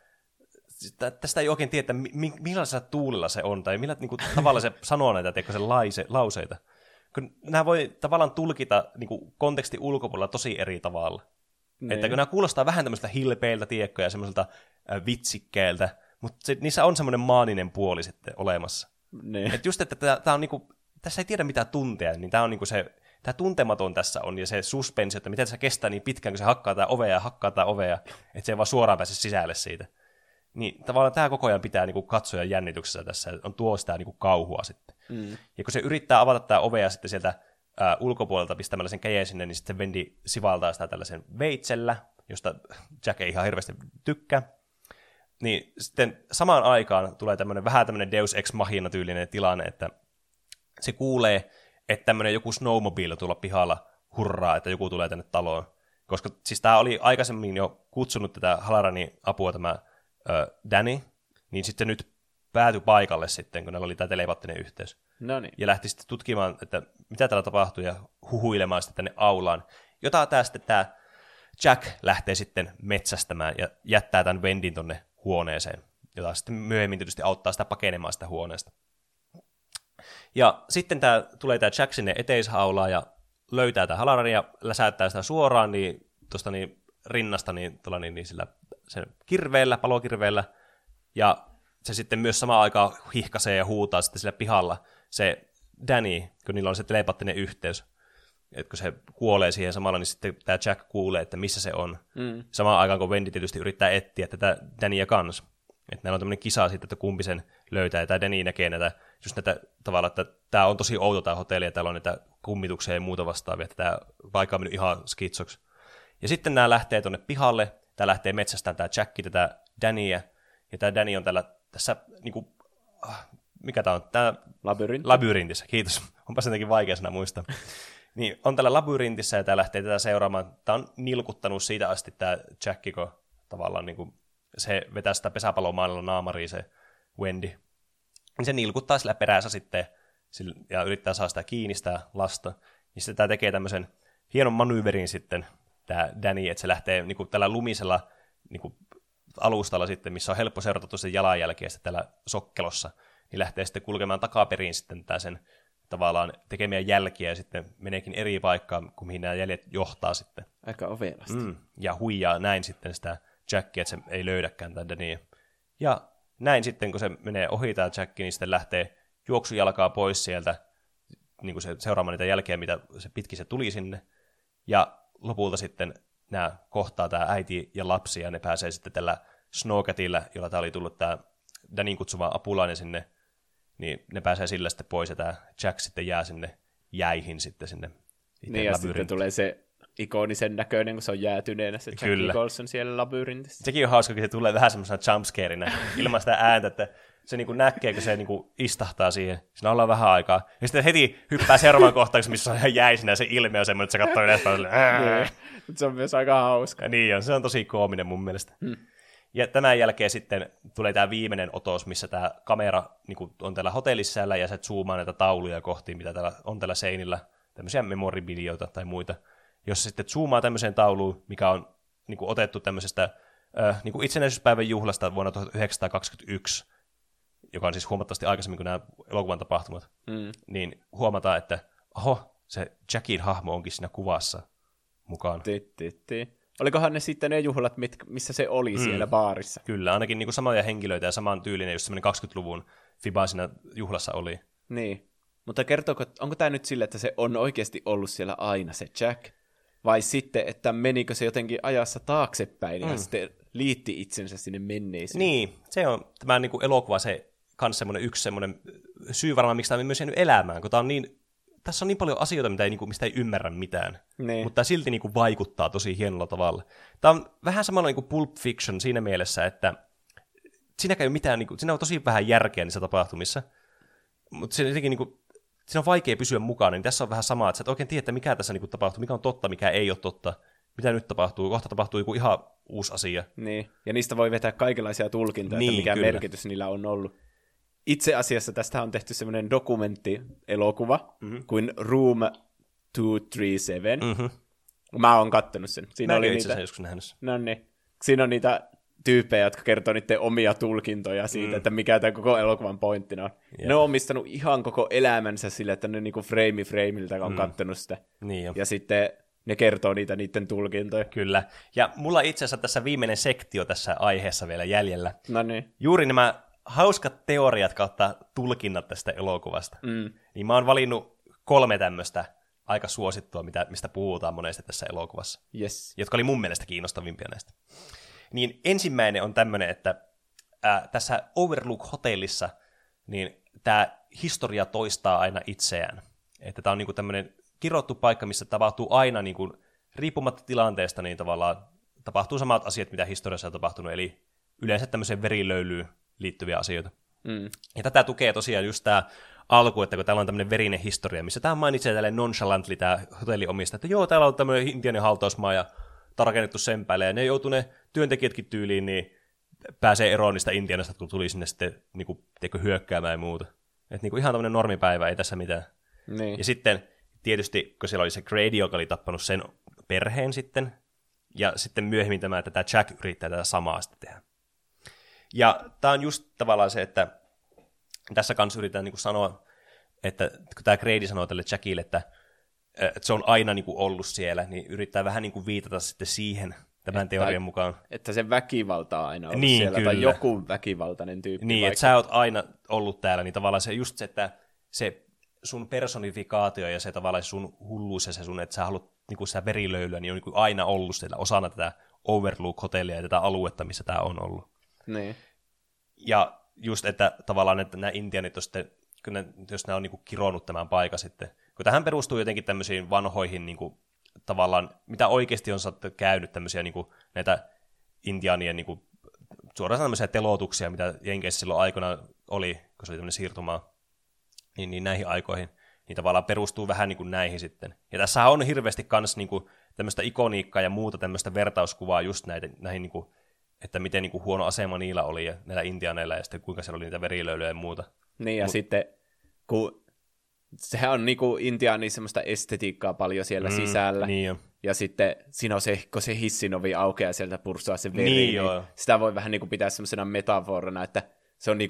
tästä ei oikein tiedä, millaisella tuulilla se on, tai millä tavalla se sanoo näitä lauseita. Kun nämä voi tavallaan tulkita kontekstin ulkopuolella tosi eri tavalla. Niin. Että kun nämä kuulostaa vähän tämmöistä hilpeiltä, tiekkoja, semmoiselta vitsikkeeltä, mutta niissä on semmoinen maaninen puoli sitten olemassa. Niin. Että just, että tämä on tässä ei tiedä mitä tuntea, niin tämä on tämä tuntematon tässä on, ja se suspenssi, että miten se kestää niin pitkään, kun se hakkaa tämä ovea, että se ei vaan suoraan pääse sisälle siitä. Niin tavallaan tämä koko ajan pitää katsojan jännityksessä tässä, tuo sitä kauhua sitten. Ja kun se yrittää avata tämä ovea sitten sieltä ulkopuolelta pistämällä sen käjeen sinne, niin sitten Wendy sivaltaa sitä tällaisen veitsellä, josta Jack ei ihan hirveästi tykkää. Niin sitten samaan aikaan tulee vähän tämmöinen Deus Ex Machina-tyylinen tilanne, että se kuulee, että tämmöinen joku snowmobile tuolla pihalla hurraa, että joku tulee tänne taloon. Koska siis tämä oli aikaisemmin jo kutsunut tätä Halloranin apua tämä Danny, niin sitten nyt päätyi paikalle sitten, kun näillä oli tämä telepaattinen yhteys. Noniin. Ja lähti sitten tutkimaan, että mitä täällä tapahtui, ja huhuilemaan sitten tänne aulaan. Jota tämä Jack lähtee sitten metsästämään ja jättää tämän Wendyn tonne huoneeseen, jota sitten myöhemmin tietysti auttaa sitä pakenemaan sitä huoneesta. Ja sitten tulee tämä Jack sinne eteishaulaan ja löytää tämä Halloranin ja läsäyttää sitä suoraan niin tuosta niin rinnasta niin sillä sen kirveellä, palokirveellä, ja se sitten myös samaan aikaan hihkasee ja huutaa sitten sillä pihalla se Danny, kun niillä on se telepattinen yhteys. Että kun se kuolee siihen samalla, niin sitten tämä Jack kuulee, että missä se on. Samaan aikaan, kun Wendy tietysti yrittää etsiä tätä Dannyä kans. Että näillä on tämmöinen kisa sitten, että kumpi sen löytää, ja tämä Danny näkee just näitä tavalla, että tämä on tosi outo tämä hotelli, ja täällä on näitä kummituksia ja muuta vastaavia, että tämä paikka on mennyt ihan skitsoksi. Ja sitten nämä lähtee tuonne pihalle, tämä lähtee metsästään tämä Jack tätä Dannyä, ja tämä Danny on tässä mikä tämä on? Tämä Labyrintissä, kiitos. Onpa se jotenkin vaikea sana muistaa. Niin, on tällä Labyrintissä ja tämä lähtee tätä seuraamaan. Tämä on nilkuttanut siitä asti tämä Jack, kun tavallaan niin kuin, se vetää sitä pesäpallomailalla naamariin se Wendy. Se nilkuttaa sillä perässä sitten ja yrittää saada sitä kiinni sitä lasta. Ja sitten tämä tekee tämmöisen hienon manyyverin sitten, tämä Danny, että se lähtee niin kuin, tällä lumisella niin kuin, alustalla sitten, missä on helppo seurata tosiaan jalanjälkeä sitten tällä sokkelossa, niin lähtee sitten kulkemaan takaperin sitten sen tavallaan tekemiä jälkiä ja sitten meneekin eri paikkaan, kuin mihin nämä jäljet johtaa sitten. Aika ovelasti. Ja huijaa näin sitten sitä Jackia, että se ei löydäkään tätä Dania. Ja näin sitten, kun se menee ohi tämä Jack, niin sitten lähtee juoksujalkaa pois sieltä, niin kuin se seuraamaan niitä jälkeä, mitä se pitkin se tuli sinne. Ja lopulta sitten nämä kohtaa tämä äiti ja lapsi, ja ne pääsee sitten tällä Snowcatilla, jolla tämä oli tullut tämä Danin kutsuma apulainen sinne, niin ne pääsee sillä sitten pois, ja tämä Jack sitten jää sinne jäihin sitten sinne. Niin, ja sitten tulee se ikonisen näköinen, kun se on jäätyneenä, se Jack Nicholson siellä labyrintissä. Sekin on hauska, kun se tulee vähän semmoisena jumpscarina ilman sitä ääntä, että se niinku näkee, kun se niinku istahtaa siihen. Siinä ollaan vähän aikaa. Ja sitten heti hyppää seuraavaan kohtaan, missä on ihan jäisinä, ja se ilme on semmoinen, että se katsoo ylöspäin. Se on myös aika hauska. Ja niin on, se on tosi koominen mun mielestä. Ja tämän jälkeen sitten tulee tämä viimeinen otos, missä tämä kamera niin on täällä hotellissa ja se zoomaa näitä tauluja kohti, mitä täällä on täällä seinillä, tämmöisiä memoribilioita tai muita, jossa sitten zoomaa tämmöiseen tauluun, mikä on niin otettu tämmöisestä niin itsenäisyyspäivän juhlasta vuonna 1921, joka on siis huomattavasti aikaisemmin kuin nämä elokuvan tapahtumat, niin huomataan, että se Jackin hahmo onkin siinä kuvassa mukaan. Olikohan ne sitten ne juhlat, missä se oli siellä baarissa? Kyllä, ainakin niin kuin samoja henkilöitä ja saman tyylinen, jos semmoinen 20-luvun fiba siinä juhlassa oli. Niin, mutta kertooko, onko tämä nyt sille, että se on oikeasti ollut siellä aina se Jack? Vai sitten, että menikö se jotenkin ajassa taaksepäin ja sitten liitti itsensä sinne menneisiin? Niin, se on tämä niin kuin elokuva se kans semmoinen yksi semmoinen syy varmaan, miksi tämä on myös jäänyt elämään, kun tämä on niin, tässä on niin paljon asioita, mistä ei ymmärrä mitään, mutta silti niin kuin vaikuttaa tosi hienolla tavalla. Tämä on vähän samalla niin kuin Pulp Fiction siinä mielessä, että siinäkään ei ole mitään, niin kuin, siinä on tosi vähän järkeä niissä tapahtumissa, mutta siinä on vaikea pysyä mukana, niin tässä on vähän sama, että sä et oikein tiedä, että mikä tässä niin kuin tapahtuu, mikä on totta, mikä ei ole totta, mitä nyt tapahtuu, kohta tapahtuu joku ihan uusi asia. Niin, ja niistä voi vetää kaikenlaisia tulkintoja, että mikä merkitys niillä on ollut. Itse asiassa tästä on tehty semmoinen dokumenttielokuva kuin Room 237. Mä oon kattonut sen. Siinä oli itse asiassa joskus nähnyt sen. No niin. Siinä on niitä tyyppejä, jotka kertoo niiden omia tulkintoja siitä, että mikä tämä koko elokuvan pointtina on. Yep. Ne on omistanut ihan koko elämänsä sille, että ne niinku frameiltä on kattonut sitä. Niin ja sitten ne kertoo niiden tulkintoja. Kyllä. Ja mulla itse asiassa tässä viimeinen sektio tässä aiheessa vielä jäljellä. No niin. Juuri nämä hauskat teoriat kautta tulkinnat tästä elokuvasta. Niin mä oon valinnut 3 tämmöistä aika suosittua, mistä puhutaan monesti tässä elokuvassa. Yes. Jotka oli mun mielestä kiinnostavimpia näistä. Niin ensimmäinen on tämmöinen, että tässä Overlook-hotellissa niin tämä historia toistaa aina itseään. Että tämä on niinku tämmöinen kirottu paikka, missä tapahtuu aina niinku, riippumatta tilanteesta, niin tavallaan tapahtuu samat asiat, mitä historiassa on tapahtunut, eli yleensä tämmöiseen verilöylyyn liittyviä asioita. Ja tätä tukee tosiaan just tämä alku, että kun täällä on tämmöinen verinen historia, missä tämä mainitsee tälleen nonchalantly tämä hotelliomista, että joo, täällä on tämmöinen intianin hautausmaa ja rakennettu sen päälle, ja ne joutuu ne työntekijätkin tyyliin, niin pääsee eroon niistä Intianasta, kun tuli sinne sitten niin hyökkäämään ja muuta. Että niin ihan tämmöinen normipäivä, ei tässä mitään. Niin. Ja sitten tietysti, kun siellä oli se Grady, joka oli tappanut sen perheen sitten, ja sitten myöhemmin että tämä Jack yrittää tätä samaa sitten tehdä. Ja tämä on just tavallaan se, että tässä kanssa yritetään niin kuin sanoa, että kun tämä Grady sanoo tälle Jackille, että se on aina niin kuin ollut siellä, niin yrittää vähän niin kuin viitata sitten siihen tämän teorian mukaan. Että se väkivalta on aina ollut siellä, kyllä. Tai joku väkivaltainen tyyppi. Niin, että sä oot aina ollut täällä, niin tavallaan se just se, että se sun personifikaatio ja se tavallaan sun hulluus ja se sun, että sä haluat niin kuin sitä verilöylyä, niin on niin kuin aina ollut siellä osana tätä Overlook-hotellia ja tätä aluetta, missä tämä on ollut. Niin. Ja just, että tavallaan että nämä intianit on sitten, jos nämä on niin kuin kironnut tämän paikan sitten, kun tähän perustuu jotenkin tämmöisiin vanhoihin niin kuin, tavallaan, mitä oikeasti on käynyt tämmöisiä niin kuin, näitä intiaanien niin kuin, suoraan tämmöisiä telotuksia, mitä Jenkeissä silloin aikana oli, kun se oli tämmöinen siirtomaa, niin näihin aikoihin, niin tavallaan perustuu vähän niin kuin näihin sitten. Ja tässä on hirveästi myös niin kuin tämmöistä ikoniikkaa ja muuta tämmöistä vertauskuvaa just näihin niin kuin, että miten niin kuin huono asema niillä oli ja näillä intiaaneilla ja sitten kuinka siellä oli niitä verilöylyjä ja muuta. Niin ja sitten, kun sehän on niinku Intiaanin semmoista estetiikkaa paljon siellä sisällä. Niin jo. Ja sitten siinä on se, kun se hissin ovi aukeaa ja sieltä pursaa se veri, niin sitä voi vähän niinku pitää semmoisena metaforana, että se on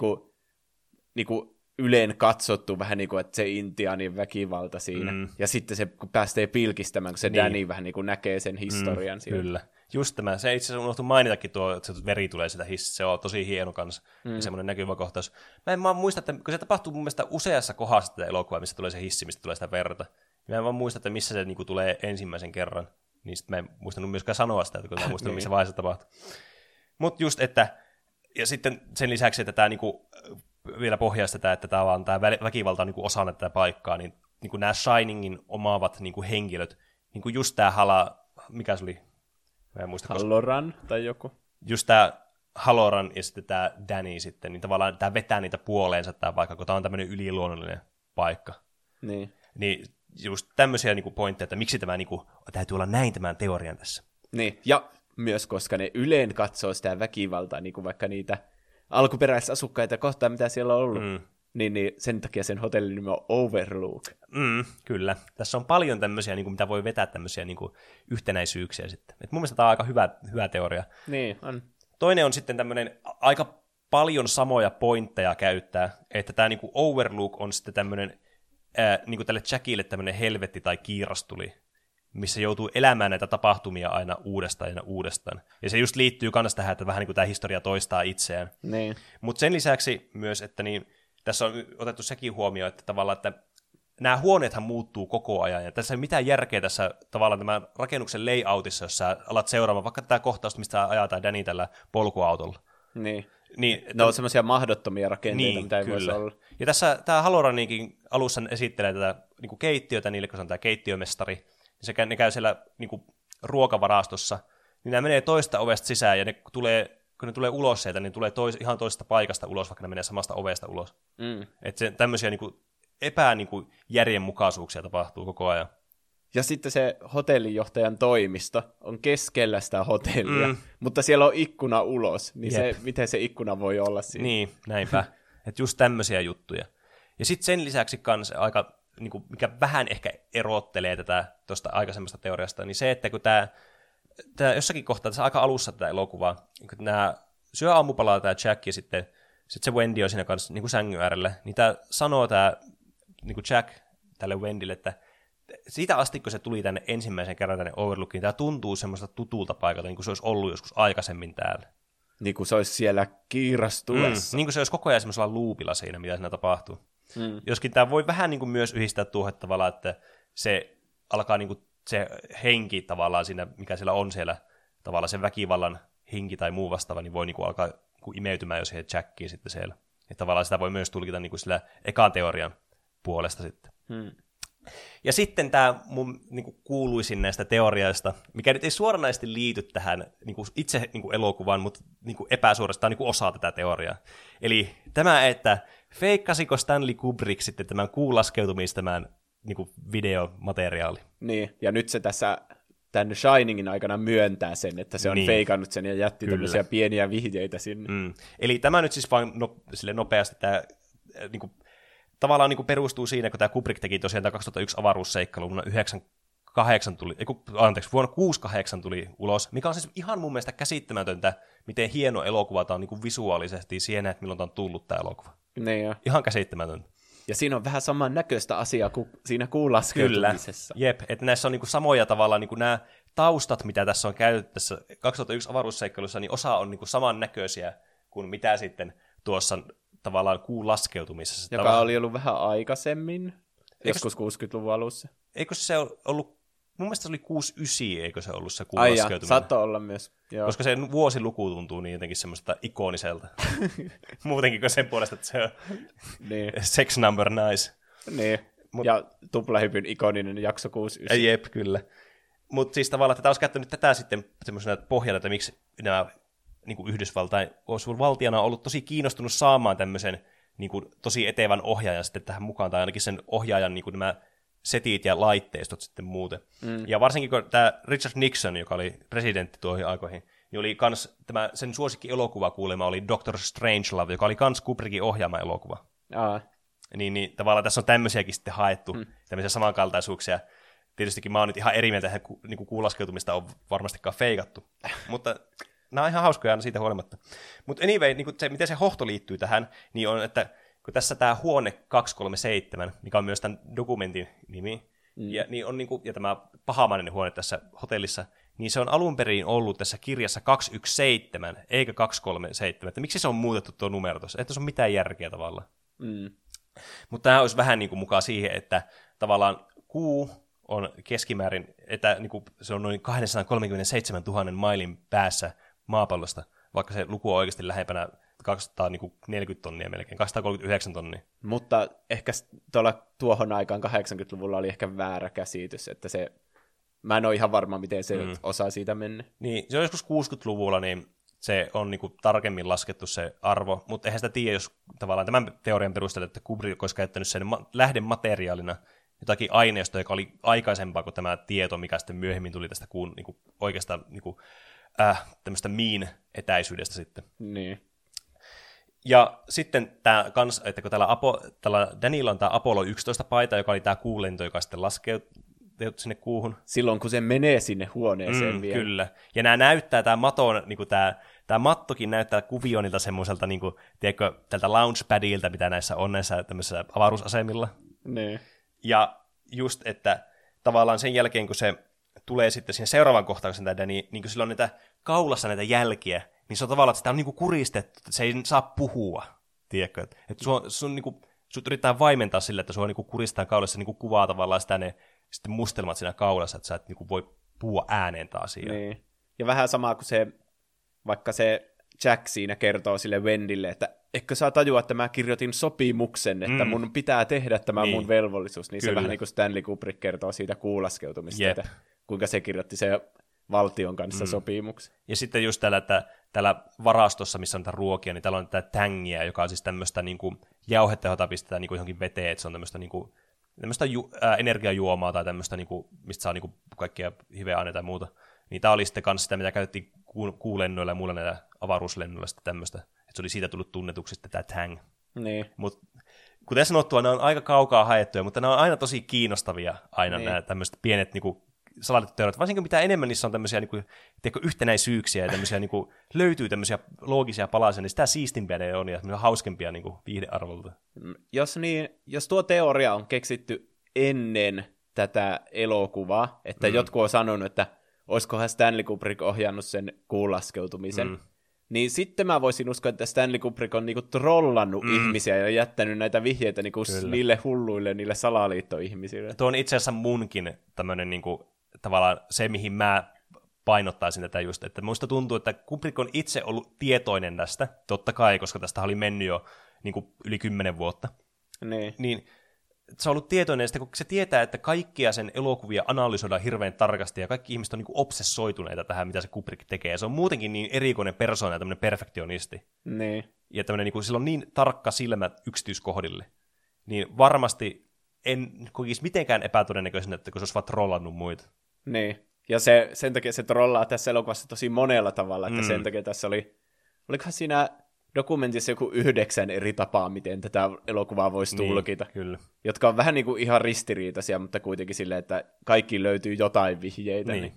niinku yleen katsottu vähän niin kuin, että se Intiaanin väkivalta siinä. Ja sitten se, kun päästee pilkistämään, kun se Danny vähän niin kuin näkee sen historian siinä. Kyllä. Just tämä. Se itse asiassa unohtui mainitakin tuo, että se veri tulee sitä hissistä. Se on tosi hieno kanssa. Ja semmoinen näkyvä kohtaus. Mä en vaan muista, että kun se tapahtuu mun mielestä useassa kohdassa tätä elokuvaa, missä tulee se hissi, mistä tulee sitä verta. Mä en vaan muista, että missä se niinku tulee ensimmäisen kerran. Niin sitten mä en muistanut myöskään sanoa sitä, kun mä en muistanut, missä vaiheessa tapahtuu. Mutta just, että ja sitten sen lisäksi, että tämä niinku vielä pohjaisi tätä, että tämä väkivalta on niinku osana tätä paikkaa, niin niinku nämä Shiningin omaavat niinku henkilöt, niinku just tämä mikä se oli? Mä en muista. Halloran tai joku. Just tämä Halloran ja sitten tämä Danny sitten, niin tavallaan tämä vetää niitä puoleensa tämä paikka, kun tämä on tämmöinen yliluonnollinen paikka. Niin just tämmöisiä niinku pointteja, että miksi tämä niinku, täytyy olla näin tämän teorian tässä. Niin, ja myös koska ne yleen katsoo sitä väkivaltaa, niin kuin vaikka niitä alkuperäisasukkaita kohtaan, mitä siellä on ollut, niin sen takia sen hotellin nimi on Overlook. Kyllä. Tässä on paljon tämmöisiä, niin kuin, mitä voi vetää tämmöisiä niin kuin yhtenäisyyksiä sitten. Et mun mielestä tämä on aika hyvä teoria. Niin, on. Toinen on sitten tämmöinen aika paljon samoja pointteja käyttää, että tämä niin kuin Overlook on sitten tämmöinen niin kuin tälle Jackille tämmöinen helvetti tai kiirastuli, missä joutuu elämään näitä tapahtumia aina uudestaan ja uudestaan. Ja se just liittyy myös tähän, että vähän niin kuin tämä historia toistaa itseään. Niin. Mutta sen lisäksi myös, että niin, tässä on otettu sekin huomioon, että tavallaan, että nämä huoneethan muuttuu koko ajan, ja tässä ei ole mitään järkeä tässä tavallaan tämän rakennuksen layoutissa, jos sä alat seuraamaan vaikka tätä kohtausta, mistä ajataan Danny tällä polkuautolla. Niin, ne on semmoisia mahdottomia rakenteita, mitä ei voisi olla. Ja tässä tämä Halloranikin alussa esittelee tätä niin kuin keittiötä niille, kun se on tämä keittiömestari, ne käy siellä niin kuin ruokavarastossa, niin nämä menee toista ovesta sisään, ja kun ne tulee ulos sieltä, niin tulee ihan toisesta paikasta ulos, vaikka ne menee samasta ovesta ulos. Että tämmöisiä niin kuin järjenmukaisuuksia tapahtuu koko ajan. Ja sitten se hotellijohtajan toimisto on keskellä sitä hotellia, mutta siellä on ikkuna ulos, niin miten se ikkuna voi olla siinä? Niin, näinpä. Että just tämmöisiä juttuja. Ja sitten sen lisäksi kans aika, niin kuin, mikä vähän ehkä erottelee tätä tuosta aikaisemmasta teoriasta, niin se, että kun tämä jossakin kohtaa, tässä aika alussa tätä elokuvaa, kun nämä syö aamupalaa tämä Jack ja sitten se Wendy on siinä kanssa niin kuin sängyn äärellä, niin tämä sanoo tämä niin kuin Jack tälle Wendylle, että siitä asti, kun se tuli tänne ensimmäisen kerran tänne Overlookiin, tämä tuntuu semmoista tutulta paikalta, niin kuin se olisi ollut joskus aikaisemmin täällä. Niin kuin se olisi siellä kiirastulessa. Niin kuin se olisi koko ajan semmoisella loopilla siinä, mitä siinä tapahtuu. Joskin tämä voi vähän niin kuin myös yhdistää tuohon tavallaan, että se alkaa niin kuin se henki tavallaan siinä, mikä siellä on siellä, tavallaan se väkivallan henki tai muu vastaava, niin voi niin kuin alkaa niin kuin imeytymään jo siihen Jackiin sitten siellä. Että tavallaan sitä voi myös tulkita niin kuin sillä ekan teorian puolesta sitten. Ja sitten tämä mun niin kuin kuuluisin näistä teoriaista, mikä nyt ei suoranaisesti liity tähän niin kuin itse niin kuin elokuvaan, mutta niin kuin epäsuorastaan niin kuin osa tätä teoriaa. Eli tämä, että feikkasiko Stanley Kubrick sitten tämän kuun laskeutumista tämän niin kuin videomateriaali. Niin, ja nyt se tässä tämän Shiningin aikana myöntää sen, että se on feikannut sen ja jätti tämmöisiä pieniä vihjeitä sinne. Eli tämä nyt siis vain sille nopeasti tämä niin kuin tavallaan niin kuin perustuu siinä, kun tämä Kubrick teki tosiaan tämä 2001 avaruusseikkailu vuonna 68 tuli ulos, mikä on siis ihan mun mielestä käsittämätöntä, miten hieno elokuva tämä on niin kuin visuaalisesti siihen, että milloin tämä on tullut tämä elokuva. Niin jo. Ihan käsittämätöntä. Ja siinä on vähän saman näköistä asiaa kuin siinä kuun laskeutumisessa. Kyllä, jep, että näissä on niin kuin samoja tavallaan niin kuin nämä taustat, mitä tässä on käytetty tässä 2001 avaruusseikkailussa, niin osa on niin kuin samannäköisiä kuin mitä sitten tuossa tavallaan kuun laskeutumisessa. Joka oli ollut vähän aikaisemmin, joskus 60-luvun alussa. Eikö se ollut, mun mielestä se oli 69, eikö se ollut se kuun laskeutuminen? Saattoi olla myös. Joo. Koska se vuosiluku tuntuu niin jotenkin semmoista ikoniselta. Muutenkin kuin sen puolesta, että se on sex number nice. Niin, ja tuplahypyn ikoninen jakso 69. Jep, kyllä. Mutta siis tavallaan, että tämä olisi käyttänyt tätä sitten semmoisena pohjana, että miksi nämä niin kuin Yhdysvaltain valtiona on ollut tosi kiinnostunut saamaan tämmöisen niin kuin, tosi etevän ohjaajan sitten tähän mukaan, tai ainakin sen ohjaajan niin kuin nämä setit ja laitteistot sitten muuten. Ja varsinkin kun tämä Richard Nixon, joka oli presidentti tuohon aikoihin, niin oli kans, sen suosikki-elokuva kuulemma oli Doctor Strangelove, joka oli kans Kubrickin ohjaama elokuva. Niin tavallaan tässä on tämmöisiäkin sitten haettu, tämmöisiä samankaltaisuuksia. Tietystikin mä oon nyt ihan eri mieltä, että niin kuulaskeutumista on varmastikaan feikattu. Mutta nämä on ihan hauskoja siitä huolimatta. Mutta anyway, niin se, miten se hohto liittyy tähän, niin on, että kun tässä tämä huone 237, mikä on myös tämän dokumentin nimi, ja, niin on, niin kuin, ja tämä pahamainen huone tässä hotellissa, niin se on alun perin ollut tässä kirjassa 217, eikä 237. Että miksi se on muutettu tuo numero tuossa? Että se on mitään järkeä tavallaan. Mutta tämä olisi vähän niin kuin mukaan siihen, että tavallaan kuu on keskimäärin, että niin kuin se on noin 237 000 mailin päässä maapallosta, vaikka se luku on oikeasti lähempänä 240 tonnia melkein, 239 tonnia. Mutta ehkä tuohon aikaan 80-luvulla oli ehkä väärä käsitys, että se, mä en ole ihan varma, miten se osaa siitä mennä. Niin, se on joskus 60-luvulla, niin se on niinku tarkemmin laskettu se arvo, mutta eihän sitä tiedä, jos tavallaan tämän teorian perusteella, että Kubrick olisi käyttänyt sen lähdemateriaalina jotakin aineistoa, joka oli aikaisempaa kuin tämä tieto, mikä sitten myöhemmin tuli tästä kuun niinku, oikeastaan niinku, tämmöistä etäisyydestä sitten. Niin. Ja sitten tämä kans, että kun tällä Danilla on tämä Apollo 11 paita, joka oli tämä kuulento, joka sitten laskee sinne kuuhun. Silloin, kun se menee sinne huoneeseen vielä. Kyllä. Ja nämä näyttää, tämä maton, niin tämä mattokin näyttää kuvionilta semmoiselta, niin kuin, tiedätkö, tältä launchpadilta, mitä näissä on näissä tämmöisissä avaruusasemilla. Ne. Ja just, että tavallaan sen jälkeen, kun se tulee sitten siihen seuraavan kohtauksen tämä Danny, niin kun sillä on näitä kaulassa näitä jälkiä, niin se on tavallaan, että sitä on niin kuin kuristettu, että se ei saa puhua, tiedätkö? Että sut yrittää vaimentaa sillä, että sua niin kuin kuristaa kaulassa, niin kuin kuvaa tavallaan sitä ne sitten mustelmat siinä kaulassa, että sä et niin kuin voi puhua ääneen taas asiaa. Niin. Ja vähän samaa kuin se, vaikka se Jack siinä kertoo sille Wendylle, että eikö saa tajua, että mä kirjoitin sopimuksen, että mun pitää tehdä tämä mun velvollisuus, niin kyllä. Se vähän niin kuin Stanley Kubrick kertoo siitä kuulaskeutumista, että kuinka se kirjoitti se valtion kanssa sopimuksen. Ja sitten just täällä varastossa, missä on niitä ruokia, niin täällä on tätä tängiä, joka on siis tämmöistä niin kuin jauhetta, jota pistetään niin kuin johonkin veteen, että se on tämmöistä, niin kuin, tämmöistä energiajuomaa tai tämmöistä, niin kuin, mistä saa niin kuin kaikkia hiveaineita ja muuta. Niin tämä oli sitten kanssa sitä, mitä käytettiin kuulennoilla ja muilla näillä avaruuslennoilla sitten tämmöistä. Että se oli siitä tullut tunnetuksi sitten tämä tang. Niin. Mutta kuten sanottua, nämä on aika kaukaa haettuja, mutta nämä on aina tosi kiinnostavia aina nämä tämmöiset pienet niin kuin salatetut teoriat, varsinkin mitä enemmän niissä on tämmöisiä niin yhtenäisyyksiä ja tämmöisiä, niin kuin, löytyy tämmöisiä loogisia palasia, niin sitä siistimpiä ne on ja hauskempia niin kuin viihdearvolta. Jos tuo teoria on keksitty ennen tätä elokuvaa, että jotkut on sanonut, että olisikohan Stanley Kubrick ohjannut sen kuulaskeutumisen, niin sitten mä voisin uskoa, että Stanley Kubrick on niinku trollannut ihmisiä ja jättänyt näitä vihjeitä niinku niille hulluille, niille salaliittoihmisille. Tuo on itse asiassa munkin tämmöinen niinku, tavallaan se, mihin mä painottaisin tätä just, että musta tuntuu, että Kubrick on itse ollut tietoinen tästä, totta kai, koska tästä oli mennyt jo niinku, yli 10 vuotta. Niin se on ollut tietoinen, kun se tietää, että kaikkia sen elokuvia analysoidaan hirveän tarkasti, ja kaikki ihmiset on niin kuin obsessoituneita tähän, mitä se Kubrick tekee. Se on muutenkin niin erikoinen persoona ja tämmöinen perfektionisti. Niin. Ja tämmöinen, niin kuin, sillä on niin tarkka silmä yksityiskohdille. Niin varmasti en kokisi mitenkään epätodennäköisenä, että kun se olisi vaan trollannut muita. Niin. Ja sen takia se trollaa tässä elokuvassa tosi monella tavalla, että sen takia tässä olikohan siinä dokumentissa joku 9 eri tapaa, miten tätä elokuvaa voisi tulkita. Kyllä. Jotka on vähän niin kuin ihan ristiriitaisia, mutta kuitenkin silleen, että kaikki löytyy jotain vihjeitä. Niin.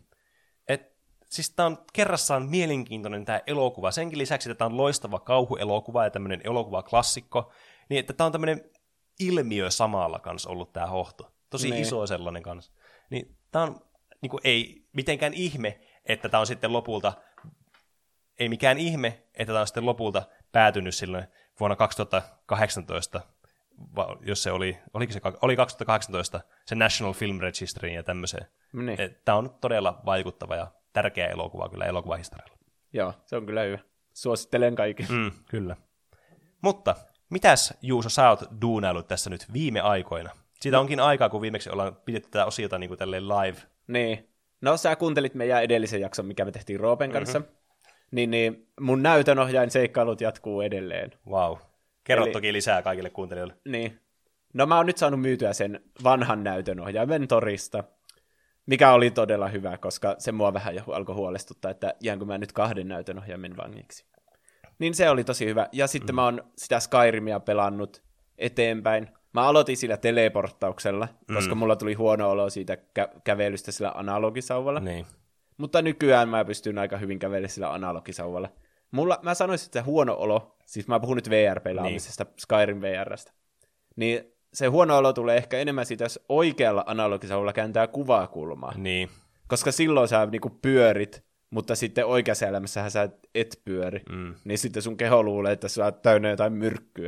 Siis tämä on kerrassaan mielenkiintoinen tämä elokuva. Senkin lisäksi, että tämä on loistava kauhuelokuva ja tämmöinen elokuvaklassikko, niin että tämä on tämmöinen ilmiö samalla kanssa ollut tämä hohto. Tosi iso sellainen kanssa. Niin tämä on niin kuin, ei mitenkään ihme, että tämä on sitten lopulta, ei mikään ihme, että tämä on sitten lopulta päätynyt silloin vuonna 2018, jos se oli 2018, se National Film Registeryin ja tämmöiseen. Tämä on todella vaikuttava ja tärkeä elokuva kyllä elokuvahistorialla. Joo, se on kyllä hyvä. Suosittelen kaikille. Kyllä. Mutta mitäs Juuso, sä oot duunaillut tässä nyt viime aikoina? Siitä onkin aikaa, kun viimeksi ollaan pidetty tätä osiota niin kuin tälleen live. Niin. No sä kuuntelit meidän edellisen jakson, mikä me tehtiin Roopen kanssa. Niin mun näytönohjain seikkailut jatkuu edelleen. Wow. Kerro toki lisää kaikille kuuntelijoille. Niin. No mä oon nyt saanut myytyä sen vanhan näytönohjaimen torista, mikä oli todella hyvä, koska se mua vähän alkoi huolestuttaa, että jäänkö mä nyt 2 näytönohjaimen vangiksi. Niin se oli tosi hyvä. Ja sitten mä oon sitä Skyrimia pelannut eteenpäin. Mä aloitin sillä teleporttauksella, koska mulla tuli huono olo siitä kävelystä sillä analogisauvalla. Niin. Mutta nykyään mä pystyn aika hyvin kävelemään sillä analogisauvalla. Mä sanoisin, että se huono olo, siis mä puhun nyt VR-pelaamisesta, niin. Skyrim VRstä, niin se huono olo tulee ehkä enemmän siitä, jos oikealla analogisauvalla kääntää kuvakulmaa. Niin. Koska silloin sä niinku pyörit, mutta sitten oikeassa elämässähän sä et pyöri. Niin sitten sun keho luulee, että sä oot täynnä jotain myrkkyä.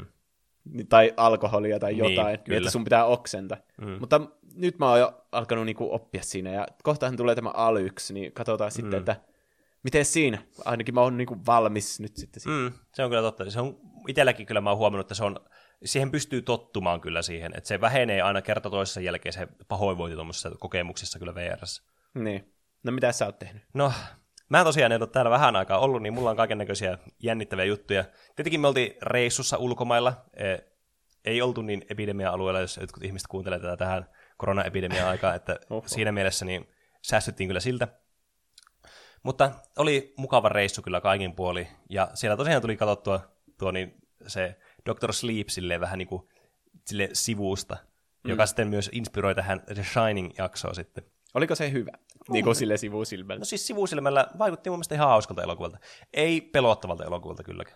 Tai alkoholia tai jotain, niin että sun pitää oksentaa. Mutta nyt mä oon jo alkanut niinku oppia siinä, ja kohtahan tulee tämä AL1, niin katsotaan sitten, että miten siinä? Ainakin mä oon niinku valmis nyt sitten. Se on kyllä totta. Se on, itselläkin kyllä mä oon huomannut, että siihen pystyy tottumaan kyllä siihen, että se vähenee aina kerta toisessa jälkeen se pahoinvointi tuommoisissa kokemuksissa kyllä VR:ssä. Niin. No mitä sä oot tehnyt? No, mä tosiaan en ole täällä vähän aikaa ollut, niin mulla on kaikennäköisiä jännittäviä juttuja. Tietenkin me oltiin reissussa ulkomailla. Ei oltu niin epidemia-alueella, jos jotkut ihmiset kuuntelee tätä tähän koronaepidemia-aikaan, että siinä mielessä niin säästyttiin kyllä siltä. Mutta oli mukava reissu kyllä kaikin puolin, ja siellä tosiaan tuli katsottua se Dr. Sleep silleen vähän niin kuin sille sivusta, joka sitten myös inspiroi tähän The Shining-jaksoon sitten. Oliko se hyvä? Niin kuin sille sivusilmällä? No siis sivusilmällä vaikutti mun mielestä ihan hauskalta elokuvalta. Ei pelottavalta elokuvalta kylläkin.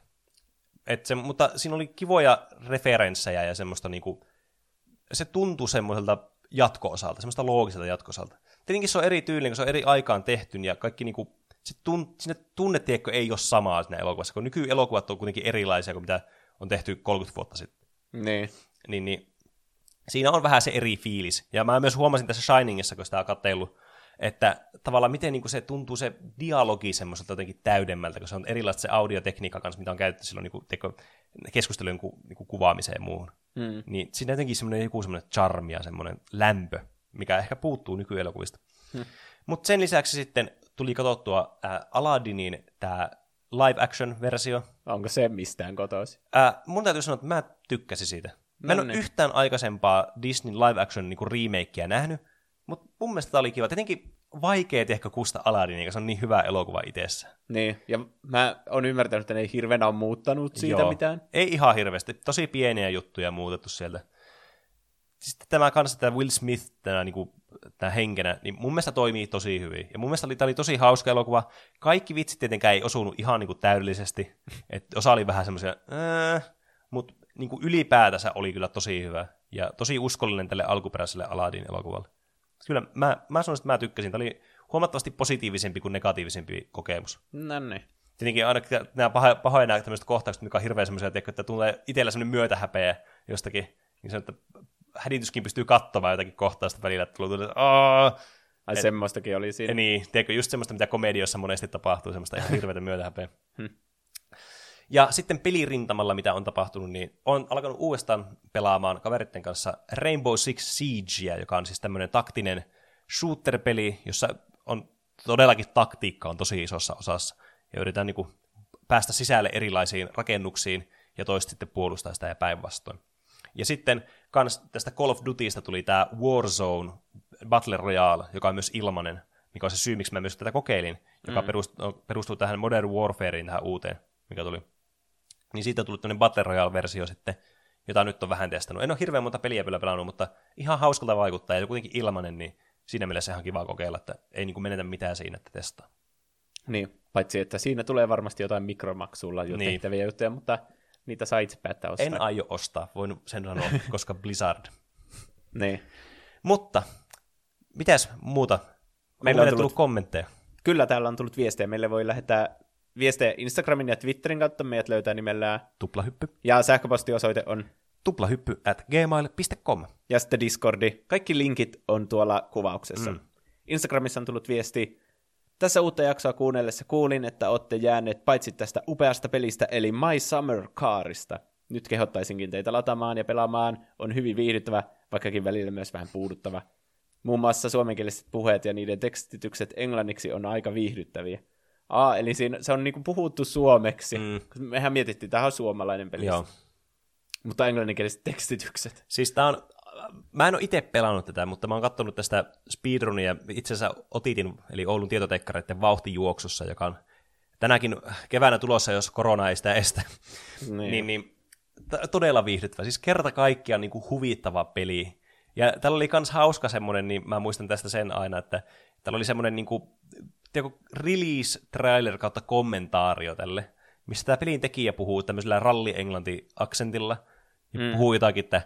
Mutta siinä oli kivoja referenssejä ja semmoista niinku, se tuntui semmoiselta jatko-osalta, semmoista loogiselta jatko-osalta. Tietenkin se on eri tyylinen, kun se on eri aikaan tehty, ja kaikki niinku, siinä tunnetiekkö ei ole samaa siinä elokuvassa, kun nykyelokuvat on kuitenkin erilaisia kuin mitä on tehty 30 vuotta sitten. Niin. Siinä on vähän se eri fiilis. Ja mä myös huomasin tässä Shiningissa, kun sitä on katsellut, että tavallaan miten niin se tuntuu se dialogi semmoiselta jotenkin täydemmältä, kun se on erilaista se audiotekniikka kanssa, mitä on käytetty silloin keskustelujen kuvaamiseen ja muuhun. Niin siinä jotenkin semmoinen charmi ja semmoinen lämpö, mikä ehkä puuttuu nykyelokuvista. Mutta sen lisäksi sitten tuli katsottua Aladdinin tämä live-action-versio. Onko se mistään kotoisin? Mun täytyy sanoa, että mä tykkäsin siitä. Mä en ole yhtään aikaisempaa Disneyn live-action niinku remakeä nähnyt, mutta mun mielestä tämä oli kiva. Tietenkin vaikea ehkä kusta Aladdin, se on niin hyvä elokuva itsessä. Niin, ja mä oon ymmärtänyt, että ne ei hirveänä ole muuttanut siitä mitään. Ei ihan hirveästi. Tosi pieniä juttuja muutettu sieltä. Sitten tämä kanssa, tämä Will Smith, tämä henkenä, niin mun mielestä toimii tosi hyvin. Ja mun mielestä tämä oli tosi hauska elokuva. Kaikki vitsit tietenkään ei osunut ihan niin kuin täydellisesti. Et osa oli vähän semmoisia, mutta niin kuin ylipäätänsä oli kyllä tosi hyvä. Ja tosi uskollinen tälle alkuperäiselle Aladdin elokuvalle. Kyllä mä sanoisin, että mä tykkäsin. Tämä oli huomattavasti positiivisempi kuin negatiivisempi kokemus. No niin. Tietenkin aina nämä pahoja nämä tämmöiset kohtaukset, mikä on hirveän semmoisia, että tulee itsellä semmoinen myötähäpeä jostakin, niin se, että hädityskin pystyy katsomaan jotakin kohtausta välillä, että tulee ai semmoistakin oli siinä. Niin, tiedätkö, just semmoista, mitä komedioissa monesti tapahtuu, semmoista ihan hirveätä myötähäpeä. Ja sitten pelirintamalla, mitä on tapahtunut, niin on alkanut uudestaan pelaamaan kaveritten kanssa Rainbow Six Siegea, joka on siis tämmöinen taktinen shooter-peli, jossa on todellakin taktiikka on tosi isossa osassa. Ja yritetään niin kuin päästä sisälle erilaisiin rakennuksiin ja toista sitten puolustaa sitä ja päinvastoin. Ja sitten kans tästä Call of Dutysta tuli tämä Warzone Battle Royale, joka on myös ilmainen, mikä on se syy, miksi mä myös tätä kokeilin, joka perustuu tähän Modern Warfareen, tähän uuteen, mikä tuli. Niin siitä on tullut tämmöinen Battle Royale-versio sitten, jota nyt on vähän testannut. En ole hirveän monta peliä vielä pelannut, mutta ihan hauskalta vaikuttaa, ja kuitenkin ilmainen, niin siinä mielessä ihan kiva kokeilla, että ei niin kuin menetä mitään siinä, että testaa. Niin, paitsi että siinä tulee varmasti jotain mikromaksulla jo tehtäviä juttuja, mutta niitä saa itse päättää ostaa. En aio ostaa, voin sen sanoa, koska Blizzard. Niin. Mutta, mitäs muuta? Meillä on tullut kommentteja. Kyllä, täällä on tullut viestejä. Meille voi lähettää viestejä Instagramin ja Twitterin kautta. Meidät löytää nimellään Tuplahyppy. Ja sähköpostiosoite on tuplahyppy@gmail.com. Ja sitten Discordi. Kaikki linkit on tuolla kuvauksessa. Instagramissa on tullut viesti. Tässä uutta jaksoa kuunnellessa kuulin, että olette jääneet paitsi tästä upeasta pelistä, eli My Summer Carista. Nyt kehottaisinkin teitä lataamaan ja pelaamaan. On hyvin viihdyttävä, vaikkakin välillä myös vähän puuduttava. Muun muassa suomenkieliset puheet ja niiden tekstitykset englanniksi on aika viihdyttäviä. Eli se on niinku puhuttu suomeksi. Mehän mietittiin, että tämä on suomalainen peli. Joo. Mutta englanninkieliset tekstitykset. Siis mä en ole itse pelannut tätä, mutta mä oon katsonut tästä speedrunia itse asiassa Otitin, eli Oulun tietoteekkareiden vauhtijuoksussa, joka on tänäkin keväänä tulossa, jos korona ei sitä estä. niin, todella viihdyttävä. Siis kerta kaikkiaan niin kuin huvittava peli. Ja täällä oli kans hauska semmoinen, niin mä muistan tästä sen aina, että täällä oli semmoinen niin kuin, release-trailer kautta kommentaario tälle, missä tämä pelin tekijä puhuu tämmöisellä ralli-englanti-aksentilla. Puhuu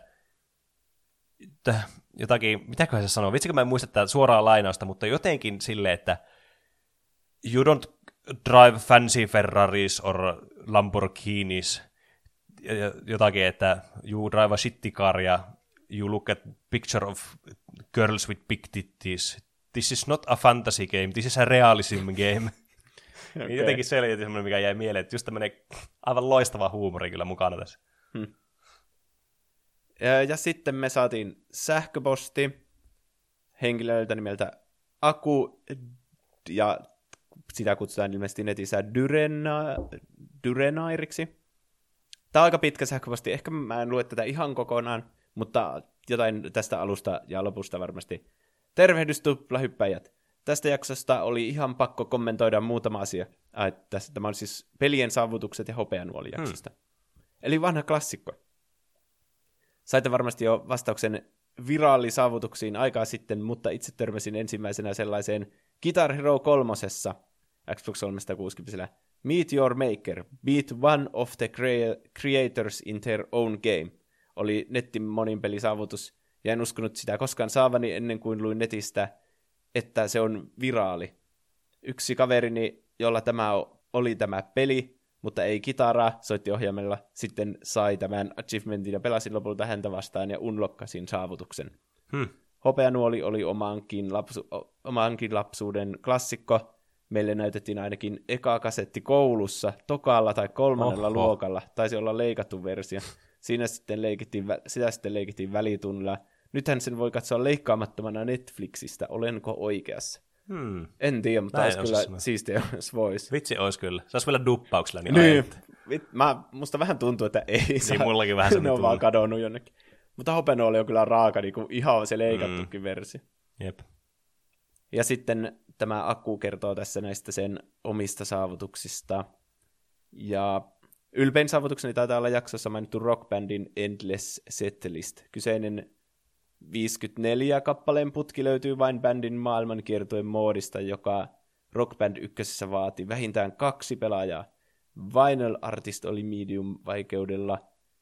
jotakin, mitäköhän se sanoo, vitsikö mä en muista tätä suoraa lainausta, mutta jotenkin silleen, että you don't drive fancy Ferraris or Lamborghinis, jotakin, että you drive a shitty car ja you look at picture of girls with big titties. This is not a fantasy game, this is a realism game. Okay. Jotenkin se oli semmoinen, mikä jäi mieleen, että just tämmöinen aivan loistava huumori kyllä mukana tässä. Ja sitten me saatiin sähköposti henkilöltä nimeltä Aku, ja sitä kutsutaan ilmeisesti netissä Dyrenairiksi. Tämä on aika pitkä sähköposti, ehkä mä en lue tätä ihan kokonaan, mutta jotain tästä alusta ja lopusta varmasti. Tervehdys tuplahyppäjät. Tästä jaksosta oli ihan pakko kommentoida muutama asia. Tämä on siis pelien saavutukset ja hopeanuoli jaksosta. Eli vanha klassikko. Saitte varmasti jo vastauksen virallisaavutuksiin aikaa sitten, mutta itse törmäsin ensimmäisenä sellaiseen Guitar Hero 3. Xbox 360. Meet your maker. Beat one of the creators in their own game. Oli netin moninpelisaavutus, ja en uskonut sitä koskaan saavani ennen kuin luin netistä, että se on viraali. Yksi kaverini, jolla oli tämä peli, mutta ei kitaraa, soitti ohjaimella, sitten sai tämän achievementin ja pelasin lopulta häntä vastaan ja unlockasin saavutuksen. Hopeanuoli oli omankin lapsuuden klassikko. Meille näytettiin ainakin eka kasetti koulussa, tokalla tai 3. luokalla, taisi olla leikattu versio. Sitä sitten leikittiin välitunnilla. Nythän sen voi katsoa leikkaamattomana Netflixistä, olenko oikeassa? En tiedä, mutta olisi kyllä siistiä, jos voisi. Vitsi olisi kyllä. Se olisi vielä duppauksella. Musta vähän tuntuu, että ei saa. Niin mullakin vähän ne on vaan kadonnut jonnekin. Mutta hopeanuoli on kyllä raaka, niin kuin ihan se leikattukin versio. Jep. Ja sitten tämä Akku kertoo tässä näistä sen omista saavutuksista. Ja ylpein saavutukseni taitaa olla jaksossa mainittu Rock Bandin Endless Setlist. Kyseinen 54 kappaleen putki löytyy vain bändin maailmankiertueen moodista, joka Rock Band 1 vaati vähintään 2 pelaajaa. Vinyl Artist oli medium-vaikeudella,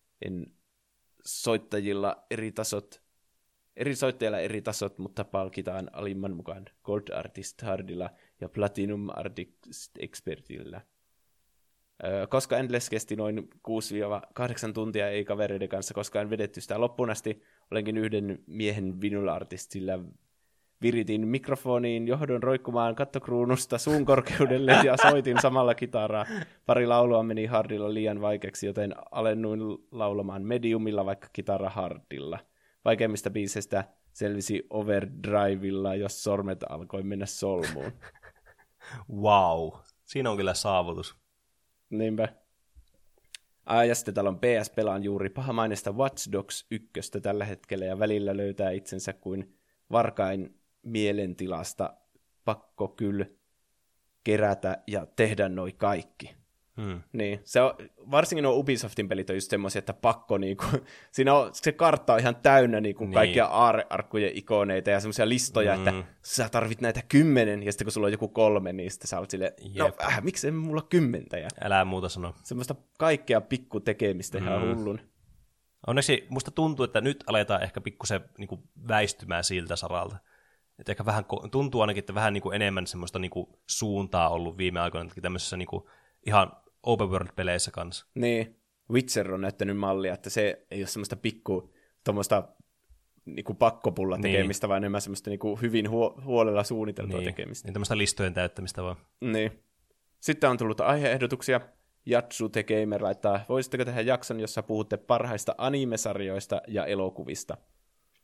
eri soittajilla eri tasot, mutta palkitaan alimman mukaan Gold Artist Hardilla ja Platinum Artist Expertillä. Koska Endless kesti noin 6-8 tuntia, ei kavereiden kanssa koskaan vedetty sitä loppuun asti, olenkin yhden miehen vinyl-artistilla viritin mikrofoniin johdon roikkumaan kattokruunusta suun korkeudelle ja soitin samalla kitaraa. Pari laulua meni hardilla liian vaikeaksi, joten alennuin laulamaan mediumilla vaikka kitara hardilla. Vaikeimmista biiseistä selvisi overdrivella, jos sormet alkoi mennä solmuun. Wow, siinä on kyllä saavutus. Niinpä. Ja sitten täällä on PS pelaan juuri pahamaineista Watch Dogs 1 tällä hetkellä ja välillä löytää itsensä kuin varkain mielentilasta pakko kyllä kerätä ja tehdä noi kaikki. Niin, varsinkin nuo Ubisoftin pelit on just semmoisia, että pakko niinku, siinä on, se kartta on ihan täynnä niinku kaikkia aarrearkkujen ikoneita ja semmoisia listoja, että sä tarvit näitä 10, ja sitten kun sulla on joku 3, niin sitten sä oot silleen, miksei mulla 10? Ja älä muuta sanoa. Semmoista kaikkea pikku tekemistä ihan hullun. Onneksi musta tuntuu, että nyt aletaan ehkä pikkusen niinku väistymään siltä saralta. Että ehkä vähän, tuntuu ainakin, että vähän niinku enemmän semmoista niinku suuntaa ollut viime aikoina tämmöisessä niinku ihan open world-peleissä kanssa. Niin, Witcher on näyttänyt mallia, että se ei ole semmoista tuommoista niinku pakkopulla tekemistä, vaan enemmän semmoista niinku hyvin huolella suunniteltua tekemistä. Niin, tämmöistä listojen täyttämistä vaan. Niin. Sitten on tullut aiheehdotuksia. Jatsu The Gamer laittaa, voisitteko tehdä jakson, jossa puhutte parhaista animesarjoista ja elokuvista?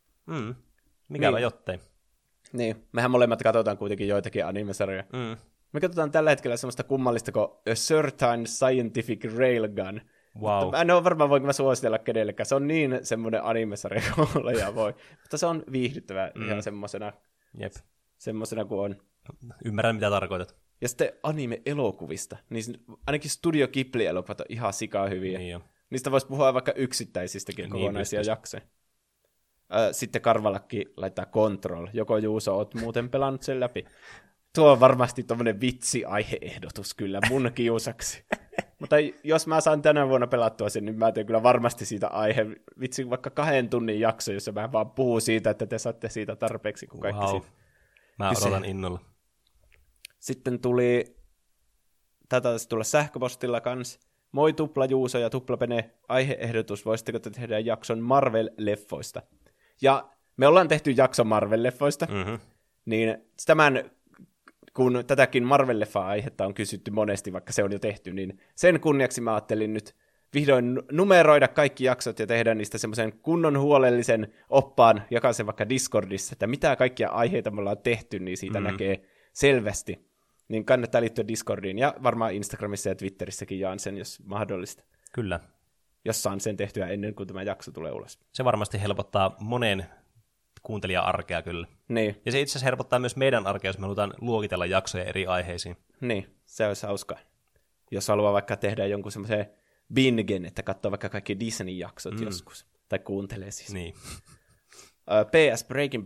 Mikäpä jottei. Niin, mehän molemmat katsotaan kuitenkin joitakin animesarjoja. Me katsotaan tällä hetkellä semmoista kummallista kuin A Certain Scientific Railgun. Wow. Mutta en ole varmaan, voinko mä suositella kenellekään. Se on niin semmoinen animesarja kuin ja voi. Mutta se on viihdyttävä ihan semmosena kuin on. Ymmärrän, mitä tarkoitat. Ja sitten anime-elokuvista. Niin ainakin Studio Ghibli-elokuvat on ihan sikaa hyviä. Niin jo. Niistä voisi puhua vaikka yksittäisistäkin kokonaisia jaksoja. Sitten Karvalakki laittaa Control. Joko Juuso, oot muuten pelannut sen läpi? Tuo on varmasti tommonen vitsi-aihe-ehdotus kyllä mun kiusaksi. Mutta jos mä saan tänä vuonna pelattua sen, niin mä teen kyllä varmasti siitä aihe. Vitsi vaikka 2 tunnin jakso, jossa mä vaan puhun siitä, että te saatte siitä tarpeeksi, kun kaikki siitä. Mä odotan innolla. Sitten tuli, tätä taisi tulla sähköpostilla kans. Moi Tupla Juuso ja Tupla Pene, aihe-ehdotus, voisitteko te tehdä jakson Marvel-leffoista? Ja me ollaan tehty jakso Marvel-leffoista, niin tämän, kun tätäkin Marvel-leffa-aihetta on kysytty monesti, vaikka se on jo tehty, niin sen kunniaksi mä ajattelin nyt vihdoin numeroida kaikki jaksot ja tehdä niistä semmoisen kunnon huolellisen oppaan, jakaa sen vaikka Discordissa, että mitä kaikkia aiheita me ollaan tehty, niin siitä näkee selvästi. Niin kannattaa liittyä Discordiin, ja varmaan Instagramissa ja Twitterissäkin jaan sen, jos mahdollista. Kyllä. Jos saan sen tehtyä ennen kuin tämä jakso tulee ulos. Se varmasti helpottaa monen kuuntelijan-arkea kyllä. Niin. Ja se itse asiassa helpottaa myös meidän arkea, jos me halutaan luokitella jaksoja eri aiheisiin. Niin, se olisi hauskaa. Jos haluaa vaikka tehdä jonkun semmoisen bingen, että katsoo vaikka kaikki Disney-jaksot joskus. Tai kuuntelee siis. Niin. PS Breaking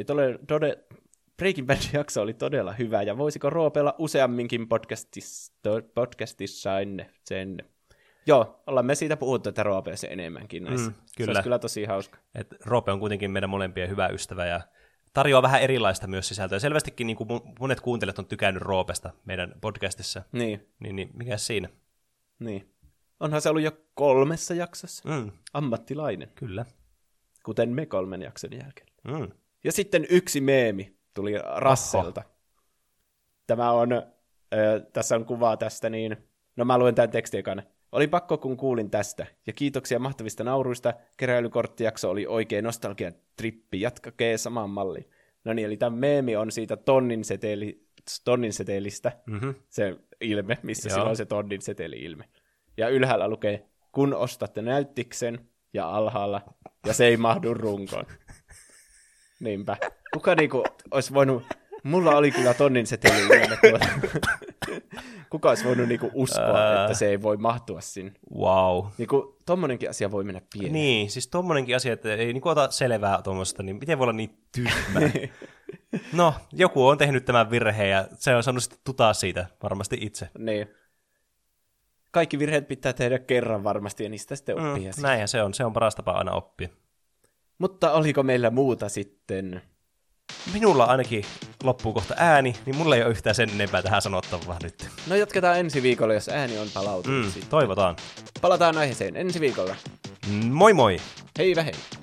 Bad-jakso oli todella hyvä, ja voisiko Roopella useamminkin podcastissa sen? Joo, ollaan me siitä puhuttu, että Roope se enemmänkin näissä. Kyllä. Se olisi kyllä tosi hauska. Et Roope on kuitenkin meidän molempien hyvä ystävä, ja tarjoaa vähän erilaista myös sisältöä. Selvästikin niin kuin monet kuuntelijat on tykännyt Roopesta meidän podcastissa. Niin. Niin mikä siinä? Niin. Onhan se ollut jo 3 jaksossa. Ammattilainen. Kyllä. Kuten me 3 jakson jälkeen. Mm. Ja sitten yksi meemi tuli Rasselta. Tämä on, tässä on kuvaa tästä, niin no mä luen tämän tekstin ekana. Oli pakko, kun kuulin tästä. Ja kiitoksia mahtavista nauruista. Keräilykorttijakso oli oikein nostalgiatrippi. Jatkakee samaan malliin. No niin, eli tämä meemi on siitä tonnin setelistä. Se ilme, missä sillä on se tonnin seteli-ilme. Ja ylhäällä lukee, kun ostatte näyttiksen, ja alhaalla, ja se ei mahdu runkoon. Niinpä. Kuka niinku olisi voinut, mulla oli kyllä tonnin seteli-ilme tuolla. Kuka olisi voinut niinku uskoa, että se ei voi mahtua sinne. Wow. Niinku tommonenkin asia voi mennä pieneen. Niin, siis tommonenkin asia, että ei niinku ota selvää tuommoista, niin miten voi olla niin tyhmä? No, joku on tehnyt tämän virheen ja se on saanut sitten tutaa siitä varmasti itse. Niin. Kaikki virheet pitää tehdä kerran varmasti ja niistä sitten oppia. Näinhän se on paras tapa aina oppia. Mutta oliko meillä muuta sitten? Minulla ainakin loppuu kohta ääni, niin mulla ei ole yhtään sen enempää tähän sanottavaa nyt. No jatketaan ensi viikolla, jos ääni on palautunut. Toivotaan. Palataan aiheeseen ensi viikolla. Moi moi! Hei vähei!